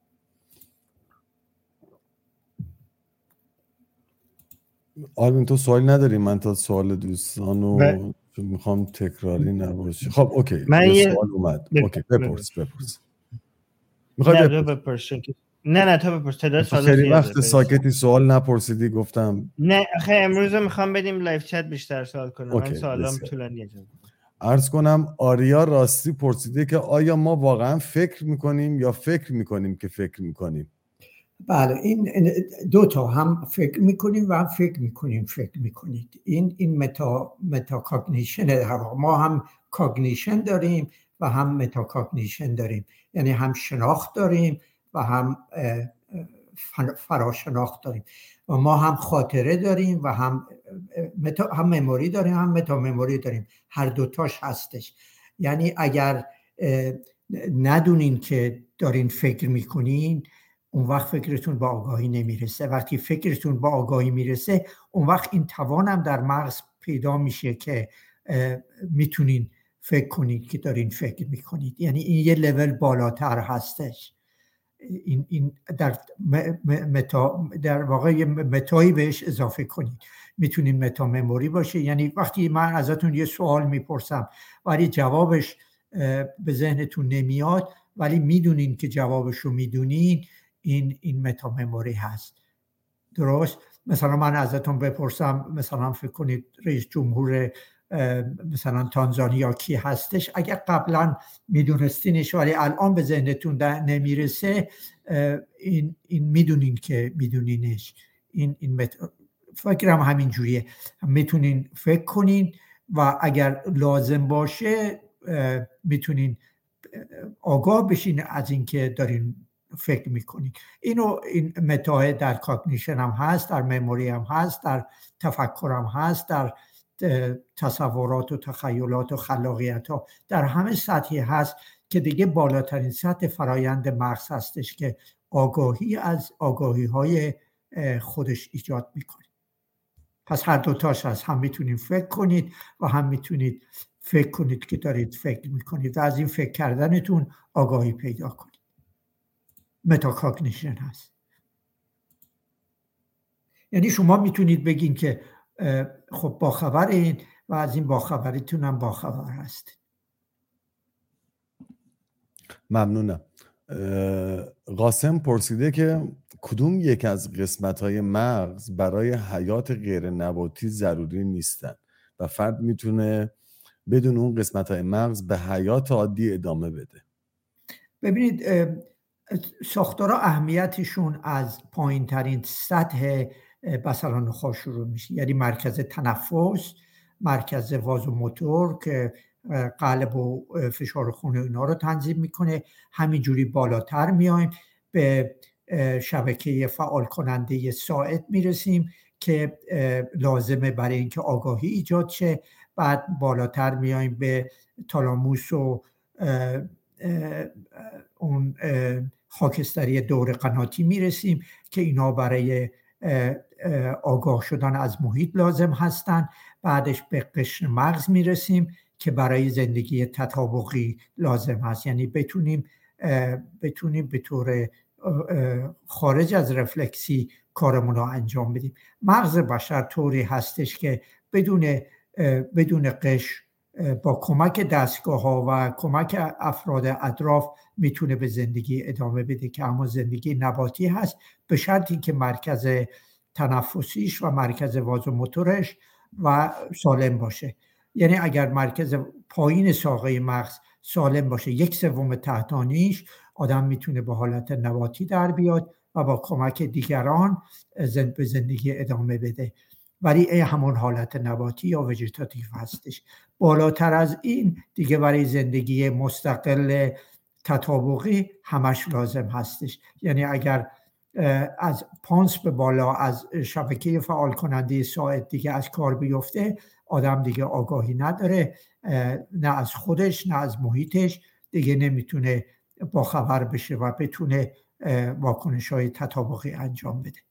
آرمین تو سوال نداری؟ من تا سوال دوستانو میخوام تکراری نباشه. خب اوکی، من یه یه سوال اومد. ب... اوکی بپرس بپرس. میخوای بپرس؟ نه نه تو بپرس. تعداد سوال خیلی وقت ساکتی سوال نپرسیدی، گفتم نه آخه امروز میخوام بدیم لایو چت بیشتر سوال کنم. من سوالام طولانیه. عرض کنم آریا راستی پرسیده که آیا ما واقعا فکر میکنیم یا فکر میکنیم که فکر میکنیم؟ بله، این دو تا، هم فکر میکنیم و هم فکر میکنیم فکر میکنید. این این متا متا کاگنیشن در واقع. ما هم کاگنیشن داریم و هم متا کاگنیشن داریم، یعنی هم شناخت داریم و هم فراشناخت داریم و ما هم خاطره داریم و هم متا هم مموری داریم، هم متا مموری داریم. هر دوتاش هستش. یعنی اگر ندونین که دارین فکر میکنین، اون وقت فکرتون با آگاهی نمیرسه. وقتی فکرتون با آگاهی میرسه، اون وقت این توانم در مغز پیدا میشه که میتونین فکر کنید که دارین فکر میکنید. یعنی این یه لول بالاتر هستش. این این در متا در واقع یه متایی بهش اضافه کنید. میتونین متا مموری باشه، یعنی وقتی من ازتون یه سوال میپرسم ولی جوابش به ذهنتون نمیاد ولی میدونین که جوابش رو میدونین، این این متا مموری هست. درست؟ مثلا من ازتون بپرسم، مثلا فکر کنید رئیس جمهور مثلا تانزانیا کی هستش، اگر قبلا میدونستینش ولی الان به ذهنتون نمیرسه، این این میدونین که میدونینش. این این مت... فکرم همین جوریه. میتونین فکر کنین و اگر لازم باشه میتونین آگاه بشین از اینکه دارین فکر میکنین. اینو این متاه در کاگنیشن هم هست، در مموری هم هست، در تفکر هم هست، در تصورات و تخیلات و خلاقیت ها، در همه سطحی هست که دیگه بالاترین سطح فرایند مغز هستش که آگاهی از آگاهی های خودش ایجاد میکنه. پس هر دوتاش هست، هم میتونید فکر کنید و هم میتونید فکر کنید که دارید فکر میکنید و از این فکر کردنتون آگاهی پیدا کنید. متاکاگنیشن هست. یعنی شما میتونید بگین که خب باخبر این و از این باخبریتون هم باخبر هست. ممنونم. قاسم پرسیده که کدوم یک از قسمت‌های مغز برای حیات غیر نباتی ضروری نیستن و فرد میتونه بدون اون قسمت‌های مغز به حیات عادی ادامه بده؟ ببینید ساختارها اهمیتشون از پایین ترین سطح بصل نخاع شروع میشه، یعنی مرکز تنفس، مرکز وازوموتور که قلب و فشار خون اینا رو تنظیم میکنه، همینجوری بالاتر میایم به شبکه فعال کننده ساعد میرسیم که لازمه برای اینکه آگاهی ایجاد شه. بعد بالاتر میایم به تالاموس و اون خاکستری دور قناتی میرسیم که اینا برای آگاه شدن از محیط لازم هستن. بعدش به قشر مغز میرسیم که برای زندگی تطابقی لازم هست، یعنی بتونیم بتونیم به طور خارج از رفلکسی کارمون رو انجام بدیم. مغز بشر طوری هستش که بدون بدون قشر با کمک دستگاه ها و کمک افراد اطراف میتونه به زندگی ادامه بده که اما زندگی نباتی هست، به شرطی که مرکز تنفسیش و مرکز وازوموتورش و سالم باشه. یعنی اگر مرکز پایین ساقه مغز سالم باشه، یک سوم تحتانیش، آدم میتونه به حالت نباتی در بیاد و با کمک دیگران به زندگی ادامه بده، ولی این همون حالت نباتی یا وجتاتیو هستش. بالاتر از این دیگه برای زندگی مستقل تطابقی همش لازم هستش. یعنی اگر از پانس به بالا از شبکه فعال کننده ساعد دیگه از کار بیفته، آدم دیگه آگاهی نداره، نه از خودش نه از محیطش، دیگه نمیتونه با خبر بشه و بتونه واکنش‌های تطابقی انجام بده.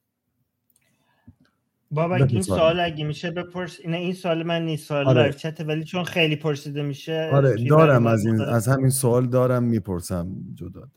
بابا این سوال اگه میشه بپرس، این این سوال من نیست، سوال آره. لایو چت، ولی چون خیلی پرسیده میشه آره دارم از این مختلف. از همین سوال دارم میپرسم جدا.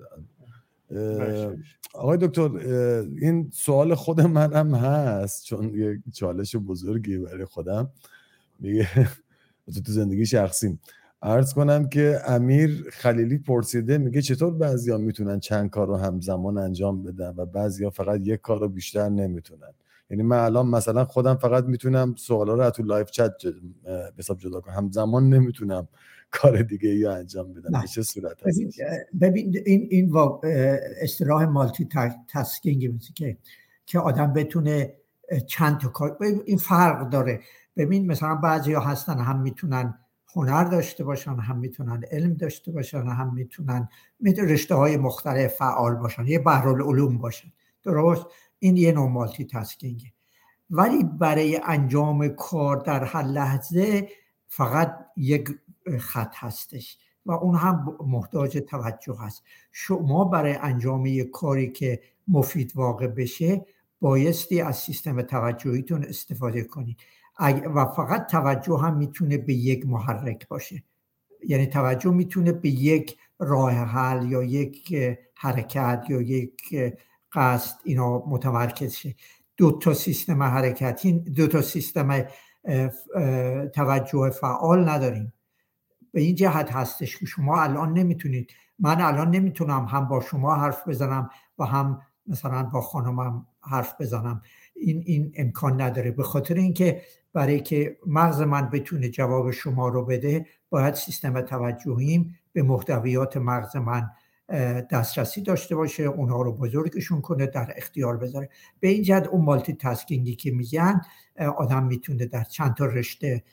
آقای دکتر این سوال خود منم هست، چون یک چالش بزرگی برای خودم میگه تو زندگی شخصیم. عرض کنم که امیر خلیلی پرسیده، میگه چطور بعضیا میتونن چند کار رو همزمان انجام بدن و بعضیا فقط یک کار رو بیشتر نمیتونن. یعنی من الان مثلا خودم فقط میتونم سوالا رو تو لایو چت به حساب جدا کنم، همزمان نمیتونم کار دیگه ای انجام بدم. به چه صورت هست؟ ببین, ببین این این اصطلاح مالتی تاسکینگ که که آدم بتونه چند تا کار، این فرق داره. ببین مثلا بعضیا هستن هم میتونن هنر داشته باشن، هم میتونن علم داشته باشن، هم میتونن رشته های مختلف فعال باشن، یه بحرالعلوم باشن، درست؟ این یه نوع مالتی تاسکینگه. ولی برای انجام کار در هر لحظه فقط یک خط هستش و اون هم محتاج توجه هست. شما برای انجام یک کاری که مفید واقع بشه بایستی از سیستم توجهیتون استفاده کنید و فقط توجه هم میتونه به یک محرک باشه، یعنی توجه میتونه به یک راه حل یا یک حرکت یا یک قصد اینا متمرکز شه. دو تا سیستم حرکتی، دو تا سیستم توجه فعال نداریم. به این جهت هستش که شما الان نمیتونید، من الان نمیتونم هم با شما حرف بزنم و هم مثلا با خانمم حرف بزنم، این این امکان نداره. به خاطر اینکه برای که مغز من بتونه جواب شما رو بده باید سیستم توجهیم به محتویات مغز من دسترسی داشته باشه، اونها رو بزرگشون کنه، در اختیار بذاره. به این جهت اون مالتی تاسکینگی که میگن آدم میتونه در چند تا رشته،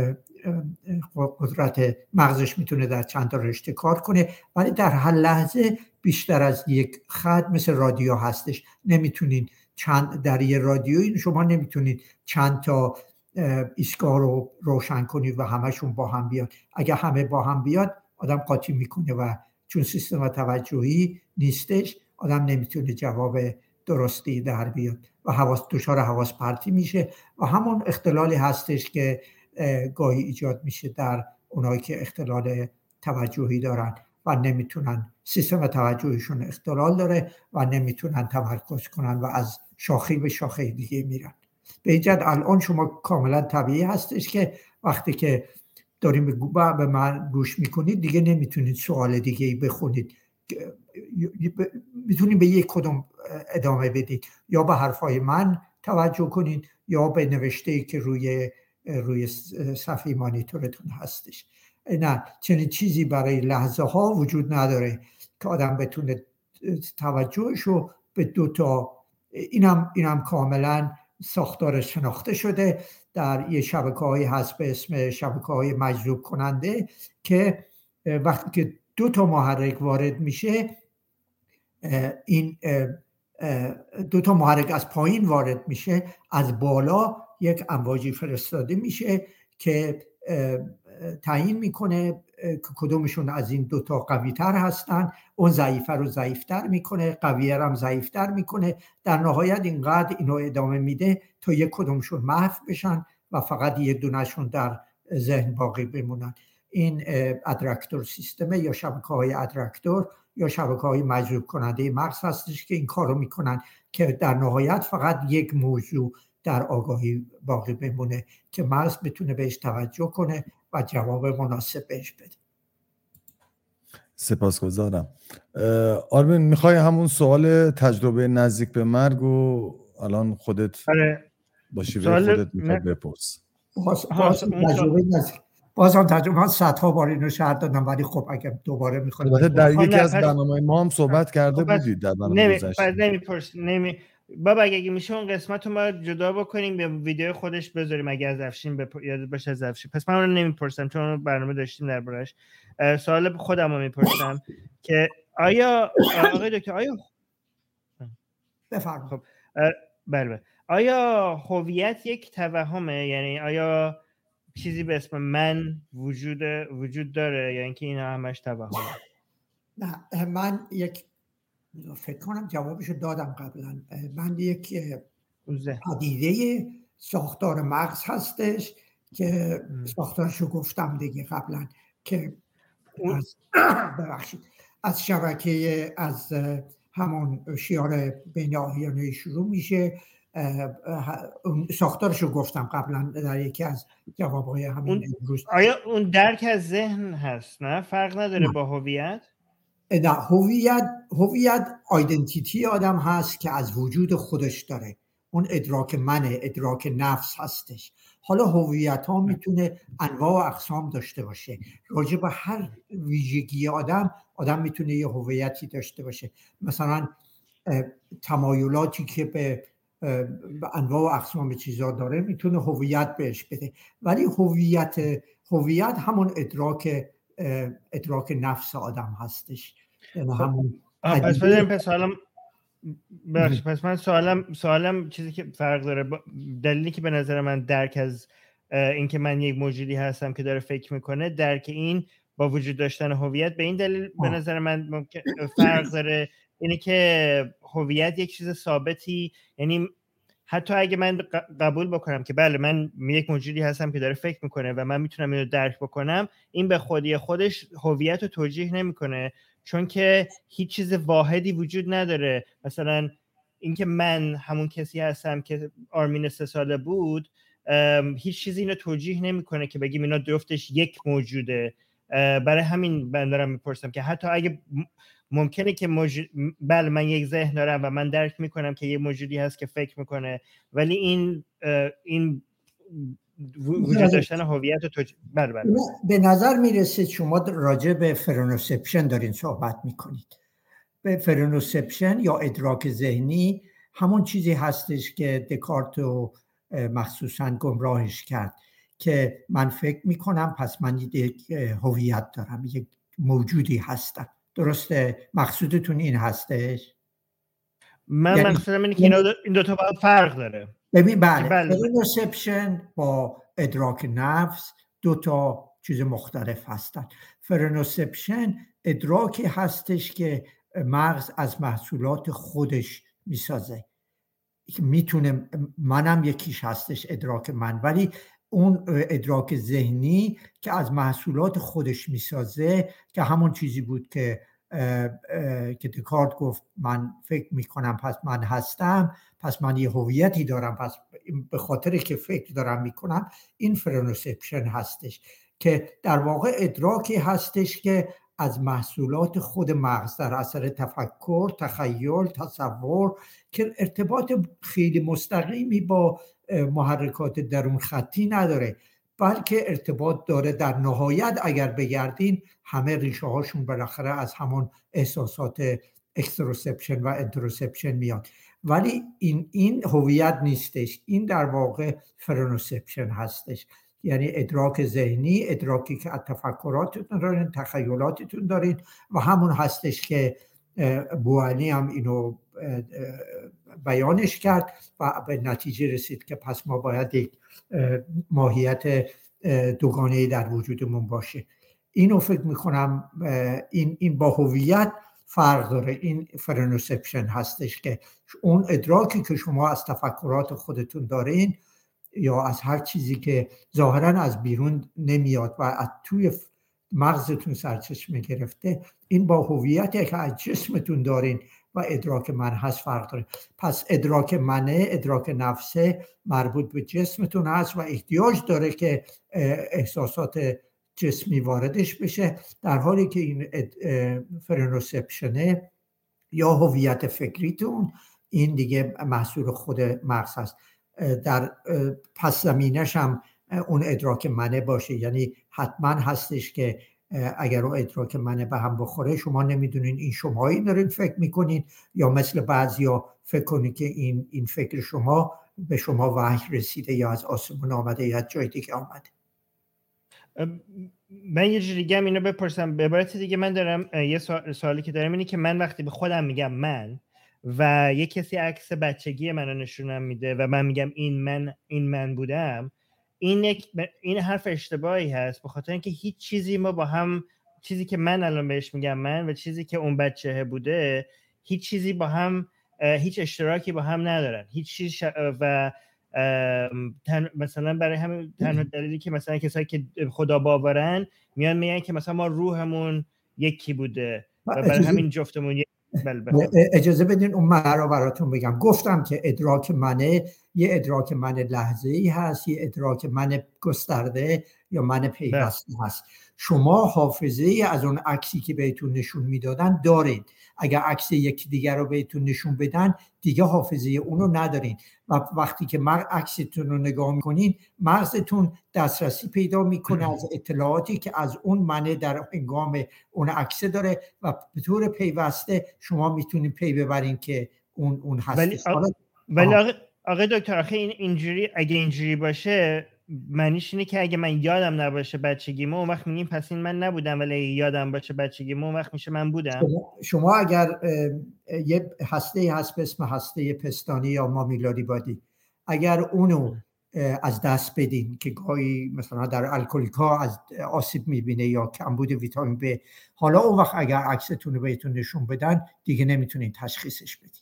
قدرت مغزش میتونه در چند تا رشته کار کنه، ولی در هر لحظه بیشتر از یک خط مثل رادیو هستش. نمیتونین چند در یه رادیویی شما نمیتونید چند تا ایستگاه رو روشن کنید و همشون با هم بیاد. اگه همه با هم بیاد آدم قاطی میکنه و چون سیستم توجهی نیستش آدم نمیتونه جواب درستی در بیاد و حواس دچار حواس پرتی میشه و همون اختلالی هستش که گاهی ایجاد میشه در اونایی که اختلال توجهی دارن و نمیتونن، سیستم توجهیشون اختلال داره و نمیتونن تمرکز کنن و از شاخه به شاخه دیگه میرن. به این جهت الان شما کاملا طبیعی هستش که وقتی که داریم به من گوش میکنید دیگه نمیتونید سوال دیگه بخونید، میتونید به یک کدوم ادامه بدید، یا به حرفای من توجه کنید یا به نوشته‌ای که روی روی صفحه مانیتورتون هستش. نه، چنین چیزی برای لحظه ها وجود نداره که آدم بتونه توجهش رو به دو تا اینم اینم کاملا ساختارش شناخته شده در یه شبکه‌های هست به اسم شبکه‌های مجذوب کننده که وقتی که دو تا محرک وارد میشه، این دو تا محرک از پایین وارد میشه، از بالا یک امواجی فرستاده میشه که تعیین میکنه که کدومشون از این دوتا قوی تر هستن، اون ضعیفه رو ضعیفتر میکنه، قویه رو هم ضعیفتر میکنه. در نهایت اینقدر اینو ادامه میده تا یک کدومشون محو بشن و فقط یک دونشون در ذهن باقی بمونن. این ادراکتور سیستمه یا شبکه های ادراکتور یا شبکه های مجذوب کننده مغز هستش که این کار رو میکنن که در نهایت فقط یک موضوع در آگاهی باقی بمونه که مغز بتونه بهش توجه کنه و جواب مناسب بهش بده. سپاسگزارم. آرمین، میخوای همون سوال تجربه نزدیک به مرگ و الان خودت با شیوه خودت میخوای بپرس؟ باز, باز تجربه نزدیک باز هم تجربه من صدها بار اینو شرح دادم، ولی خب اگه دوباره میخواد در یکی از برنامه ما هم صحبت کرده بودید در برنامه گذشته. نمیپرس نمی بابا اگه میشه اون قسمت رو ما جدا بکنیم به ویدیو خودش بذاریم اگه از افشین بپ... یاد باشه از افشین. پس من اون رو نمیپرسم چون برنامه داشتیم دربارش. سوال خودم رو میپرسم که آیا آقای دکتر آیا بفرمایید. خب بله آیا هویت یک توهمه؟ یعنی آیا چیزی به اسم من وجود وجود داره یا اینکه اینا همش توهمه؟ نه، من یک فکر کنم جوابشو دادم قبلا. من یک پدیده ساختار مغز هستش که ساختارشو گفتم دیگه قبلا که از ببخشید از شبکه از همون شیار بین آهیانه شروع میشه. ساختارشو گفتم قبلا در یکی از جوابهای همین امروز. آیا اون درک از ذهن هست؟ نه فرق نداره نه. با هویت؟ نه، هویت هویت آیدنتیتی آدم هست که از وجود خودش داره. اون ادراک منه، ادراک نفس هستش. حالا هویت ها میتونه انواع و اقسام داشته باشه. راجع به هر ویژگی آدم آدم میتونه یه هویتی داشته باشه. مثلا تمایلاتی که به انواع و اقسام چیزا داره میتونه هویت بهش بده، ولی هویت هویت همون ادراک ادراک نفس آدم هستش. یعنی همون پس بذاریم پس سوالم بخش پس من سوالم سوالم چیزی که فرق داره دلیلی که به نظر من درک از این که من یک موجودی هستم که داره فکر میکنه، درک این با وجود داشتن هویت به این دلیل به نظر من ممکن فرق داره، اینه که هویت یک چیز ثابتی، یعنی حتی اگه من قبول بکنم که بله من یک موجودی هستم که داره فکر میکنه و من میتونم اینو درک بکنم، این به خودی خودش هویت رو توجیه نمیکنه، چون که هیچ چیز واحدی وجود نداره. مثلا اینکه من همون کسی هستم که آرمین سه ساله بود، هیچ چیزی اینو توجیه نمیکنه که بگیم اینا جفتش یک موجوده. برای همین من دارم میپرسم که حتی اگه ممکنه که موجود... بله من یک ذهن دارم و من درک میکنم که یه موجودی هست که فکر میکنه، ولی این این وجود داشتن هویت تو بله بله به نظر میرسه شما راجع به فرنوسپشن دارین صحبت میکنید. به فرنوسپشن یا ادراک ذهنی همون چیزی هستش که دکارت رو مخصوصا گمراهش کرد که من فکر میکنم پس من یک هویت دارم، یک موجودی هستم. درسته؟ مقصودتون این هستش؟ من یعنی مقصودم اینه که این دو تا با فرق داره. ببین بله, بله. فرنوسپشن با ادراک نفس دو تا چیز مختلف هستن. فرنوسپشن ادراکی هستش که مغز از محصولات خودش میسازه، میتونه منم یکیش هستش ادراک من، ولی اون ادراک ذهنی که از محصولات خودش میسازه که همون چیزی بود که اه اه که دکارت گفت من فکر میکنم پس من هستم، پس من یه هویتی دارم، پس به خاطر که فکر دارم میکنم، این فرنوسپشن هستش که در واقع ادراکی هستش که از محصولات خود مغز در اثر تفکر، تخیل، تصور که ارتباط خیلی مستقیمی با محرکات درون خطینداره، بلکه ارتباط داره در نهایت اگر بگردین همه ریشه هاشون بالاخره از همون احساسات اکستروسپشن و انتروسپشن میاد. ولی این این هویت نیستش، این در واقع فرنوسپشن هستش، یعنی ادراک ذهنی، ادراکی که از تفکراتتون دارین، تخیلاتتون دارین و همون هستش که بوانی هم اینو بیانش کرد و به نتیجه رسید که پس ما باید یک ماهیت دوگانه‌ای در وجودمون باشه. اینو فکر میکنم این این با هویت فرق داره. این فرنوسپشن هستش که اون ادراکی که شما از تفکرات خودتون دارین یا از هر چیزی که ظاهرا از بیرون نمیاد و از توی مغزتون سرچشمه گرفته، این با هویتی که از جسمتون دارین و ادراک من هست فرق داره. پس ادراک منه، ادراک نفسه مربوط به جسمتون هست و احتیاج داره که احساسات جسمی واردش بشه، در حالی که این فرنوسپشنه یا هویت فکریتون این دیگه محصول خود مغز هست. در پس زمینش هم اون ادراک منه باشه، یعنی حتما هستش که اگر اون ادراک منه به هم بخوره شما نمیدونین این شمایی دارین فکر میکنین یا مثل بعضیا فکر کنین که این این فکر شما به شما وحی رسیده یا از آسمون آمده یا از جای دیگه آمده. من یه جوری دیگه هم اینو بپرسم به عبارت دیگه. من دارم یه سوال، سوالی که دارم اینه که من وقتی به خودم میگم من و یه کسی عکس بچگی منو نشونم میده و من میگم این من این من بودم، این یک این حرف اشتباهی هست، به خاطر اینکه هیچ چیزی ما با هم، چیزی که من الان بهش میگم من و چیزی که اون بچه بوده، هیچ چیزی با هم، هیچ اشتراکی با هم ندارن، هیچ چیز ش... و تن... مثلا برای همین تنها دلیلی که مثلا کسایی که خدا باورن میان میگن که مثلا ما روحمون یکی بوده و برای همین جفتمون یک... بل بل. اجازه بدین اون من رو براتون بگم. گفتم که ادراک منه یه ادراک من لحظه‌ای هست، یه ادراک من گسترده یا من پیوسته هست. شما حافظه از اون عکسی که بهتون نشون میدادن دارین. اگر عکس یکی دیگر رو بهتون نشون بدن دیگه حافظه اونو ندارین و وقتی که مغز عکستون رو نگاه میکنین مغزتون دسترسی پیدا میکنه از اطلاعاتی که از اون منه در هنگام اون عکس داره و به طور پیوسته شما میتونین پی ببرین که اون اون هست. ولی ولی آقای آقای دکتر آخه این اینجوری اگه اینجوری باشه معنیش اینه که اگه من یادم نباشه بچگیمو اون وقت میگیم پس این من نبودم، ولی یادم باشه بچگیمو اون وقت میشه من بودم. شما, شما اگر یه هسته هست به اسم هسته پستانی یا مامیلاری بادی، اگر اونو از دست بدین که گاهی مثلا در الکلیکا از آسیب میبینه یا کمبود ویتامین ب، حالا اون وقت اگر عکستون رو بهتون نشون بدن دیگه نمیتونین تشخیصش بدین.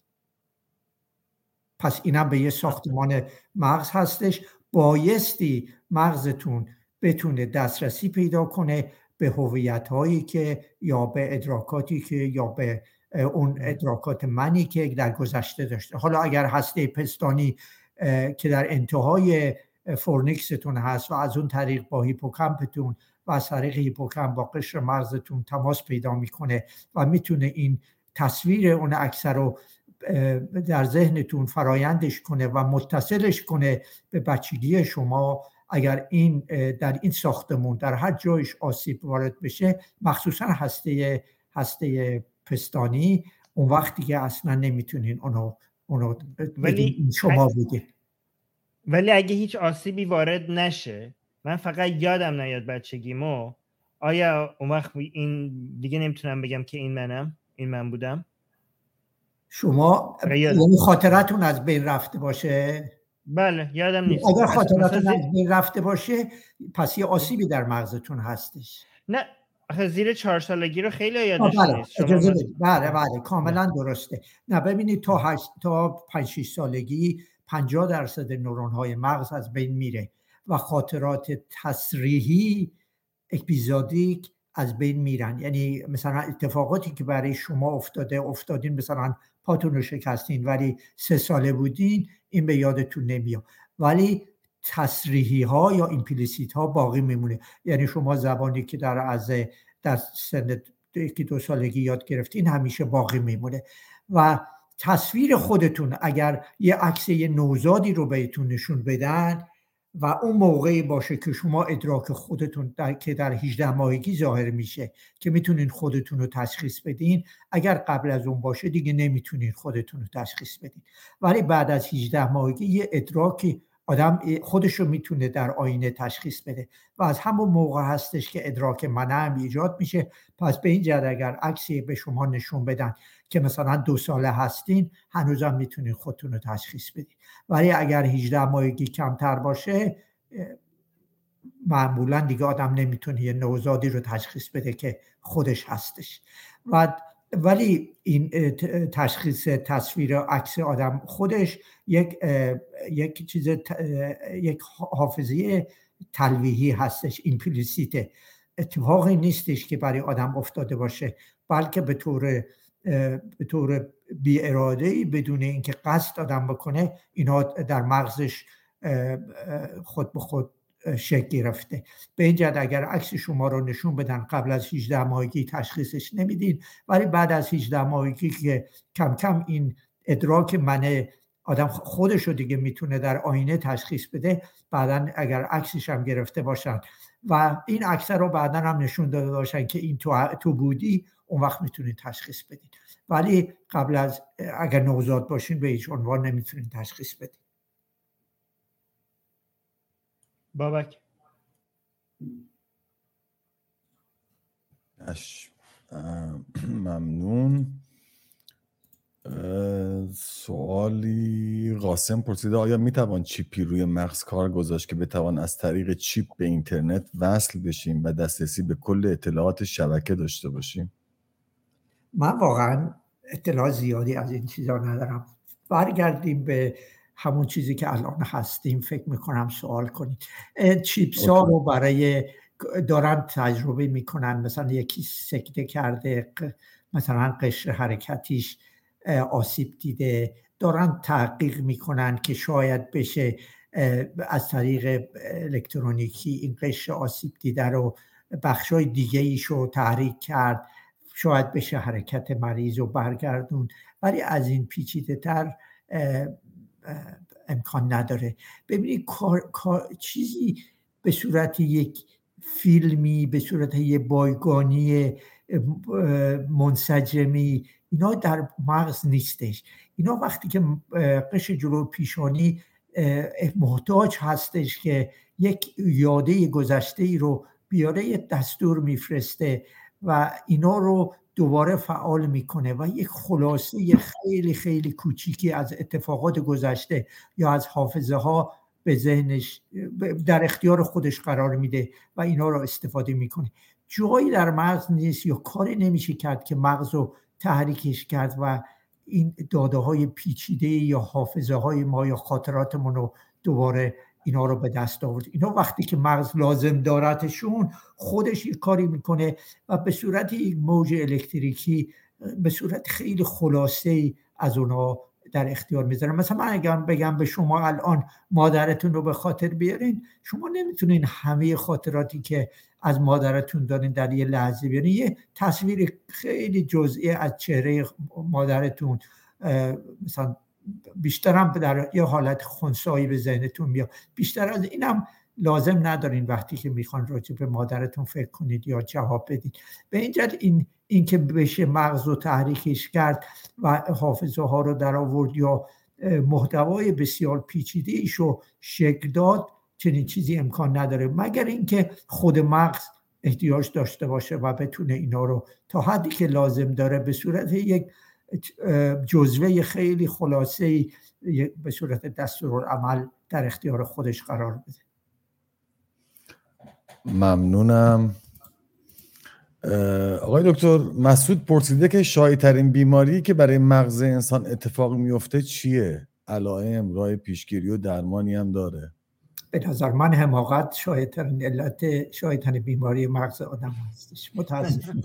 پس اینم به یه ساختمان مغز هستش. بایستی مغزتون بتونه دسترسی پیدا کنه به هویت‌هایی که یا به ادراکاتی که یا به اون ادراکات منی که در گذشته داشته. حالا اگر هسته پستانی که در انتهای فورنیکستون هست و از اون طریق با هیپوکامپتون و از طریق هیپوکامپ با قشر مغزتون تماس پیدا میکنه و میتونه این تصویر اون عکس رو در ذهنتون فرایندش کنه و متصلش کنه به بچگی شما، اگر این در این ساختمون در هر جایش آسیب وارد بشه، مخصوصا هسته هسته پستانی، اون وقتی که اصلا نمیتونین اونو اونو ولی شما بگید. ولی اگه هیچ آسیبی وارد نشه، من فقط یادم نیاد بچگیمو، آیا اون وقت این دیگه نمیتونم بگم که این منم، این من بودم؟ شما یعنی خاطرتون از بین رفته باشه؟ بله یادم نیست. اگر خاطرتون از بین رفته باشه پس یه آسیبی در مغزتون هستش. نه آخه زیر چهار سالگی رو خیلی یادش بله. نیست. بله بله بله کاملا نه. درسته. نه ببینید تا هشت تا پنج شش سالگی پنجاه درصد نورون های مغز از بین میره و خاطرات تصریحی اپیزودیک از بین میرن. یعنی مثلا اتفاقاتی که برای شما افتاده افتادین، مثلا پاتون رو شکستین ولی سه ساله بودین، این به یادتون نمیاد، ولی تصریحی ها یا ایمپلیسیت ها باقی میمونه. یعنی شما زبانی که در از در سن یکی دو سالگی یاد گرفتین همیشه باقی میمونه. و تصویر خودتون اگر یه عکس یه نوزادی رو بهتون نشون بدن، و اون موقعی باشه که شما ادراک خودتون در که در هجده ماهگی ظاهر میشه که میتونین خودتون رو تشخیص بدین. اگر قبل از اون باشه دیگه نمیتونین خودتون رو تشخیص بدین. ولی بعد از هجده ماهگی یه ادراکی آدم خودش رو میتونه در آینه تشخیص بده و از همون موقع هستش که ادراک منع هم ایجاد میشه. پس به این جهت اگر عکسی به شما نشون بدن که مثلا دو ساله هستین، هنوزم میتونین خودتون رو تشخیص بدین. ولی اگر هجده ماهگی کمتر باشه، معمولا دیگه آدم نمیتونه یه نوزادی رو تشخیص بده که خودش هستش. و ولی این تشخیص تصویر عکس آدم خودش یک یک چیز یک حافظه تلویحی هستش، ایمپلیسیته، اتفاقی نیستش که برای آدم افتاده باشه، بلکه به طور به طور بی اراده‌ای بدون اینکه قصد آدم بکنه اینا در مغزش خود به خود شکل گرفته. به این جهت اگر عکس شما رو نشون بدن قبل از هجده ماهگی تشخیصش نمیدین، ولی بعد از هجده ماهگی که کم کم این ادراک من آدم خودش رو دیگه میتونه در آینه تشخیص بده، بعداً اگر عکسش هم گرفته باشن و این عکس رو بعداً هم نشون داده باشن که این تو, تو بودی، اون وقت میتونید تشخیص بدین. ولی قبل از اگر نوزاد باشین به هیچ عنوان نمیتونید تشخیص بدین. بابک ممنون. سوالی قاسم پرسیده آیا میتوان چیپی روی مغز کار گذاشت که بتوان از طریق چیپ به اینترنت وصل بشیم و دسترسی به کل اطلاعات شبکه داشته باشیم؟ من واقعا اطلاع زیادی از این چیزا ندارم. برگردیم به همون چیزی که الان هستیم، فکر میکنم سوال کنید. چیپس ها رو برای دارن تجربه میکنن، مثلا یکی سکته کرده، مثلا قشر حرکتیش آسیب دیده، دارن تحقیق میکنن که شاید بشه از طریق الکترونیکی این قشر آسیب دیده رو بخشای دیگه ایشو تحریک کرد، شاید بشه حرکت مریض رو برگردون. ولی از این پیچیده تر امکان نداره. ببینید کار، کار چیزی به صورت یک فیلمی، به صورت یک بایگانی منسجمی، اینا در مغز نیستش. اینا وقتی که قشر جلو پیشانی محتاج هستش که یک یاده گذشته ای رو بیاره، یک دستور میفرسته و اینا رو دوباره فعال میکنه و یک خلاصه خیلی خیلی کوچیکی از اتفاقات گذشته یا از حافظه ها به ذهنش در اختیار خودش قرار میده و اینا رو استفاده میکنه. جایی در مغز نیست یا کاری نمیشه کرد که مغز رو تحریکش کرد و این داده های پیچیده یا حافظه های ما یا خاطراتمون رو دوباره اینا رو به دست آورد. اینا وقتی که مغز لازم دارتشون خودش یک کاری میکنه و به صورت یک موج الکتریکی به صورت خیلی خلاصه‌ای از اونها در اختیار میذاره. مثلا من اگر بگم به شما الان مادرتون رو به خاطر بیارین، شما نمیتونین همه خاطراتی که از مادرتون دارین در یه لحظه بیارین. یه تصویر خیلی جزئی از چهره مادرتون مثلا بیشتر هم در یه حالت خنثایی به ذهنتون میاد. بیشتر از اینم لازم ندارین وقتی که میخوان راجع به مادرتون فکر کنید یا جواب بدید. به این جهت این این که بشه مغز رو تحریکش کرد و حافظه ها رو در آورد یا محتوای بسیار پیچیده ایشو شکل داد، چنین چیزی امکان نداره مگر اینکه خود مغز احتیاج داشته باشه و بتونه اینا رو تا حدی که لازم داره به صورت یک جزوه خیلی خلاصه به صورت دستورالعمل در اختیار خودش قرار بده. ممنونم. آقای دکتر مسعود پرسیده که شایع‌ترین بیماری که برای مغز انسان اتفاق میفته چیه؟ علائم، راه پیشگیری و درمانی هم داره؟ به نظر من حماقت شایع‌ترین علت شایع‌ترین بیماری مغز آدم هستش. متاسفم.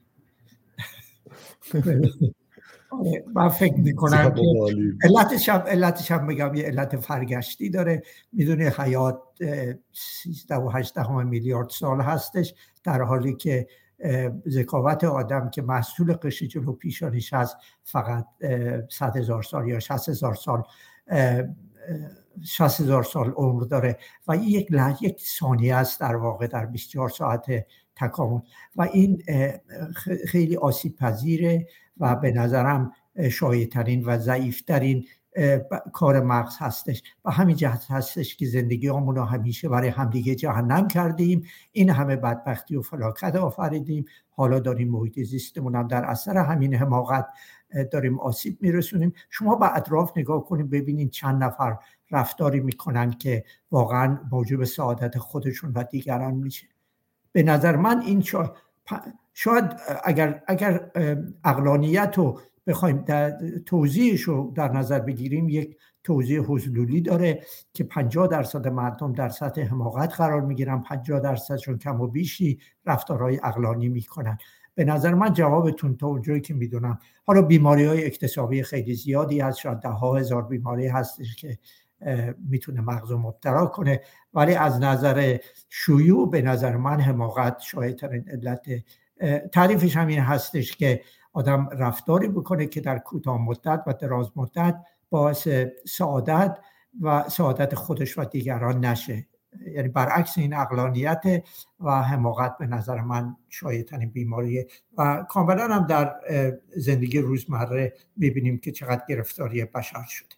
من فکر میکنم که علتش هم علتش هم میگم یه علت فرگشتی داره. میدونی حیات سیزده و هشت میلیارد سال هستش، در حالی که ذکاوت آدم که محصول قشر جلو پیشانیش هست فقط صد هزار سال یا شصت هزار سال شصت هزار سال عمر داره و این یک لحظه یک ثانیه است در واقع در بیست و چهار ساعت تکامل و این خیلی آسیب پذیره و به نظرم شایع‌ترین و ضعیف‌ترین کار مغز هستش و همین جهت هستش که زندگی همون رو همیشه برای همدیگه جهنم کردیم، این همه بدبختی و فلاکت آفریدیم، حالا داریم محیط زیستمون هم در اثر همین حماقت داریم آسیب میرسونیم. شما به اطراف نگاه کنید ببینید چند نفر رفتاری میکنن که واقعا موجب سعادت خودشون و دیگران میشه. به نظر من این شا... شاید اگر اگر عقلانیت رو بخوایم توضیحش رو در نظر بگیریم، یک توضیح حضوری داره که پنجاه درصد مردم در سطح حماقت قرار میگیرن، پنجاه درصدشون کم و بیشی رفتارهای عقلانی میکنن. به نظر من جوابتون تا اونجایی که میدونم، حالا بیماری‌های اکتسابی خیلی زیادی هست، شاید ده ها هزار بیماری هستش که میتونه مغز رو مبتلا کنه، ولی از نظر شیوع به نظر من حماقت شایع‌ترین علت. تعریفش همین هستش که آدم رفتاری بکنه که در کوتاه مدت و دراز مدت باعث سعادت و سعادت خودش و دیگران نشه. یعنی برعکس این عقلانیت و حماقت به نظر من شایع‌ترین بیماریه و کاملا هم در زندگی روزمره ببینیم که چقدر گرفتاری بشر شده.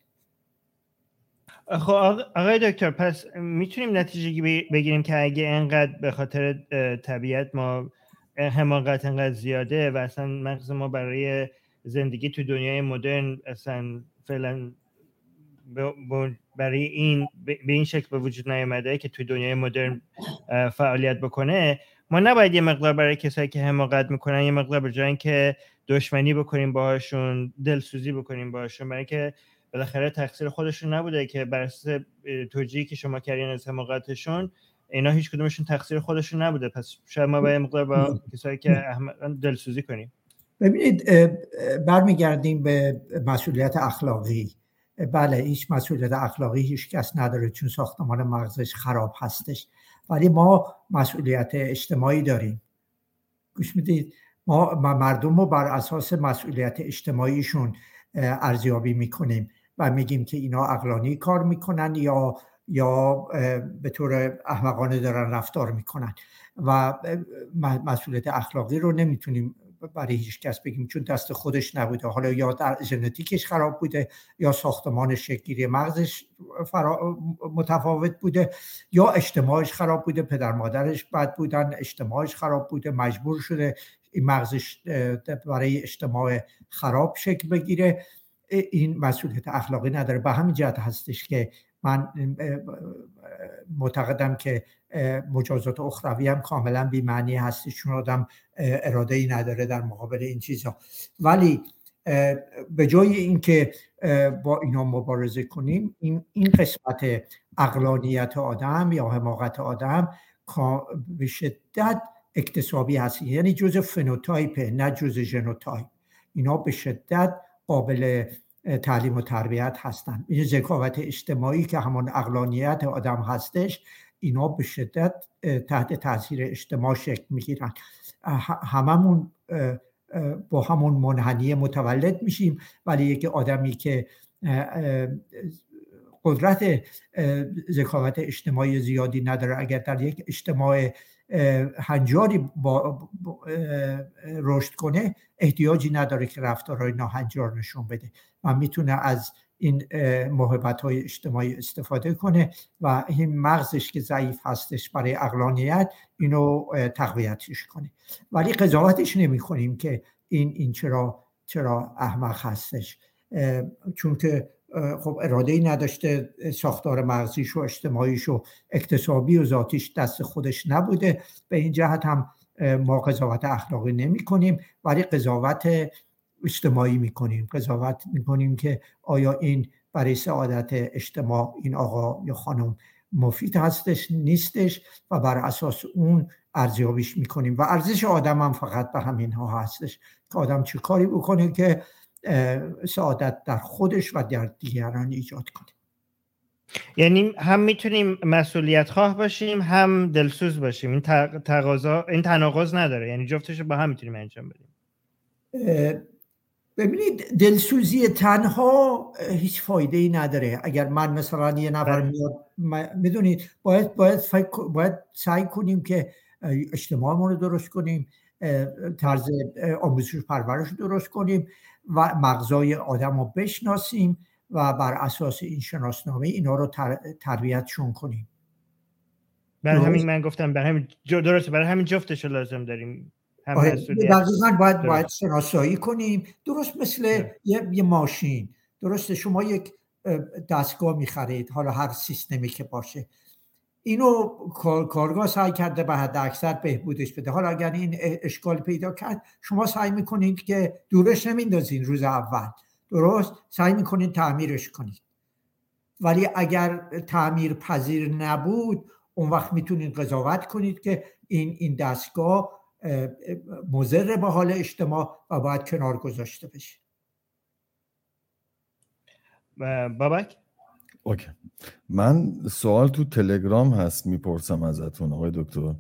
خب آقای دکتر، پس میتونیم نتیجه بگیریم که اگه اینقدر به خاطر طبیعت ما حماقت اینقدر زیاده و اصلا مغز ما برای زندگی تو دنیای مدرن اصلا فعلا برای این به این شکل به وجود نیامده که تو دنیای مدرن فعالیت بکنه، ما نباید یه مقدار برای کسایی که حماقت میکنن یه مقدار به جای اینکه دشمنی بکنیم باهاشون، دلسوزی بکنیم باهاشون، برای اینکه بالاخره تقصیر خودشون نبوده که بر اساس توجیهی که شما کردین از حماقتشون اینا هیچ کدومشون تقصیر خودشون نبوده. پس شاید ما باید مقدار با کسایی که احمقن دلسوزی کنیم. ببینید برمیگردیم به مسئولیت اخلاقی. بله، هیچ مسئولیت اخلاقی هیچ کس نداره چون ساختمان مغزش خراب هستش، ولی ما مسئولیت اجتماعی داریم. گوش میدید؟ ما مردم رو بر اساس مسئولیت اجتماعیشون ارزیابی میکنیم و میگیم که اینا عقلانی کار میکنن یا یا به طور احمقانه دارن رفتار میکنن و مسئولیت اخلاقی رو نمیتونیم برای هیچ کس بگیم چون دست خودش نبوده. حالا یا در ژنتیکش خراب بوده یا ساختمان شکل‌گیری مغزش متفاوت بوده یا اجتماعش خراب بوده، پدر مادرش بد بودن، اجتماعش خراب بوده، مجبور شده این مغزش برای اجتماع خراب شکل بگیره. این مسئولیت اخلاقی نداره. به همین جهت هستش که من معتقدم که مجازات اخروی هم کاملا بی‌معنی هستش چون آدم اراده‌ای نداره در مقابل این چیزها. ولی به جای اینکه با اینا مبارزه کنیم، این این قسمت عقلانیت آدم یا حماقت آدم به شدت اکتسابی هست، یعنی جزء فنوتایپ نه جزء ژنوتایپ. اینا به شدت قابل تعلیم و تربیت هستن. این ذکاوت اجتماعی که همون عقلانیت آدم هستش، اینا به شدت تحت تاثیر اجتماع شکل میگیرن. هممون با همون منحنی متولد میشیم، ولی یک آدمی که قدرت ذکاوت اجتماعی زیادی نداره، اگر در یک اجتماع هنجاری با رشد کنه، احتیاجی نداره که رفتارهای ناهنجار نشون بده و میتونه از این موهبت‌های اجتماعی استفاده کنه و این مغزش که ضعیف هستش برای عقلانیت اینو تقویتش کنه. ولی قضاوتش نمی کنیم که این این چرا چرا احمق هستش، چون که خب اراده‌ای نداشته، ساختار مغزیش و اجتماعیش و اکتسابی و ذاتیش دست خودش نبوده. به این جهت هم ما قضاوت اخلاقی نمی کنیم، ولی قضاوت اجتماعی می کنیم. قضاوت می کنیم که آیا این برای سعادت اجتماع این آقا یا خانم مفید هستش نیستش و بر اساس اون ارزیابیش می کنیم. و ارزش آدم هم فقط به همین ها هستش که آدم چه کاری بکنه که سعادت در خودش و در دیگران ایجاد کنه. یعنی هم میتونیم مسئولیت خواه باشیم هم دلسوز باشیم. این تقاضا این تناقض نداره، یعنی جفتش رو با هم میتونیم انجام بدیم. ببینید دلسوزی تنها هیچ فایده ای نداره. اگر من مثلا یه نفر میاد، میدونید باید باید فکر باید سعی کنیم که اجتماعمون رو درست کنیم، طرز آموزش و پرورش رو درست کنیم و مغزای آدم رو بشناسیم و بر اساس این شناسنامه اینا رو تر، تربیتشون کنیم. برای همین من گفتم برای همین درسته، برای همین جفتش لازم داریم. آره دقیقاً باید باید شناسایی کنیم، درست مثل یه،, یه ماشین. درسته شما یک دستگاه میخرید، حالا هر سیستمی که باشه، اینو کارگاه سعی کرده به حد اکثر بهبودش بده. حالا اگر این اشکال پیدا کرد، شما سعی میکنید که دورش نمیندازین روز اول، درست سعی میکنید تعمیرش کنید. ولی اگر تعمیر پذیر نبود، اون وقت میتونید قضاوت کنید که این این دستگاه مضر به حال اجتماع و باید کنار گذاشته بشه. بابک؟ اوکی. من سوال تو تلگرام هست میپرسم ازتون آقای دکتر.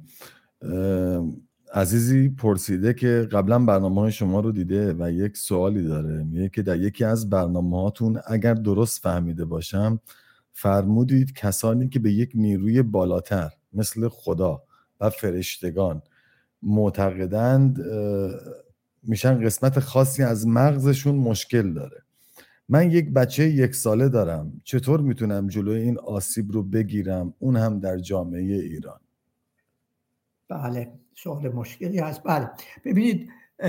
عزیزی پرسیده که قبلا برنامه های شما رو دیده و یک سوالی داره، میگه که در یکی از برنامه هاتون اگر درست فهمیده باشم فرمودید کسانی که به یک نیروی بالاتر مثل خدا و فرشتگان معتقدند میشن قسمت خاصی از مغزشون مشکل داره. من یک بچه یک ساله دارم، چطور میتونم جلوی این آسیب رو بگیرم، اون هم در جامعه ایران؟ بله سوال مشکلی هست. بله ببینید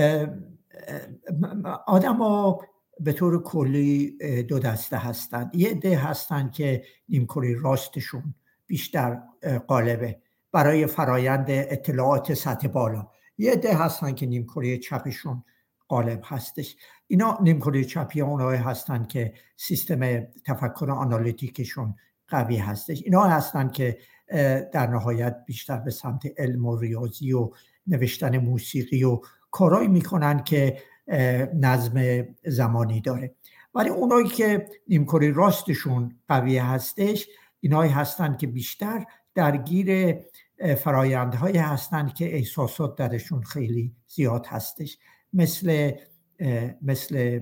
آدم ها به طور کلی دو دسته هستند. یه عده هستند که نیمکره راستشون بیشتر غالبه برای فرایند اطلاعات سطح بالا، یه عده هستند که نیمکره چپشون غالب هستش. اینا نیمکره چپی اونایی هستند که سیستم تفکر آنالیتیکشون قوی هستش. اینا هستند که در نهایت بیشتر به سمت علم و ریاضی و نوشتن موسیقی و کارایی میکنن که نظم زمانی داره. ولی اونایی که نیمکره راستشون قوی هستش، اینایی هستند که بیشتر درگیر فرایندهایی هستند که احساسات درشون خیلی زیاد هستش، مثل مثل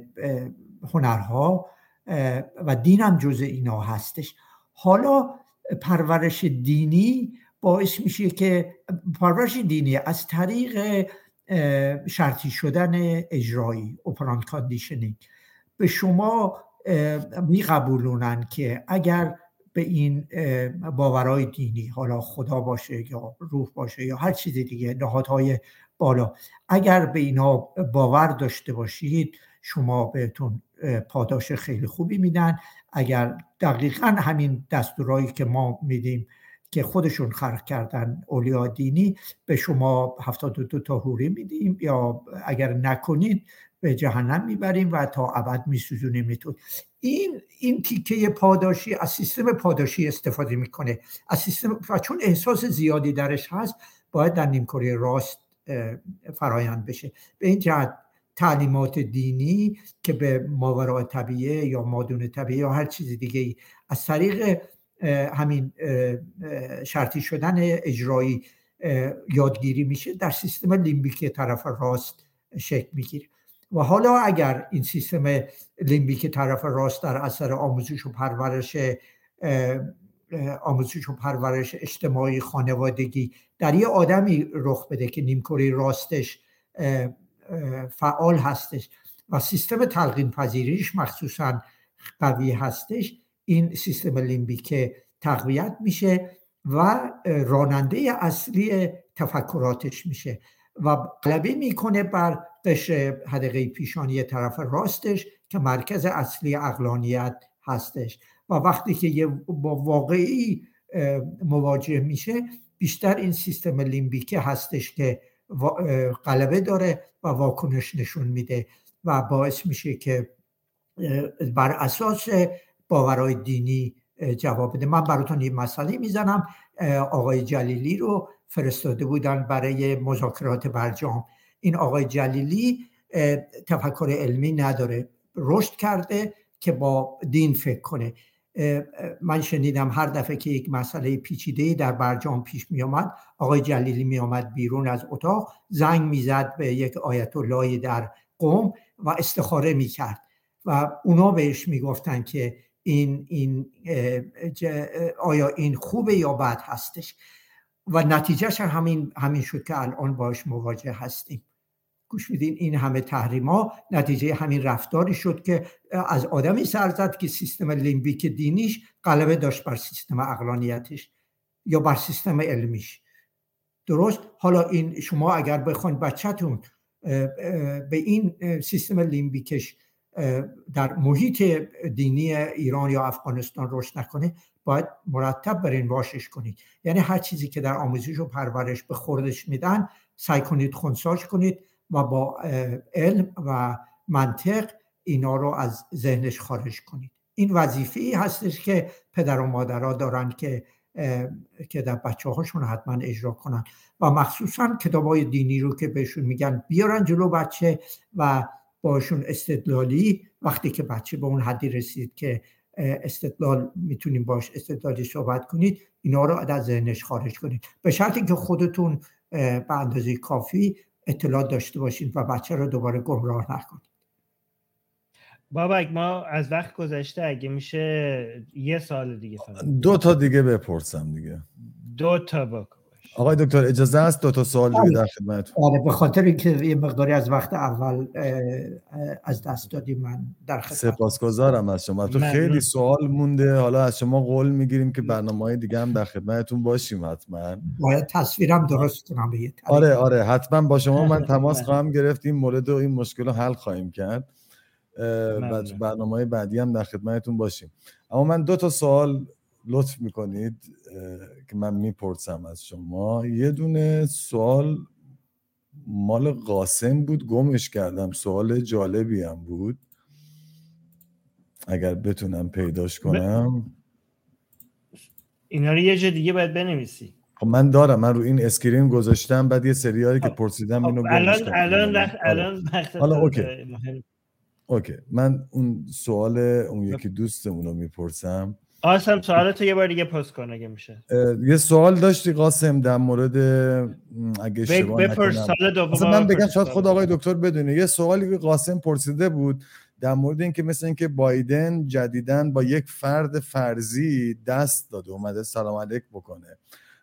هنرها و دین هم جزء اینا هستش. حالا پرورش دینی باعث میشه که پرورش دینی از طریق شرطی شدن اجرایی اپرانت کاندیشنینگ به شما میقبولونن که اگر به این باورهای دینی، حالا خدا باشه یا روح باشه یا هر چیز دیگه، نهادهای بالا، اگر به اینا باور داشته باشید شما بهتون پاداش خیلی خوبی میدن. اگر دقیقاً همین دستورایی که ما میدیم که خودشون خلق کردن اولیاء دینی، به شما هفتاد و دو تا حوری میدیم یا اگر نکنید به جهنم میبریم و تا ابد میسوزونیمتون. این این تیکه پاداشی از سیستم پاداشی استفاده میکنه، از سیستم، و چون احساس زیادی درش هست باید در نیمکره راست فرایند بشه. به این جهت تعلیمات دینی که به ماوراء طبیعه یا مادون طبیعه یا هر چیز دیگه از طریق همین شرطی شدن اجرایی یادگیری میشه، در سیستم لیمبیک طرف راست شکل میگیره. و حالا اگر این سیستم لیمبیک طرف راست در اثر آموزش و پرورش آموزش و پرورش اجتماعی خانوادگی در یه آدمی رخ بده که نیمکره راستش فعال هستش و سیستم تلقین پذیریش مخصوصا قوی هستش، این سیستم لیمبیک تقویت میشه و راننده اصلی تفکراتش میشه و غلبه میکنه بر قشر حدقه پیشانی طرف راستش که مرکز اصلی عقلانیت هستش. و وقتی که یه با واقعی مواجه میشه، بیشتر این سیستم لیمبیک هستش که غلبه داره و واکنش نشون میده و باعث میشه که بر اساس باورهای دینی جواب بده. من براتون یه مسئله میزنم. آقای جلیلی رو فرستاده بودن برای مذاکرات برجام. این آقای جلیلی تفکر علمی نداره، رشد کرده که با دین فکر کنه. من شنیدم هر دفعه که یک مسئله پیچیده در برجام پیش می آمد، آقای جلیلی می آمد بیرون از اتاق، زنگ می زد به یک آیت اللهی در قم و استخاره میکرد و اونا بهش میگفتن که این این آیا این خوبه یا بد هستش و نتیجهش همین همین شد که الان باش مواجه هستیم. گوش میدین، این همه تحریما نتیجه همین رفتاری شد که از آدمی سر زد که سیستم لیمبیک دینیش غلبه داشت بر سیستم عقلانیتش یا بر سیستم علمیش. درست؟ حالا این شما اگر بخواید بچه‌تون به این سیستم لیمبیکش در محیط دینی ایران یا افغانستان رشد نکنه، باید مرتب برین واشش کنید. یعنی هر چیزی که در آموزش و پرورش به خوردش میدن سعی کنید خنثیش کنید و با علم و منطق اینا رو از ذهنش خارج کنید. این وظیفه‌ای هستش که پدر و مادرها دارن که که در بچه‌هاشون حتما اجرا کنن و مخصوصا کتابای دینی رو که بهشون میگن بیارن جلو بچه و باشون استدلالی، وقتی که بچه به اون حدی رسید که استدلال میتونیم باش استدلالی صحبت کنید، اینا رو از ذهنش خارج کنید، به شرطی که خودتون به اندازه کافی اطلاع داشته باشید و بچه رو دوباره گمراه نکنید. بابک ما از وقت گذشته، اگه میشه یه سال دیگه فقط دو تا دیگه بپرسم دیگه. دو تا بکن. آقای دکتر اجازه است دو تا سوال دیگه در خدمتتون؟ آره، به خاطر اینکه یه مقداری از وقت اول از دست دادی من در خدمت. سپاسگزارم از شما. تو خیلی سوال مونده، حالا از شما قول میگیریم که برنامه‌های دیگه هم در خدمتتون باشیم. حتما باید تصویرم درست کنم به یه طریق. آره آره حتما با شما من تماس خواهم گرفت، این مورد و این مشکل رو حل خواهیم کرد. بعد برنامه‌های بعدی هم در خدمتتون باشیم. اما من دو تا سوال لطف میکنید که من میپرسم از شما. یه دونه سوال مال قاسم بود، گمش کردم، سوال جالبی هم بود، اگر بتونم پیداش کنم. اینا رو یه جا دیگه باید بنویسی. خب من دارم، من رو این اسکرین گذاشتم، بعد یه سریاری که پرسیدم اینو الان گمش کردم. الان وقت الان وقت حالا اوکی اوکی من اون سوال اون یکی دوستمون رو میپرسم. قاسم سوالاتو یه بار دیگه پست کن اگه میشه. یه سوال داشتی قاسم در مورد اگه اشتباه نکنم، مثلا من بگم شاید خود آقای دکتر بدونه. یه سوالی که قاسم پرسیده بود در مورد این که مثلا اینکه بایدن جدیداً با یک فرد فرضی دست داده، اومده سلام علیک بکنه.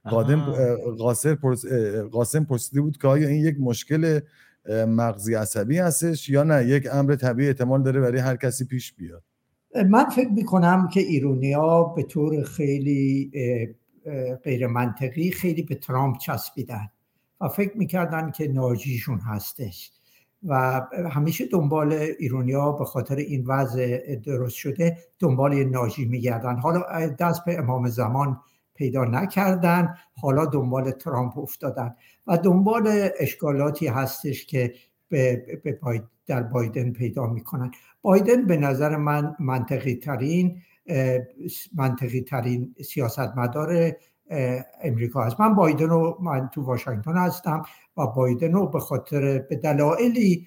قاسم پرس... قاسم پرسیده بود که آیا این یک مشکل مغزی عصبی هستش یا نه یک امر طبیعی احتمال داره برای هر کسی پیش بیاد؟ من فکر میکنم که ایرانی‌ها به طور خیلی غیر منطقی خیلی به ترامپ چسبیدن و فکر میکردن که ناجیشون هستش و همیشه دنبال ایرانی‌ها به خاطر این وضع درست شده دنبال ناجی میگردن. حالا دست به امام زمان پیدا نکردن، حالا دنبال ترامپ افتادن و دنبال اشکالاتی هستش که به, به باید در بایدن پیدا میکنن. بایدن به نظر من منطقی ترین منطقی ترین سیاستمدار امریکا هست. من بایدن رو من تو واشنگتن هستم و بایدن رو به خاطر به دلایلی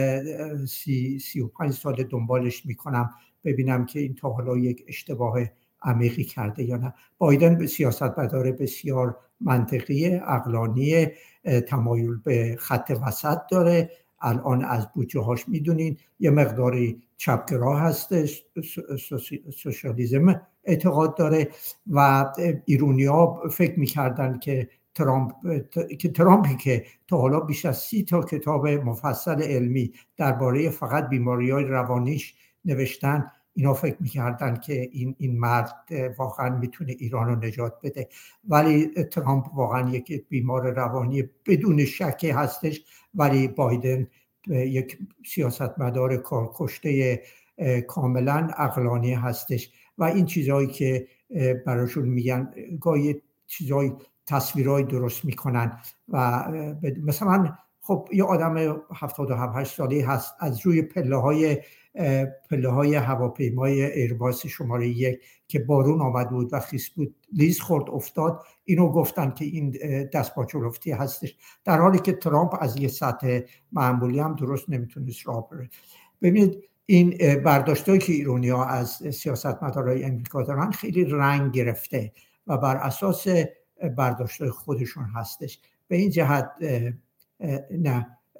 سی, سی و پنج سال دنبالش میکنم ببینم که این تا حالا یک اشتباه عمیقی کرده یا نه. بایدن به سیاستمدار بسیار منطقی، عقلانی، تمایل به خط وسط داره. الان از بودجه هاش میدونین یه مقداری چپگرا هستش، سوسیالیسم اعتقاد داره و ایرانی‌ها فکر میکردن که ترامپ که ترامپی که تا حالا بیش از سی تا کتاب مفصل علمی درباره فقط بیماری‌های روانیش نوشتن، اینا فکر میکردن که این این مرد واقعا میتونه ایران رو نجات بده، ولی ترامپ واقعا یک بیمار روانی بدون شک هستش. ولی بایدن یک سیاستمدار کارکشته کاملا عقلانی هستش و این چیزهایی که براشون میگن گاهی چیزهای تصویرهای درست میکنن و مثلا خب یه آدم هفتاد و هفت ساله هست از روی پله های پله های هواپیمای ایرباس شماره یک که بارون آمد بود و خیس بود لیز خورد افتاد، اینو گفتن که این دست پاچولفتی هستش، در حالی که ترامپ از یه سطح معمولی هم درست نمیتونست راه بره. ببینید این برداشتایی که ایرانی‌ها از سیاستمدارای امریکا دارن خیلی رنگ گرفته و بر اساس برداشتای خودشون هستش. به این جهت نه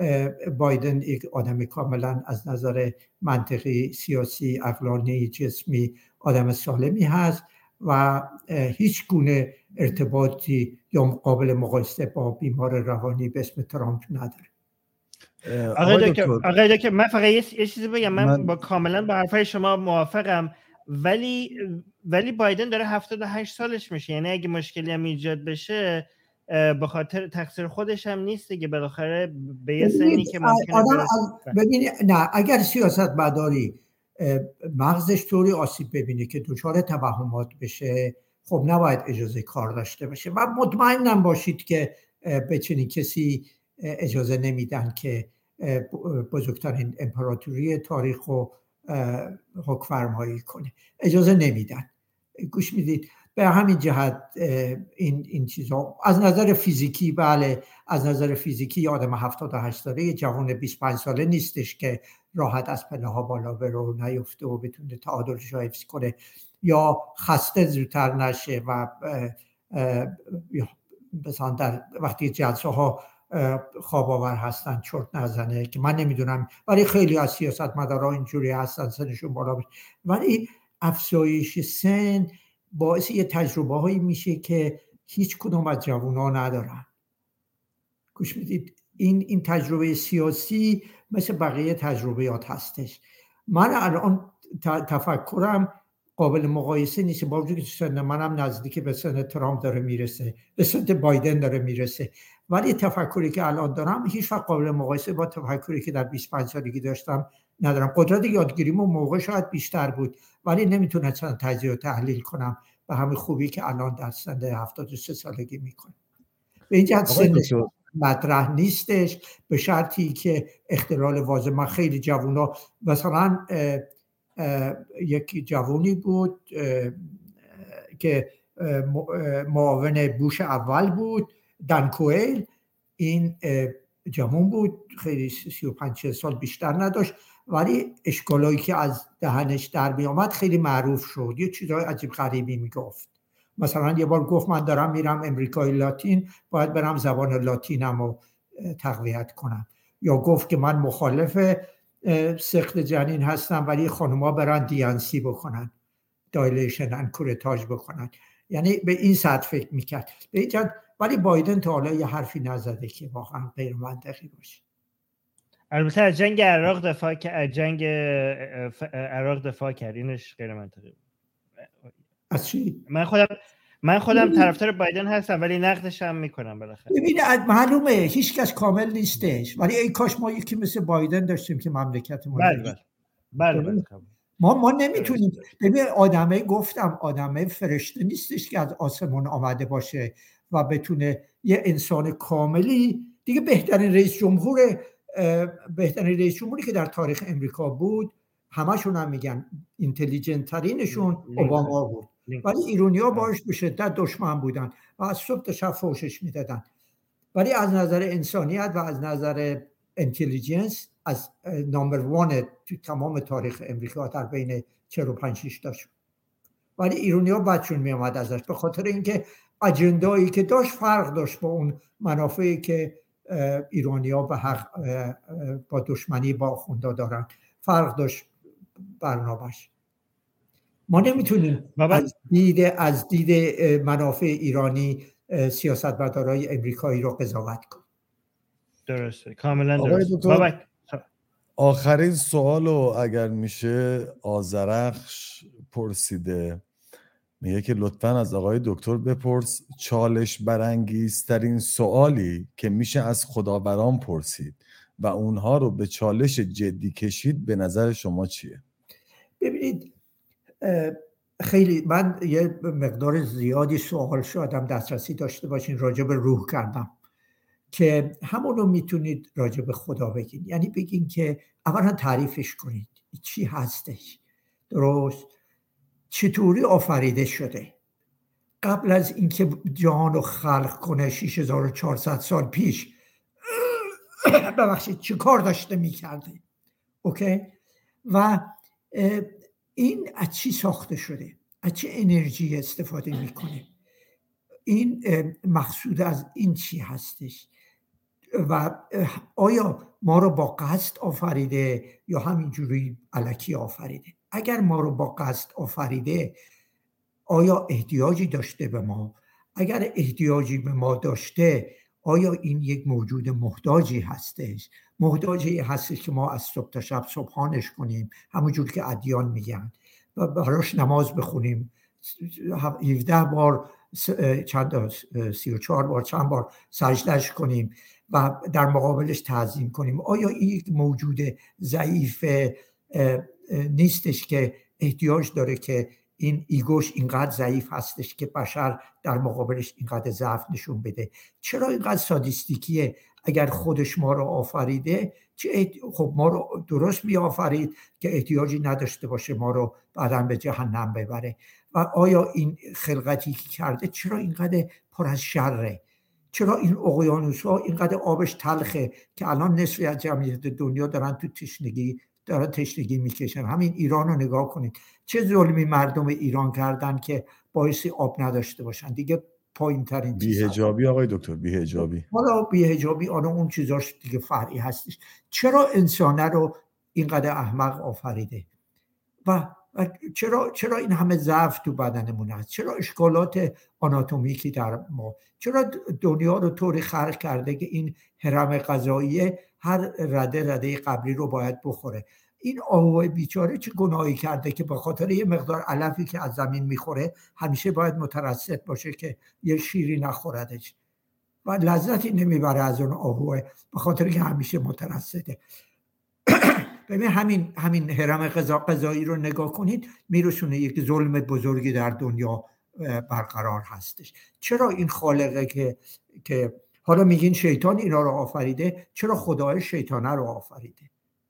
بایدن یک آدم کاملا از نظر منطقی، سیاسی، عقلانی، جسمی آدم سالمی هست و هیچ گونه ارتباطی یا قابل مقایسه با بیمار روانی به اسم ترامپ نداره. آقای دکتر آقای دکتر من فقط یه چیزی بگم، من, من با کاملا با حرفای شما موافقم، ولی ولی بایدن داره هفتاد و هشت سالش میشه، یعنی اگه مشکلی هم ایجاد بشه به خاطر تقصیر خودش هم نیست دیگه، بالاخره به یه سنی که ممکنه برسه. ببینید نه، اگر سیاستمداری مغزش طوری آسیب ببینه که دچار توهمات بشه، خب نباید اجازه کار داشته باشه. و مطمئنم باشید که به چنین کسی اجازه نمیدن که بزرگترین امپراتوری تاریخ رو حکم فرمایی کنه، اجازه نمیدن. گوش میدید؟ به همین جهت این این چیزا از نظر فیزیکی، بله از نظر فیزیکی آدم هفتاد و هشت ساله یه جوان بیست و پنج ساله نیستش که راحت از پله ها بالا بره و نیفته و بتونه تعادلش رو حفظ کنه یا خسته زودتر نشه و مثلا در وقتی جلسه ها خواب آور هستن چرت نزنه، که من نمیدونم، ولی خیلی از سیاستمدارا اینجوری هستن سنشون بالا بشه. ولی افزایش سن باعث یه تجربه هایی میشه که هیچ کدوم از جوونا ندارن. گوش میدید؟ این این تجربه سیاسی مثل بقیه تجربیات هستش. من الان تفکرم قابل مقایسه نیست، با وجودی که سن منم نزدیک به سن ترامپ داره میرسه، به سن بایدن داره میرسه، ولی تفکری که الان دارم هیچ وقت قابل مقایسه با تفکری که در بیست و پنج سالگی داشتم ندارم. قدرت یادگیریمون موقع شاید بیشتر بود، ولی نمیتونستم تجزیه و تحلیل کنم به همین خوبی که الان در سن هفتاد و سه سالگی میکنم. به این جهت سنش مطرح نیستش، به شرطی که اختلال واضح. من خیلی جوونا، مثلا اه اه یکی جوونی بود که معاون بوش اول بود، دان کوئل، این جوان بود، خیلی سی و پنج سال بیشتر نداشت، ولی اشکالایی که از دهنش در می آمد خیلی معروف شد. یه چیزای عجیب غریبی میگفت. مثلا یه بار گفت من دارم میرم امریکای لاتین، باید برم زبان لاتینم رو تقویت کنم. یا گفت که من مخالف سقط جنین هستم ولی خانوما برن دیانسی بکنن، دایلیشن انکورتاژ بکنن. یعنی به این سطح فکر میکرد. به این جد، ولی بایدن تا حالا یه حرفی نزده که واقعا غیر منطقی باشه. البته از جنگ عراق دفاع که از جنگ عراق دفاع کرد، اینش غیر منطقی. از چی؟ من خودم من خودم طرفدار بایدن هستم ولی نقدش هم میکنم بالاخره. ببینید معلومه هیچ کس کامل نیستش، ولی ای کاش ما یکی مثل بایدن داشتیم که مملکتمون بله بله بله ما ما نمیتونیم. ببین آدمه، گفتم آدمه فرشته نیستش که از آسمون آمده باشه و بتونه یه انسان کاملی دیگه. بهترین رئیس جمهور بهترین رئیس جمهوری که در تاریخ امریکا بود، همشون هم میگن اینتلیجنت ترینشون اوباما بود، ولی ایرانی‌ها باش به شدت دشمن بودن و از صبح تا شب فوشش میدادن. ولی از نظر انسانیت و از نظر اینتلیجنس از نمبر وان تو تمام تاریخ امریکا در بین چهل و پنج شش تاشون. ولی ایرانی‌ها بدشون میامد ازش به خاطر اینکه اجندایی که داشت فرق داشت با اون منافعی که ایرانی‌ها به حق با دشمنی با آخوندا دارن، فرق داشت برنامه‌اش. ما نمیتونیم از دید از دید منافع ایرانی سیاستمدارای امریکایی رو قضاوت کنیم. درسته، کاملا درسته. آخرین سوالو اگر میشه آذرخش پرسیده، میگه که لطفاً از آقای دکتر بپرس چالش برانگیزترین سوالی که میشه از خداوران پرسید و اونها رو به چالش جدی کشید به نظر شما چیه؟ ببینید خیلی من یه مقدار زیادی سوال شدم دسترسی داشته باشین راجع به روح کردم که همون رو میتونید راجع به خدا بگین. یعنی بگین که اولا تعریفش کنید چی هستش، درست چطوری آفریده شده، قبل از اینکه جهان رو خلق کنه شش هزار و چهارصد سال پیش ببخشید چه کار داشته میکرده. اوکی؟ و این از چی ساخته شده، از چه انرژی استفاده میکنه، این مقصود از این چی هستش، و آیا ما رو با قصد آفریده یا همینجوری الکی آفریده؟ اگر ما رو با قصد آفریده آیا احتیاجی داشته به ما؟ اگر احتیاجی به ما داشته آیا این یک موجود محتاجی هستش؟ محتاجی هستش که ما از صبح تا شب سبحانش کنیم، همونجور که ادیان میگن، و براش نماز بخونیم هفده بار، چند سی و چهار بار، چند بار سجدهش کنیم و در مقابلش تعظیم کنیم؟ آیا این یک موجود ضعیف نیستش که احتیاج داره که این ایگوش اینقدر ضعیف هستش که بشر در مقابلش اینقدر ضعف نشون بده؟ چرا اینقدر سادیستیکیه؟ اگر خودش ما رو آفریده، خب ما رو درست می آفرید که احتیاجی نداشته باشه ما رو بعداً به جهنم ببره. و آیا این خلقتی که کرده چرا اینقدر پر از شره؟ چرا این اقیانوس ها اینقدر آبش تلخه که الان نصفی از جمعیت دنیا دارن تو تشنگی دارن تشنگی میکشن؟ همین ایران رو نگاه کنید، چه ظلمی مردم ایران کردن که باعث آب نداشته باشن. دیگه پایین ترین بی‌حجابی آقای دکتر، بی‌حجابی. حالا بی‌حجابی آن اون چیزاش دیگه فرعی هستش. چرا انسانه رو اینقدر احمق آفریده؟ و چرا چرا این همه ضعف تو بدنمون هست؟ چرا اشکالات آناتومیکی در ما؟ چرا دنیا رو طوری خلق کرده که این هرم غذایی هر رده رده قبلی رو باید بخوره؟ این آهوی بیچاره چه گناهی کرده که به خاطر یه مقدار علفی که از زمین میخوره همیشه باید مترصد باشه که یه شیری نخوردش و لذتی نمیبره از اون آهوه به خاطر که همیشه مترصده. ببین همین همین هرم غذایی رو نگاه کنید، میرسونه یک ظلم بزرگی در دنیا برقرار هستش. چرا این خالقه که که حالا میگین شیطان اینا رو آفریده، چرا خدای شیطانه رو آفریده؟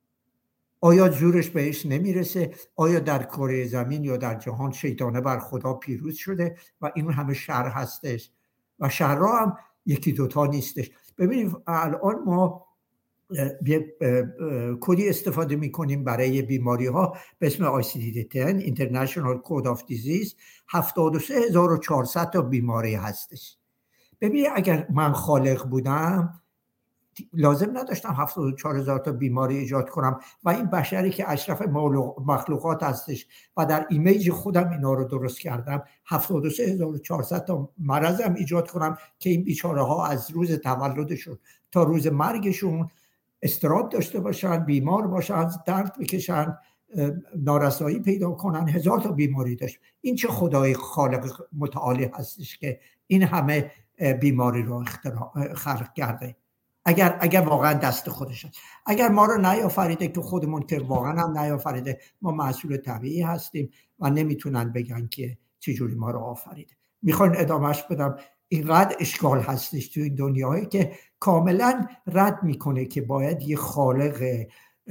آیا زورش بهش نمیرسه؟ آیا در کره زمین یا در جهان شیطانه بر خدا پیروز شده و این همه شر هستش؟ و شرها هم یکی دوتا نیستش. ببینید الان ما یه کدی استفاده میکنیم برای بیماری ها به اسم آی سی دی ده International Code of Disease. هفتاد و سه هزار و چهارصد تا بیماری هستش. ببینید اگر من خالق بودم لازم نداشتم هفتاد و چهار هزار تا بیماری ایجاد کنم و این بشری که اشرف مخلوقات هستش و در ایمیج خودم اینا رو درست کردم هفتاد و سه هزار و چهارصد تا مرضم ایجاد کنم که این بیچاره ها از روز تولدشون تا روز مرگشون استراب داشته باشن، بیمار باشن، درد بکشن، نارسایی پیدا کنن، هزار تا بیماری داشت. این چه خدای خالق متعالی هستش که این همه بیماری رو اختراع خلق کرده؟ اگر اگر واقعا دست خودش هست. اگر ما رو نیافریده که خودمون که واقعا هم نیافریده، ما محصول طبیعی هستیم و نمیتونن بگن که چجوری ما رو آفریده. میخواین ادامهش بدم؟ اینقدر اشکال هستش تو این دنیایی که کاملا رد میکنه که باید یه خالق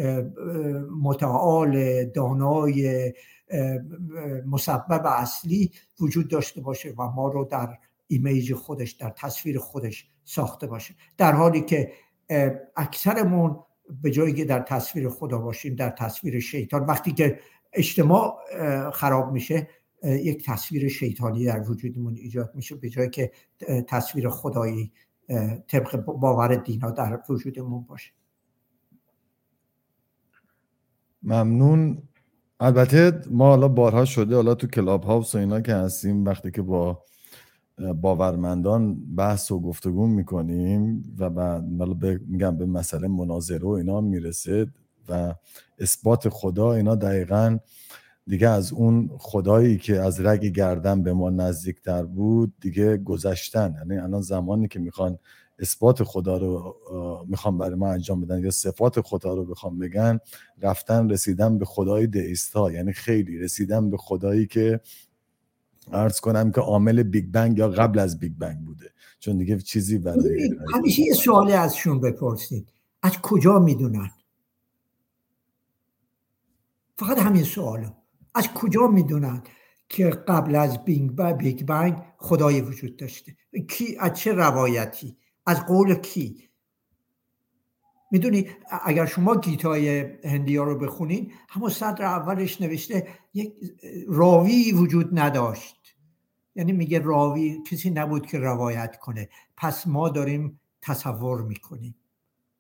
متعال دانای مسبب اصلی وجود داشته باشه و ما رو در ایمیج خودش، در تصویر خودش ساخته باشه، در حالی که اکثرمون به جایی که در تصویر خدا باشیم در تصویر شیطان. وقتی که اجتماع خراب میشه یک تصویر شیطانی در وجودمون ایجاد میشه به جایی که تصویر خدایی طبق باور دینا در وجودمون باشه. ممنون. البته ما حالا بارها شده حالا تو کلاب هاوس و اینا که هستیم وقتی که با باورمندان بحث و گفتگو میکنیم و بعد میگم به مسئله مناظره و اینا میرسه و اثبات خدا، اینا دقیقاً دیگه از اون خدایی که از رگ گردن به ما نزدیکتر بود دیگه گذشتن. یعنی الان زمانی که میخوان اثبات خدا رو میخوان برای ما انجام بدن یا صفات خدا رو بخوام بگن، رفتن رسیدن به خدای دئیستا، یعنی خیلی رسیدن به خدایی که عرض کنم که عامل بیگ بنگ یا قبل از بیگ بنگ بوده، چون دیگه چیزی برای همیشه یه سوالی ازشون بپرسید، از کجا میدونن؟ فقط همین سوالو، از کجا میدونن که قبل از بیگ بنگ بیگ بنگ خدایی وجود داشته؟ کی؟ از چه روایتی؟ از قول کی؟ میدونی اگر شما گیتای هندی ها رو بخونین همون صدر اولش نوشته یک راوی وجود نداشت، یعنی میگه راوی کسی نبود که روایت کنه، پس ما داریم تصور میکنیم.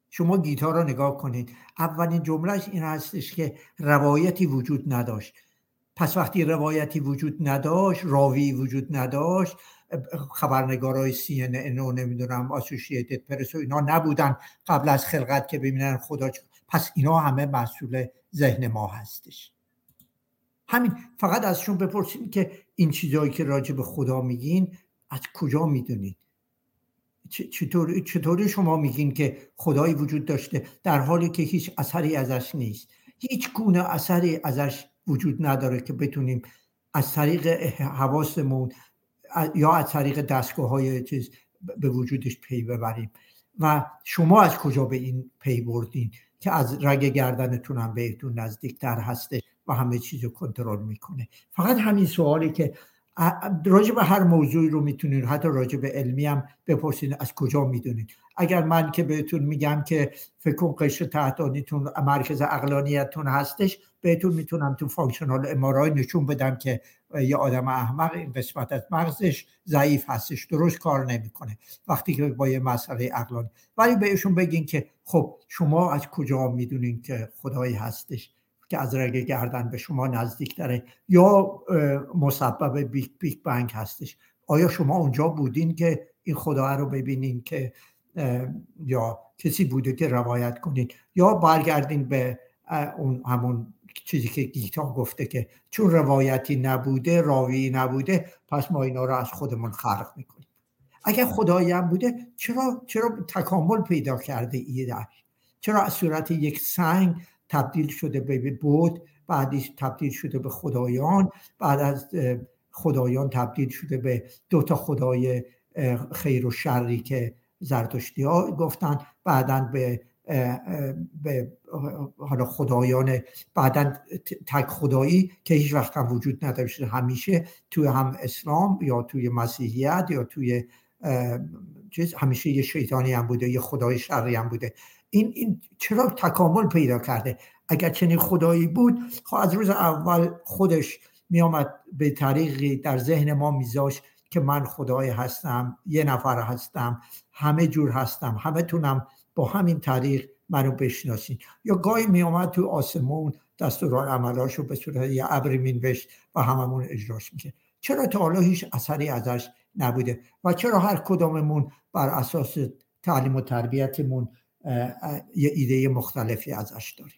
شما گیتا رو نگاه کنید، اولین جملهش این هستش که روایتی وجود نداشت. پس وقتی روایتی وجود نداشت، راوی وجود نداشت، خبرنگارای سی ان ان و نمیدونم اسوسییتد پرس و اینا نبودن قبل از خلقت که ببینن خدا چ... پس اینا همه محصول ذهن ما هستش. همین، فقط ازشون بپرسید که این چیزایی که راجع به خدا میگین از کجا میدونید؟ چطوری چطوری شما میگین که خدایی وجود داشته در حالی که هیچ اثری ازش نیست؟ هیچ گونه اثری ازش وجود نداره که بتونیم از طریق حواسمون یا از طریق دستگاه‌های چیز به وجودش پی ببریم. و شما از کجا به این پی بردین که از رگ گردنتون هم بهتون نزدیکتر هسته و همه چیز رو کنترل میکنه؟ فقط همین سوالی که راجع به هر موضوعی رو میتونید، حتی راجع به علمی هم بپرسید از کجا میدونید. اگر من که بهتون میگم که فکر کن قشر تحتانیتون مرکز عقلانیتون هستش، بهتون میتونم تو فانکشنال ام آر آی نشون بدم که یه آدم احمق این قسمت از مغزش ضعیف هستش، درست کار نمیکنه وقتی که با یه مسئله عقلانی. ولی بهشون بگین که خب شما از کجا میدونین که خدایی هستش که از رگ گردن به شما نزدیک داره یا مسبب بیگ بیگ بنگ هستش؟ آیا شما اونجا بودین که این خدا رو ببینین که یا کسی بوده که روایت کنین؟ یا برگردین به اون همون چیزی که گیتا گفته که چون روایتی نبوده، راوی نبوده، پس ما اینا رو از خودمون خلق میکنیم. اگر خدایی هم بوده، چرا چرا تکامل پیدا کرده ایده؟ چرا از صورت یک سنگ تبدیل شده به بود، بعدش تبدیل شده به خدایان، بعد از خدایان تبدیل شده به دو تا خدای خیر و شری که زرتشتی ها گفتن، بعداً به به حالا خدایان، بعداً تک خدایی که هیچ وقت هم وجود نداشته، همیشه توی هم اسلام یا توی مسیحیت یا توی چیز همیشه یه شیطانی هم بوده، یه خدای شری هم بوده. این این چرا تکامل پیدا کرده؟ اگر چنین خدایی بود، خب از روز اول خودش می آمد به طریقی در ذهن ما میذاشت که من خدای هستم، یه نفر هستم، همه جور هستم، همه تونم با همین طریق منو بشناسین. یا گاهی می آمد تو آسمون دستورالعملاشو به صورت یه ابری مینوشت و هممون اجراش میشه. چرا تا حالا هیچ اثری ازش نبوده؟ و چرا هر کداممون بر اساس تعلیم و تربیتمون یه ایده مختلفی ازش داریم؟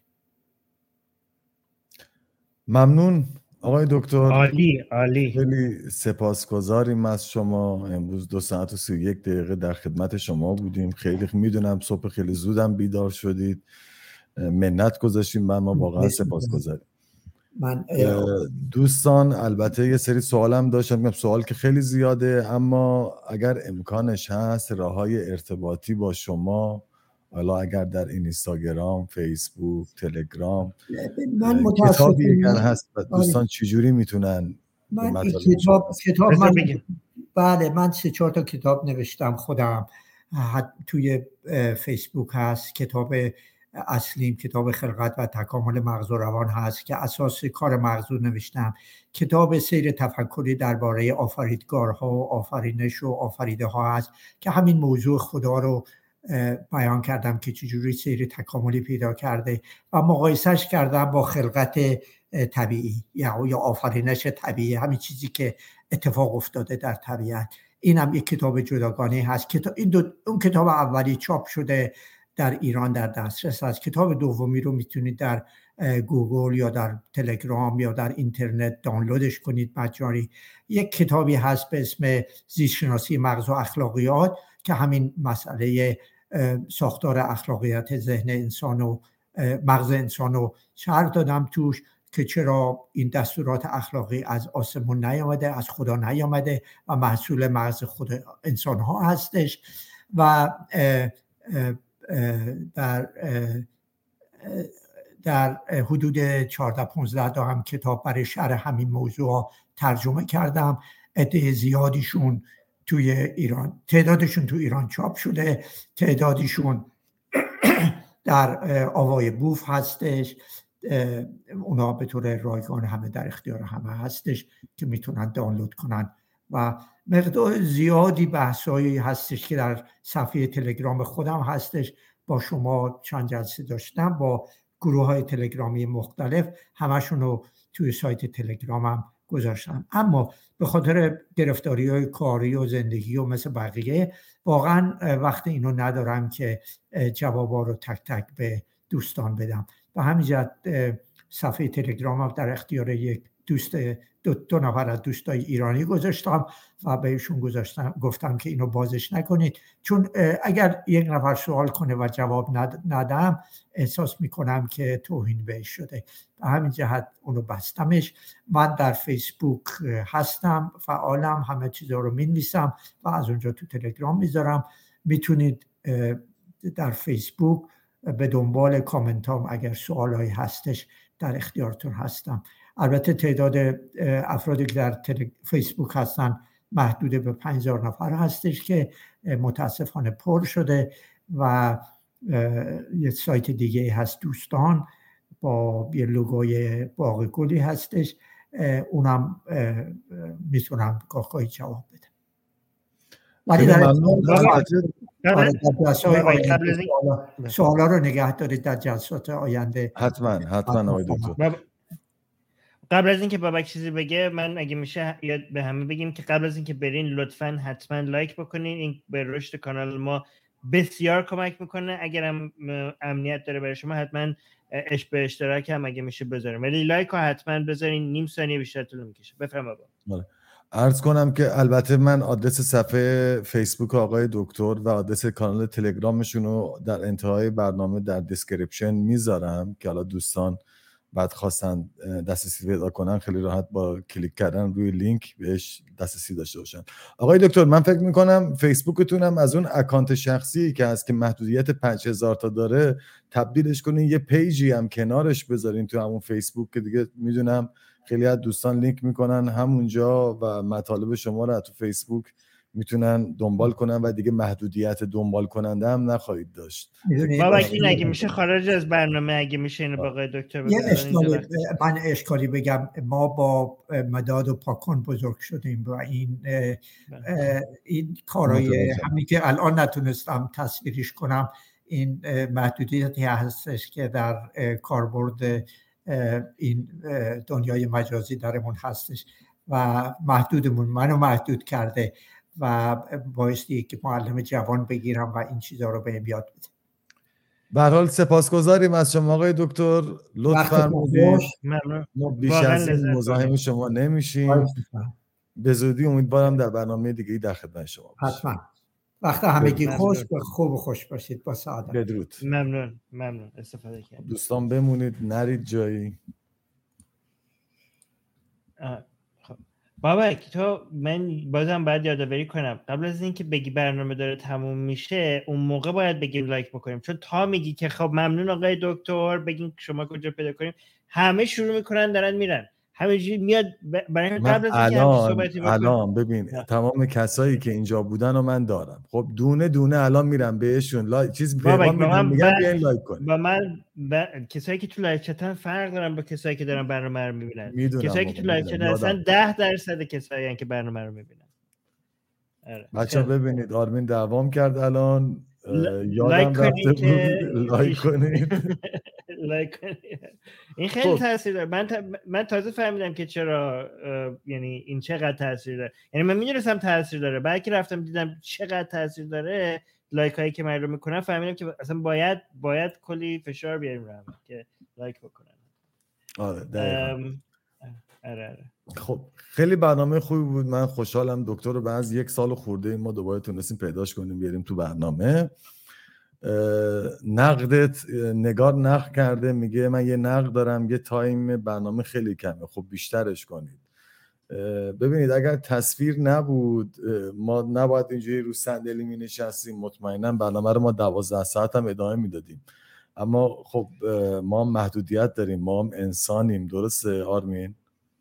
ممنون آقای دکتر، عالی عالی. خیلی سپاسگزاریم از شما. امروز دو ساعت و سی و یک دقیقه در خدمت شما بودیم. خیلی میدونم صبح خیلی زودم بیدار شدید، منت گذاشتیم من، ما واقعا سپاسگزاریم. من دوستان البته یه سری سوالم داشتم، میگم سوال که خیلی زیاده، اما اگر امکانش هست راههای ارتباطی با شما، حالا اگر در اینستاگرام، فیسبوک، تلگرام، من کتابی اگر هست دوستان چجوری میتونن من این کتاب کتاب من بله من سه چهار تا کتاب نوشتم خودم، توی فیسبوک هست، کتاب اصلیم کتاب خلقت و تکامل مغز و روان هست که اساس کار مغز رو نوشتم. کتاب سیر تفکری درباره آفریدگارها و آفرینش و آفریده ها هست که همین موضوع خدا رو بیان کردم که چجوری سیر تکاملی پیدا کرده و مقایسهش کردم با خلقت طبیعی یا یا آفرینش طبیعی، همین چیزی که اتفاق افتاده در طبیعت. این هم یک کتاب جداگانه هست. کتاب این دو اون کتاب اولی چاپ شده در ایران در دسترس است. کتاب دومی رو میتونید در گوگل یا در تلگرام یا در اینترنت دانلودش کنید مجانی. یک کتابی هست به اسم زیست شناسی مغز و اخلاقیات که همین مسئله ساختار اخلاقیات ذهن انسان و مغز انسان رو شرح دادم توش که چرا این دستورات اخلاقی از آسمون نیامده، از خدا نیامده و محصول مغز خود انسان ها هستش. و اه اه در در حدود چهارده پانزده تا هم کتاب برای شرح همین موضوع ترجمه کردم. عده زیادیشون توی ایران، تعدادشون تو ایران چاپ شده، تعدادیشون در آوای بوف هستش، اونا به طور رایگان همه در اختیار همه هستش که میتونن دانلود کنن. و مقدار زیادی بحثایی هستش که در صفحه تلگرام خودم هستش با شما چند جلسه داشتم، با گروه های تلگرامی مختلف، همشون رو توی سایت تلگرامم گذاشتم. اما به خاطر گرفتاری های کاری و زندگی و مثل بقیه واقعا وقت اینو ندارم که جوابا رو تک تک به دوستان بدم. به همین جهت صفحه تلگرامم در اختیار یک دوست دو, دو نفر از دوستای ایرانی گذاشتم و بهشون گذاشتم گفتم که اینو بازش نکنید، چون اگر یک نفر سوال کنه و جواب ندم احساس میکنم که توهین بهش شده. به همین جهت اونو بستمش. من در فیسبوک هستم، فعالم، همه چیزا رو می‌نویسم و از اونجا تو تلگرام میذارم. میتونید در فیسبوک به دنبال کامنتام اگر سوالایی هستش در اختیارتون هستم. البته تعداد افرادی که در فیسبوک هستن محدوده به پنج هزار نفر هستش که متاسفانه پر شده و یه سایت دیگه هست دوستان با یه لوگوی باغ گلی هستش، اونم میتونم گاهی جواب بدم. ولی در سوالا رو نگه دارید در جلسات آینده. حتما حتما آقای دکتر. قبل از اینکه بابک چیزی بگه، من اگه میشه یاد به همه بگیم که قبل از اینکه برین لطفاً حتما لایک بکنین. این به رشد کانال ما بسیار کمک میکنه. اگر هم امنیت داره برای شما حتما اش به اشتراک هم اگه میشه بذارین، ولی لایک رو حتما بذارین، نیم ثانیه بیشتر طول میکشه. بفرما بابا. عرض کنم که البته من آدرس صفحه فیسبوک آقای دکتر و آدرس کانال تلگرامشون رو در انتهای برنامه در دیسکریپشن میذارم که حالا دوستان بعد خواستن دسترسی پیدا کنن خیلی راحت با کلیک کردن روی لینک بهش دسترسی داشته باشن. آقای دکتر من فکر میکنم فیسبوکتون هم از اون اکانت شخصی که هست که محدودیت پنج هزار تا داره تبدیلش کنین یه پیجی هم کنارش بذارین تو همون فیسبوک که دیگه میدونم خیلی از دوستان لینک میکنن همونجا و مطالب شما رو تو فیسبوک میتونن دنبال کنن و دیگه محدودیت دنبال کننده هم نخواهید داشت. بابا این اگه میشه خارج از برنامه اگه میشه اینو با آقای دکتر بگم. من اشکالی بگم، ما با مداد و پاکن بزرگ شدیم و این این کارای همین که الان نتونستم تصویرش کنم، این محدودیتی هستش که در کاربرد این دنیای مجازی درمون هستش و محدودمون منو محدود کرده و بایستی که معلم جوان بگیرم و این چیزها رو بهم یاد بده. به هر حال سپاسگزاریم از شما آقای دکتر، لطف فرمودید. ما بیش از این مزاحم شما نمیشیم. به زودی امیدوارم در برنامه دیگه‌ای در خدمت شما باشیم. حتما. وقت همگی خوش و خوب و خوش باشید. با سعادت. بدرود. ممنون ممنون استفاده کردید. دوستان بمونید، نرید جایی. خب بابک تو من بازم باید یادآوری کنم قبل از اینکه بگی برنامه داره تموم میشه اون موقع باید بگیم لایک بکنیم، چون تا میگی که خب ممنون آقای دکتر بگین شما کجا پیدا کنیم همه شروع میکنن دارن میرن همینجوری میاد برای قبل از اینکه همین صحبتی بکنیم. الان ببین نه. تمام کسایی که اینجا بودن و من دارم، خب دونه دونه الان میرم بهشون لایک چیز پیغام میدم میگم بیاین لایک کنید. با من با... کسایی که تو لایک چتن فرق دارن با کسایی که دارن برنامه رو میبینن. کسایی که تو لایک چتن هستن ده درصد کسایی هستن که برنامه رو میبینن. آره. بچه‌ها ببینید آرمین دوام کرد الان ل... یادم رفته بود لایک کنید. لایک کنید. این خیلی تاثیر داره. من تا... من تازه فهمیدم که چرا یعنی این چقدر تاثیر داره. یعنی من میدونستم تاثیر داره، بعد که رفتم دیدم چقدر تاثیر داره، لایک هایی که من رو میکنم فهمیدم که اصلا باید باید کلی فشار بیاریم رو هم که لایک بکنن. آره دقیقاً. آره آره. خب خیلی برنامه خوبی بود. من خوشحالم دکتر رو بعد از یک سال خورده ما دوباره تونستیم پیداش کنیم بیاریم تو برنامه. نقدت نگار نقد کرده، میگه من یه نقد دارم، یه تایم برنامه خیلی کمه، خب بیشترش کنید. ببینید اگر تصویر نبود ما نباید اینجوری رو صندلی می نشستیم، مطمئنا برنامه رو ما دوازده ساعت هم ادامه میدادیم، اما خب ما محدودیت داریم، ما هم انسانیم. درسته آرمین؟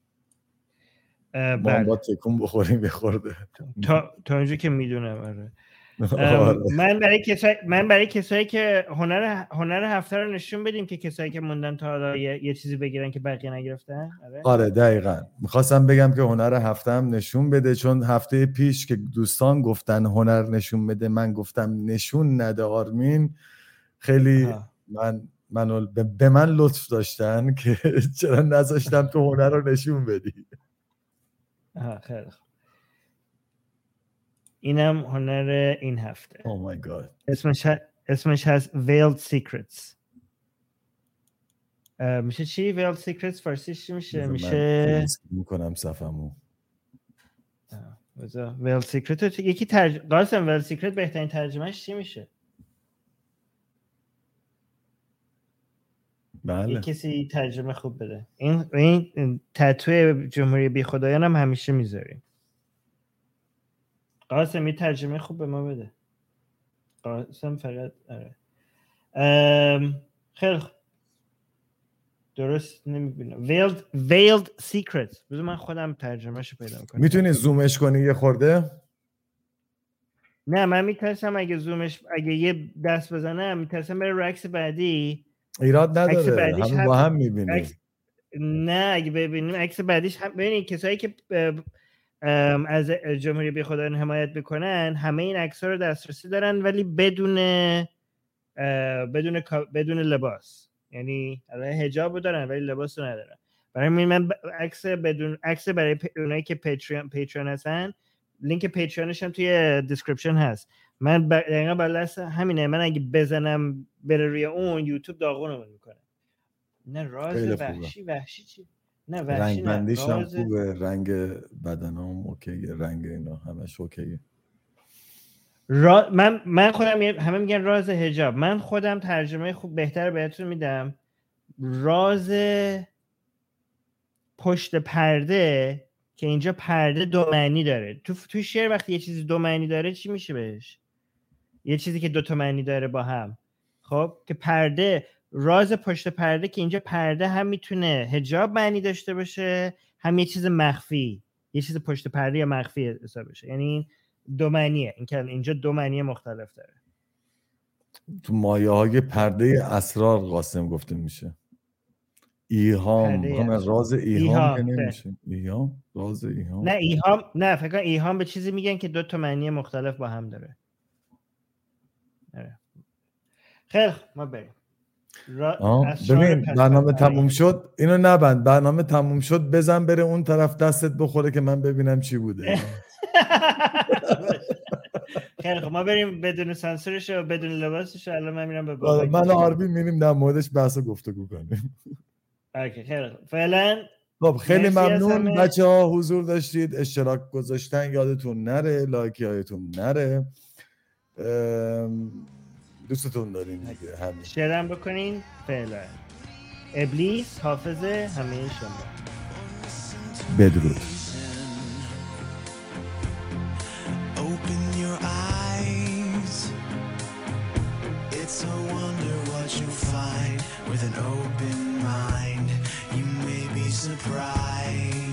ما هم با تکون بخوریم بخورده تا تا اونجا که میدونم. آره من برای کسایی من برای کسایی که هنر هنر هفته رو نشون بدیم که کسایی که موندن تا حالا یه, یه چیزی بگیرن که بقیه نگرفتن. آره آره دقیقاً میخواستم بگم که هنر هفته هم نشون بده، چون هفته پیش که دوستان گفتن هنر نشون بده من گفتم نشون نده آرمین، خیلی آه. من منو به من لطف داشتن که چرا نذاشتم تو هنر رو نشون بدی. آها خیلی خوب. اینم هنر این هفته. Oh my god. اسمش ه... اسمش هست Veiled Secrets. میشه چی؟ Veiled Secrets فارسیش چی میشه؟ میشه میکنم صفمو. بذار Veiled Secret یکی ترج... قاسم Veiled Secret بهترین ترجمهش چی میشه؟ بله. یک کسی ترجمه خوب بده. این این تتو جمهوری بی خدایان هم همیشه میذاریم. قاسم این ترجمه خوب به ما بده. قاسم فقط آره. ام... خیلی خوب. درست نمیبینم. Veiled Veiled Secrets. بذار من خودم ترجمهشو پیدا کنم. میتونی زومش کنی یه خورده؟ نه من میترسم اگه زومش اگه یه دست بزنم میترسم بره عکس بعدی. ایراد نداره. همین هم... با هم میبینیم. عکس... نه اگه ببینیم عکس بعدیش هم ببینید کسایی که از جمهوری بی خدایان حمایت بکنن همه این عکس‌ها رو دسترسی دارن ولی بدون بدون بدون لباس. یعنی حجاب دارن ولی لباس رو ندارن. برای همین من عکس بدون عکس برای اونایی که پیتریون پیتریون هستن لینک پیتریونش هم توی دیسکریپشن هست. من دقیقاً بالاس همینه. من اگه بزنم بره روی اون یوتیوب داغونمون میکنه. نه راز وحشی وحشی چی؟ نه وحشی رنگ بندیش هم راز... خوبه، رنگ بدنام اوکیه، رنگ اینا همش اوکیه. را... من من خودم همه میگن راز حجاب. من خودم ترجمه خوب بهتر بهتون میدم. راز پشت پرده که اینجا پرده دو معنی داره. تو تو شعر وقتی یه چیزی دو معنی داره چی میشه بهش؟ یه چیزی که دو تا معنی داره با هم. خب که پرده راز پشت پرده که اینجا پرده هم میتونه حجاب معنی داشته باشه هم یه چیز مخفی، یه چیز پشت پرده یا مخفی حساب بشه. یعنی دو معنیه. این که اینجا دو معنی مختلف داره. تو مایه های پرده اسرار قاسم گفته میشه. ایهام همه راز ایهام که نمیشه. ایهام راز ایهام نه ایهام نه فکر کنم ایهام به چیزی میگن که دو تا معنی مختلف با هم داره. خیلی ما بریم. را... ببین برنامه تموم شد. اینو نبند. برنامه تموم شد بزن بره اون طرف دستت بخوره که من ببینم چی بوده. خیلی خب ما بریم بدون سانسورش و بدون لباسش. الان من میرم به بابا. من و آربی میریم در موردش بحث و گفتگو کنیم. اوکی خیلی خب فعلا خب خیلی ممنون بچه‌ها حضور داشتید. اشتراک گذاشتن یادتون نره، لایک یادتون نره. دوستتون داریم دیگه. همین شیرم بکنین. فعلا ابلیس حافظ همه شما. بدرود. Open your eyes. It's a wonder what you find with an open mind. You may be surprised.